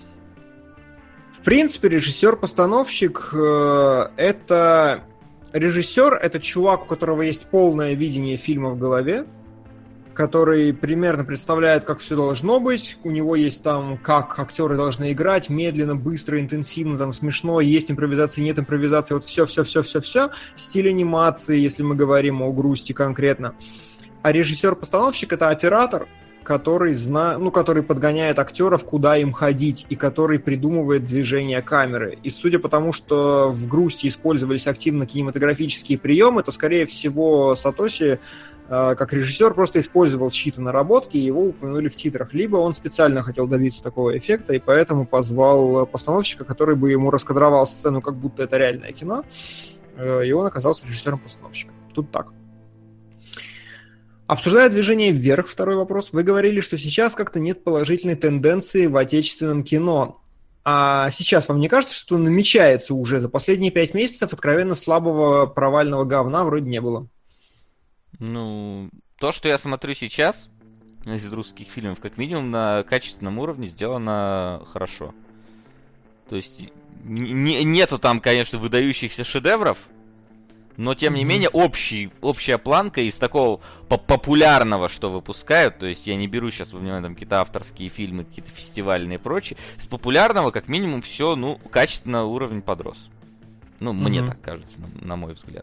В принципе, режиссер-постановщик э, это... Режиссер — это чувак, у которого есть полное видение фильма в голове, который примерно представляет, как все должно быть. У него есть там, как актеры должны играть, медленно, быстро, интенсивно, там смешно, есть импровизация, нет импровизации, вот все-все-все-все-все. Стиль анимации, если мы говорим о «Грусти» конкретно. А режиссер-постановщик — это оператор, который, зна... ну, который подгоняет актеров, куда им ходить, и который придумывает движение камеры. И судя по тому, что в «Грусти» использовались активно кинематографические приемы, то, скорее всего, Сатоси, э, как режиссер, просто использовал чьи-то наработки, и его упомянули в титрах. Либо он специально хотел добиться такого эффекта, и поэтому позвал постановщика, который бы ему раскадровал сцену, как будто это реальное кино, э, и он оказался режиссером-постановщиком. Тут так. Обсуждая движение вверх, второй вопрос, вы говорили, что сейчас как-то нет положительной тенденции в отечественном кино. А сейчас вам не кажется, что намечается уже? За последние пять месяцев откровенно слабого провального говна вроде не было. Ну, то, что я смотрю сейчас из русских фильмов, как минимум на качественном уровне сделано хорошо. То есть не, нету там, конечно, выдающихся шедевров, но, тем не mm-hmm. менее, общий, общая планка из такого популярного, что выпускают, то есть я не беру сейчас во внимание там какие-то авторские фильмы, какие-то фестивальные и прочее, с популярного, как минимум, все, ну, качественно уровень подрос. Ну, mm-hmm. мне так кажется, на, на мой взгляд.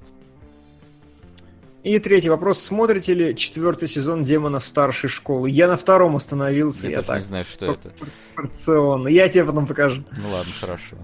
И третий вопрос. Смотрите ли четвертый сезон «Демонов старшей школы»? Я на втором остановился. Я, я даже так, не знаю, что это. Порционно. Я тебе потом покажу. Ну ладно, хорошо.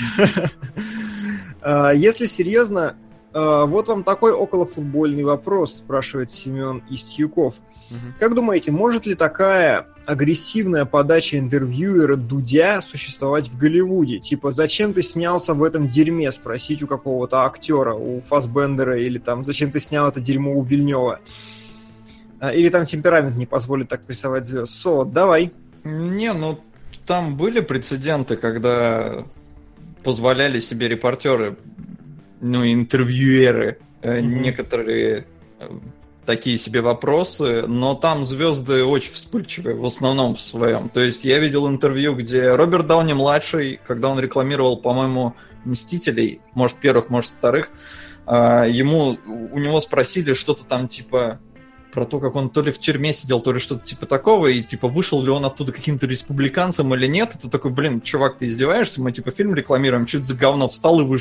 Если серьезно, вот вам такой околофутбольный вопрос, спрашивает Семен Истюков. Угу. Как думаете, может ли такая агрессивная подача интервьюера Дудя существовать в Голливуде? Типа, зачем ты снялся в этом дерьме? Спросить у какого-то актера, у Фассбендера, или там, зачем ты снял это дерьмо у Вильнёва? Или там темперамент не позволит так прессовать звезд? Со, давай. Не, ну, там были прецеденты, когда позволяли себе репортеры, ну, интервьюеры, mm-hmm. некоторые такие себе вопросы, но там звезды очень вспыльчивые, в основном в своем. То есть я видел интервью, где Роберт Дауни-младший, когда он рекламировал, по-моему, «Мстителей», может, первых, может, вторых, ему, у него спросили что-то там, типа, про то, как он то ли в тюрьме сидел, то ли что-то типа такого, и, типа, вышел ли он оттуда каким-то республиканцем или нет, и ты такой, блин, чувак, ты издеваешься? Мы, типа, фильм рекламируем, что это за говно, встал и вышел.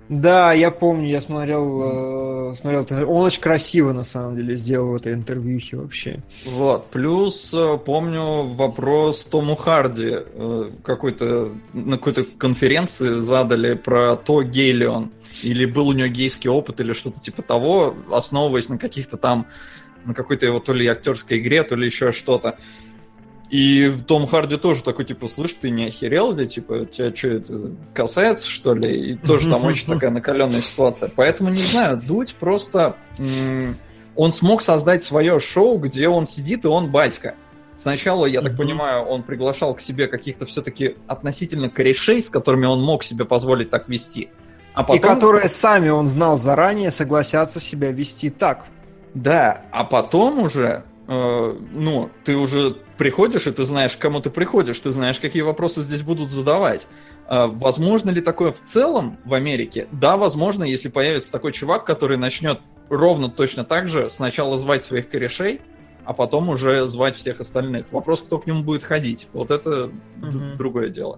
Да, я помню, я смотрел, э, смотрел, это- он очень красиво на самом деле сделал это интервьюхи вообще. Вот, плюс э, помню вопрос Тому Харди, э, какой-то, на какой-то конференции задали про то, гей ли он, или был у него гейский опыт, или что-то типа того, основываясь на каких-то там, на какой-то его то ли актерской игре, то ли еще что-то. И Том Харди тоже такой, типа, слышь, ты не охерел ли? Типа, тебя что, это касается, что ли? И тоже там очень такая накаленная ситуация. Поэтому, не знаю, Дудь просто... м, он смог создать свое шоу, где он сидит, и он батька. Сначала, я так Мгм. понимаю, он приглашал к себе каких-то все-таки относительно корешей, с которыми он мог себе позволить так вести. А И потом... которые сами, он знал заранее, согласятся себя вести так. Да, а потом уже, э, ну, ты уже приходишь, и ты знаешь, к кому ты приходишь, ты знаешь, какие вопросы здесь будут задавать. Э, возможно ли такое в целом в Америке? Да, возможно, если появится такой чувак, который начнет ровно точно так же сначала звать своих корешей, а потом уже звать всех остальных. Вопрос, кто к нему будет ходить. Вот это д- Мгм. другое дело.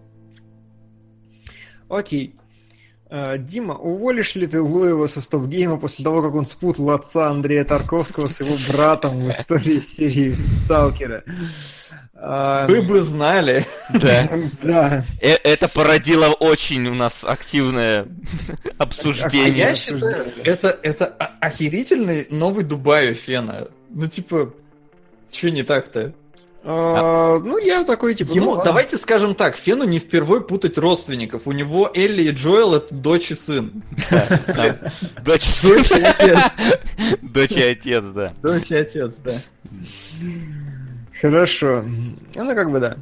Окей. Э, Дима, уволишь ли ты Луева со стоп-гейма после того, как он спутал отца Андрея Тарковского с его братом в истории серии «Сталкера»? А, Вы бы знали. Да. Да. Э, Это породило очень у нас активное А обсуждение. я обсуждали. считаю, это, это о- охерительный новый Дубай Фена. Ну, типа, что не так-то? А, Ну, я такой, типа, ну, Ему, ладно. давайте скажем так, Фену не впервой путать родственников. У него Элли и Джоэл — это дочь и сын. Там Дочь Дочь и отец. Дочь и отец, да. Дочь и отец, да. Хорошо. Ну, как бы да.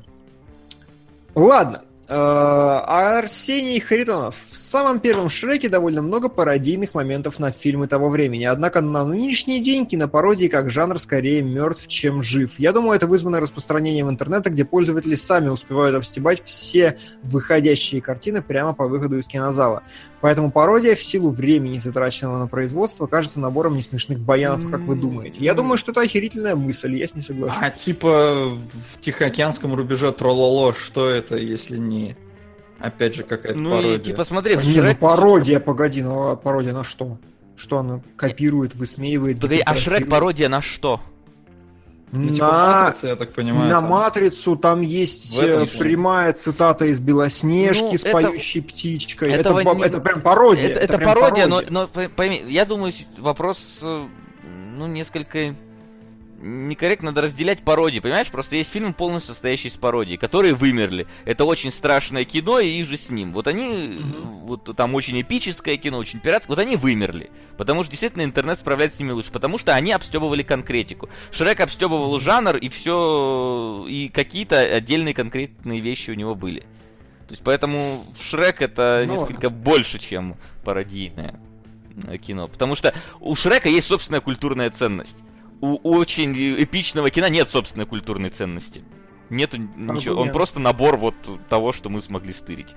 Ладно. Э, Арсений Харитонов. В самом первом Шреке довольно много пародийных моментов на фильмы того времени. Однако на нынешний день кинопародии как жанр скорее мертв, чем жив. Я думаю, это вызвано распространением интернета, где пользователи сами успевают обстебать все выходящие картины прямо по выходу из кинозала. Поэтому пародия в силу времени, затраченного на производство, кажется набором несмешных баянов, как вы думаете. Я думаю, что это охерительная мысль, я с ней соглашусь. А типа в Тихоокеанском рубеже Трололо, что это, если не... Опять же, какая-то Ну пародия. и типа смотри, в Не, ну Шрек... пародия, погоди, ну а пародия на что? Что она копирует, высмеивает? Погоди, а Шрек гипертрофирует? пародия на что? Ну, типа На... «Матрица», я так понимаю. на там. «Матрицу» там есть В этом э, плане. прямая цитата из «Белоснежки» Ну, с это- поющей птичкой. Это, этого ба- не- это прям пародия. Это, это прям пародия, но, но по- пойми, я думаю, с- вопрос, э, ну, несколько некорректно надо разделять пародии, понимаешь? Просто есть фильмы, полностью состоящие из пародий, которые вымерли. Это очень страшное кино и же с ним. Вот они, вот там очень эпическое кино, очень пиратское, вот они вымерли. Потому что действительно интернет справляется с ними лучше. Потому что они обстебывали конкретику. Шрек обстебывал жанр, и все, и какие-то отдельные конкретные вещи у него были. То есть поэтому Шрек это Ну несколько больше, чем пародийное э, кино. Потому что у Шрека есть собственная культурная ценность. У очень эпичного кино нет собственной культурной ценности. Нету ничего. Он Аргумент. просто набор вот того, что мы смогли стырить.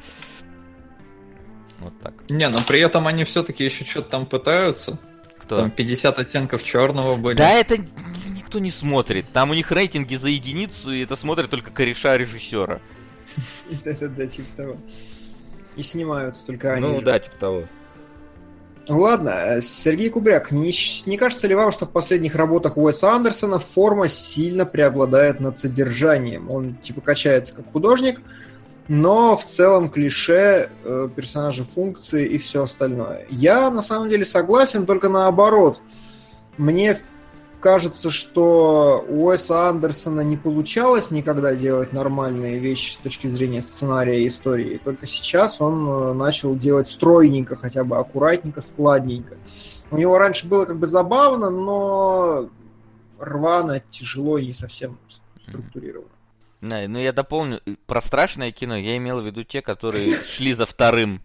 Вот так. Не, но при этом они все-таки еще что-то там пытаются. Кто? Там пятьдесят оттенков черного были. Да, это ни- никто не смотрит. Там у них рейтинги за единицу, и это смотрит только кореша режиссера. Это да, типа того. И снимаются только они Ну же. да, типа того. Ладно, э, Сергей Кубряк, не, щ- не кажется ли вам, что в последних работах Уэса Андерсона форма сильно преобладает над содержанием? Он типа качается как художник, но в целом клише, э, персонажи, функции и все остальное. Я на самом деле согласен, только наоборот. Мне кажется, что у Уэса Андерсона не получалось никогда делать нормальные вещи с точки зрения сценария и истории. Только сейчас он э, начал делать стройненько, хотя бы аккуратненько, складненько. У него раньше было как бы забавно, но рвано, тяжело и не совсем структурировано. Да, ну я дополню, э, про страшное кино я имел в виду те, которые шли за вторым.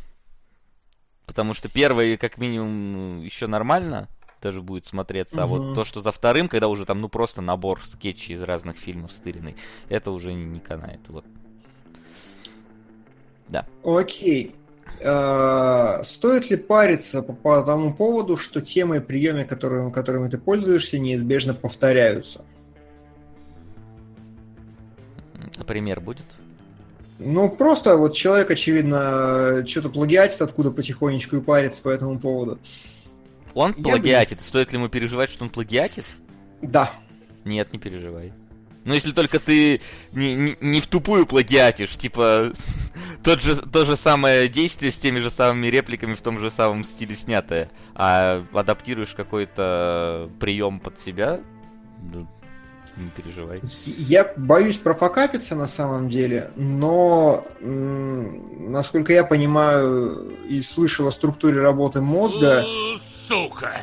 Потому что первое, как минимум, еще нормально даже будет смотреться, а Мгм. вот то, что за вторым, когда уже там, ну, просто набор скетчей из разных фильмов стыренный, это уже не, не канает, вот. Да. Окей. Э, Стоит ли париться по, по тому поводу, что темы и приемы, которыми, которыми ты пользуешься, неизбежно повторяются? Пример будет? Ну, просто вот человек, очевидно, что-то плагиатит откуда потихонечку и парится по этому поводу. Он Я плагиатит. бы- Стоит ли ему переживать, что он плагиатит? Да. Нет, не переживай. Ну, если только ты не, не, не в тупую плагиатишь, типа, тот же, то же самое действие с теми же самыми репликами в том же самом стиле снятое, а адаптируешь какой-то прием под себя, ну, не переживай. Я боюсь профокапиться на самом деле, но, м, насколько я понимаю и слышал о структуре работы мозга, Сука!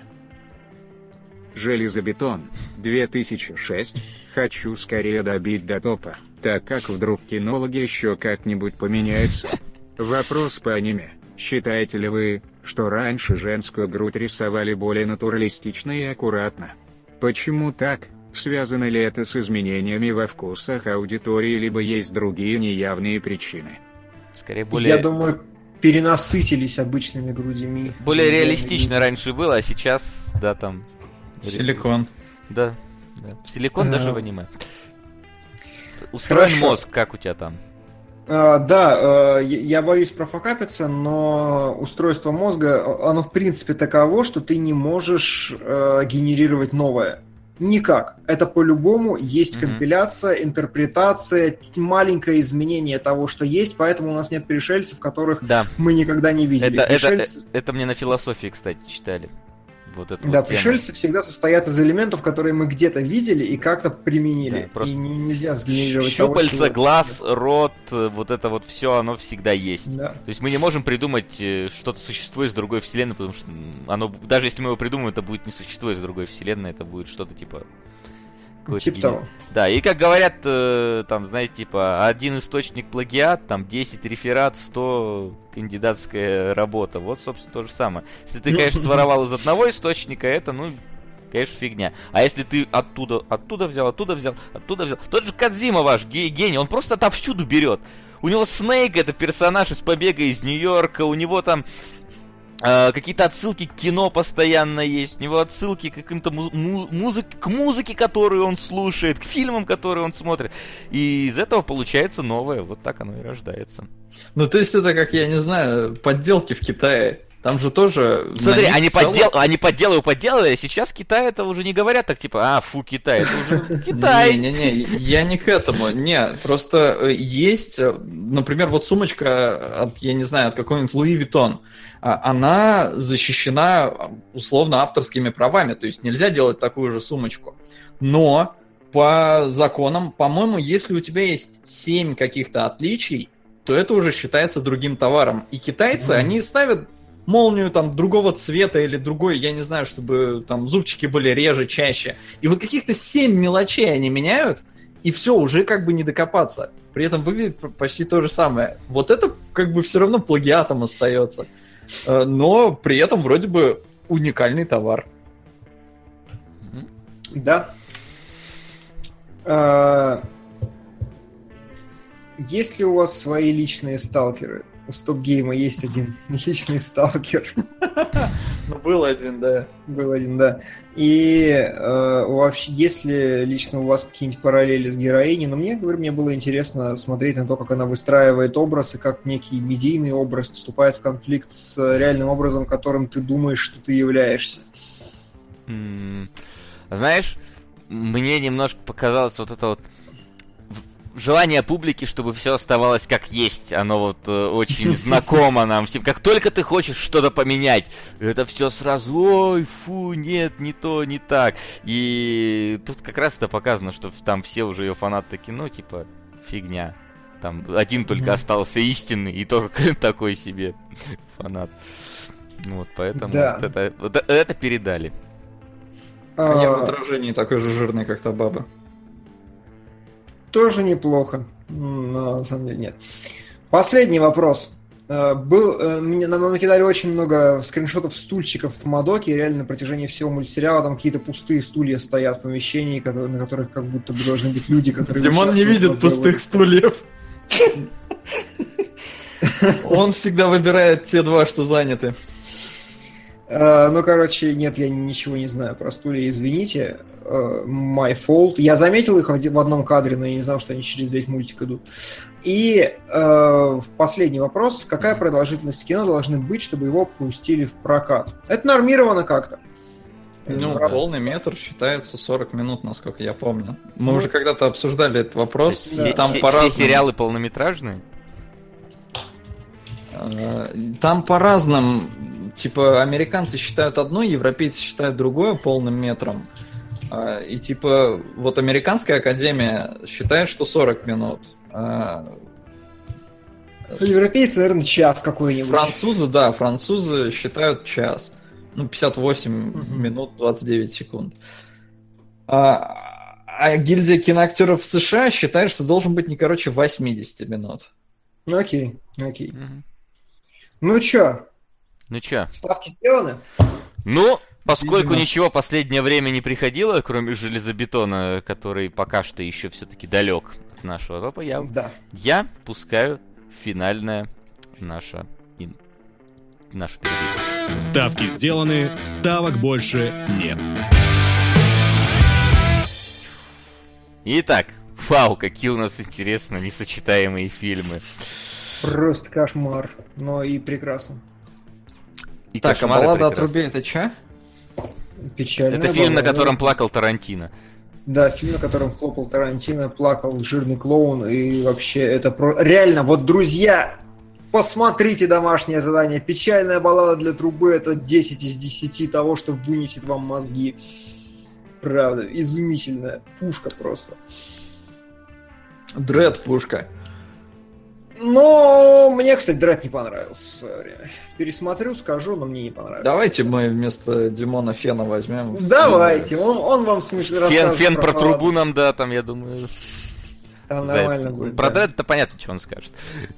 Железобетон, две тысячи шесть. Хочу скорее добить до топа, так как вдруг кинологи еще как-нибудь поменяются. Вопрос по аниме. Считаете ли вы, что раньше женскую грудь рисовали более натуралистично и аккуратно? Почему так? Связано ли это с изменениями во вкусах аудитории, либо есть другие неявные причины? Скорее, более... я думаю, перенасытились обычными грудями. Более Я- реалистично раньше было, а сейчас, да, там... Силикон. Да, да. Силикон А. даже в аниме. Устроен Хорошо. мозг, как у тебя там? А, да, э, я я боюсь профокапиться, но устройство мозга, о- оно в принципе таково, что ты не можешь э, генерировать новое. Никак. Это по-любому есть Мгм. компиляция, интерпретация, маленькое изменение того, что есть, поэтому у нас нет пришельцев, которых Да, мы никогда не видели. это, это, Пришельцы- это мне на философии, кстати, читали. Вот эту Да, вот тему. пришельцы всегда состоят из элементов, которые мы где-то видели и как-то применили. Да, просто И не- нельзя сгенерировать того, Щупальца, чего- глаз, рот, э, вот это вот все, оно всегда есть. Да. То есть мы не можем придумать э, что-то существо из другой вселенной, потому что м, оно, даже если мы его придумаем, это будет не существо из другой вселенной, это будет что-то типа... какой-то Типа гени- того. Да, и как говорят, э, там, знаете, типа, один источник плагиат, там, десять реферат, сто кандидатская работа. Вот, собственно, то же самое. Если ты, Ну. конечно, своровал из одного источника, это, ну, конечно, фигня. А если ты оттуда, оттуда взял, оттуда взял, оттуда взял. Тот же Кодзима ваш, ге- гений, он просто отовсюду берет. У него Снейк — это персонаж из «Побега из Нью-Йорка», у него там э, какие-то отсылки к кино постоянно есть, у него отсылки к каким-то му- му- музыке, к музыке, которую он слушает, к фильмам, которые он смотрит. И из этого получается новое, вот так оно и рождается. Ну, то есть это, как, я не знаю, подделки в Китае. Там же тоже... Смотри, на них они, целый- поддел... они подделывают, подделывали, а сейчас Китай это уже не говорят так, типа, а, фу, Китай, это уже Китай. Не-не-не, я не к этому. Не, просто э, есть, э, например, вот сумочка от, я не знаю, от какой-нибудь Луи Виттон. Она защищена условно авторскими правами, то есть нельзя делать такую же сумочку. Но по законам, по-моему, если у тебя есть семь каких-то отличий, то это уже считается другим товаром. И китайцы, Мгм. они ставят молнию там другого цвета или другой, я не знаю, чтобы там зубчики были реже, чаще. И вот каких-то семь мелочей они меняют, и все, уже как бы не докопаться. При этом выглядит п- почти то же самое. Вот это как бы все равно плагиатом остается. Э, Но при этом вроде бы уникальный товар. Мгм. Да. А, Есть ли у вас свои личные сталкеры? У Стопгейма есть один личный сталкер. Ну, был один, да. Был один, да. И э, вообще, есть ли лично у вас какие-нибудь параллели с героиней? Но мне, говорю, мне было интересно смотреть на то, как она выстраивает образ, и как некий медийный образ вступает в конфликт с реальным образом, которым ты думаешь, что ты являешься. М, Знаешь, мне немножко показалось вот это вот в- желание публики, чтобы все оставалось как есть. Оно вот э, очень знакомо нам всем. Как только ты хочешь что-то поменять, это все сразу, ой, фу, нет, не то, не так. И тут как раз это показано, что там все уже ее фанаты такие, ну, типа, фигня. Там один только Мгм. остался истинный, и только такой себе фанат. Ну вот, поэтому Да. вот это, вот э- это передали. А я в А, отражении такой же жирный, как та баба. Тоже неплохо, но на самом деле нет. Последний вопрос. Э, Был, э, мне нам накидали очень много скриншотов стульчиков в Мадоке, и реально на протяжении всего мультсериала там какие-то пустые стулья стоят в помещении, которые- на которых как будто бы должны быть люди, которые... Димон не участвуют в видит разговоре. пустых стульев. Он всегда выбирает те два, что заняты. Э, ну, короче, нет, я ничего не знаю про стулья, извините. Э, my fault. Я заметил их в в одном кадре, но я не знал, что они через весь мультик идут. И э, последний вопрос. Какая продолжительность кино должны быть, чтобы его пустили в прокат? Это нормировано как-то. Ну, Раз- полный метр считается сорок минут, насколько я помню. Мы Ну, уже когда-то обсуждали этот вопрос. Все, Там все- по-разному. все сериалы полнометражные? Э, Там по-разному. Типа, американцы считают одно, европейцы считают другое полным метром. А, И типа, вот американская академия считает, что сорок минут. А Европейцы, наверное, час какой-нибудь. Французы, да, французы считают час. Ну, пятьдесят восемь Мгм. минут двадцать девять секунд. А, а гильдия киноактеров в США считает, что должен быть не короче восемьдесят минут. Ну, окей, окей. Мгм. Ну чё, Ну чё? ставки сделаны? Ну, поскольку Видимо. ничего последнее время не приходило, кроме железобетона, который пока что еще все-таки далек от нашего топа, я, Да. я пускаю финальное наше, ин- нашу передачу. Ставки сделаны, ставок больше нет. Итак, вау, какие у нас интересно несочетаемые фильмы. Просто кошмар, но и прекрасно. И Так, а кошмары баллада о прекрасны. трубе это чё? Печально. Это фильм, на котором плакал Тарантино. Да, фильм, на котором хлопал Тарантино, плакал жирный клоун, и вообще это про... Реально, вот, друзья, посмотрите «Домашнее задание». Печальная баллада для трубы — это десять из десяти того, что вынесет вам мозги. Правда, изумительная пушка просто. Дред пушка. Но мне, кстати, Дред не понравился в свое время. Пересмотрю, скажу, но мне не понравилось. Давайте мы вместо Димона Фена возьмем. Давайте, он, он вам в смысле Фен, расскажет фен про балладу. трубу нам, да, там, я думаю... Там за нормально это. будет. Про да. Дред это понятно, что он скажет.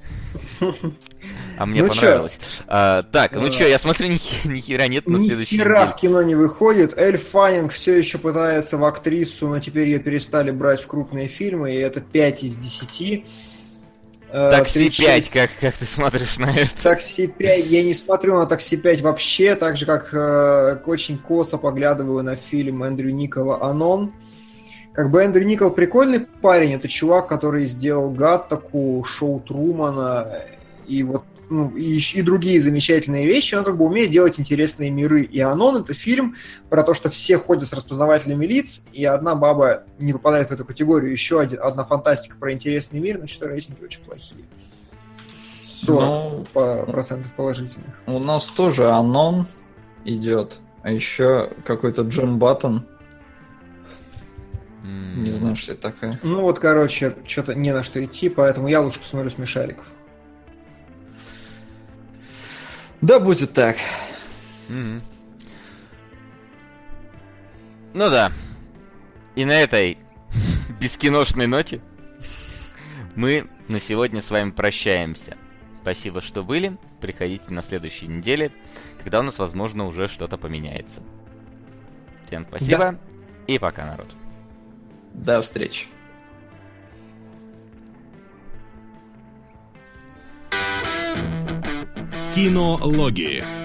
А мне Ну чё? понравилось. А, так, ну А. чё, я смотрю, ни хе- ни хера нет на Ни следующей хера неделе. в кино не выходит. Эль Фаннинг все еще пытается в актрису, но теперь ее перестали брать в крупные фильмы, и это пять из десяти. Э, Такси тридцать пять, шесть. как, как ты смотришь на это? Такси пять. Я не смотрю на Такси пять вообще, так же, как э, очень косо поглядываю на фильм Эндрю Никола «Анон». Как бы Эндрю Никол прикольный парень, это чувак, который сделал «Гаттаку», «Шоу Трумана» и вот ну, и, ещё- и другие замечательные вещи. Он как бы умеет делать интересные миры. И «Анон» — это фильм про то, что все ходят с распознавателями лиц, и одна баба не попадает в эту категорию. Еще один, одна фантастика про интересный мир, но что рейтинги очень плохие. сорок Ну, по- процентов положительных. у нас тоже Анон идет. А еще какой-то Джон Баттон. М, Не знаю, что это такое. Ну вот, короче, что-то не на что идти, поэтому я лучше посмотрю «Смешариков». Да будет так. Мгм. Ну да. И на этой бескиношной ноте мы на сегодня с вами прощаемся. Спасибо, что были. Приходите на следующей неделе, когда у нас, возможно, уже что-то поменяется. Всем спасибо и пока, народ. До встречи. Кинологии.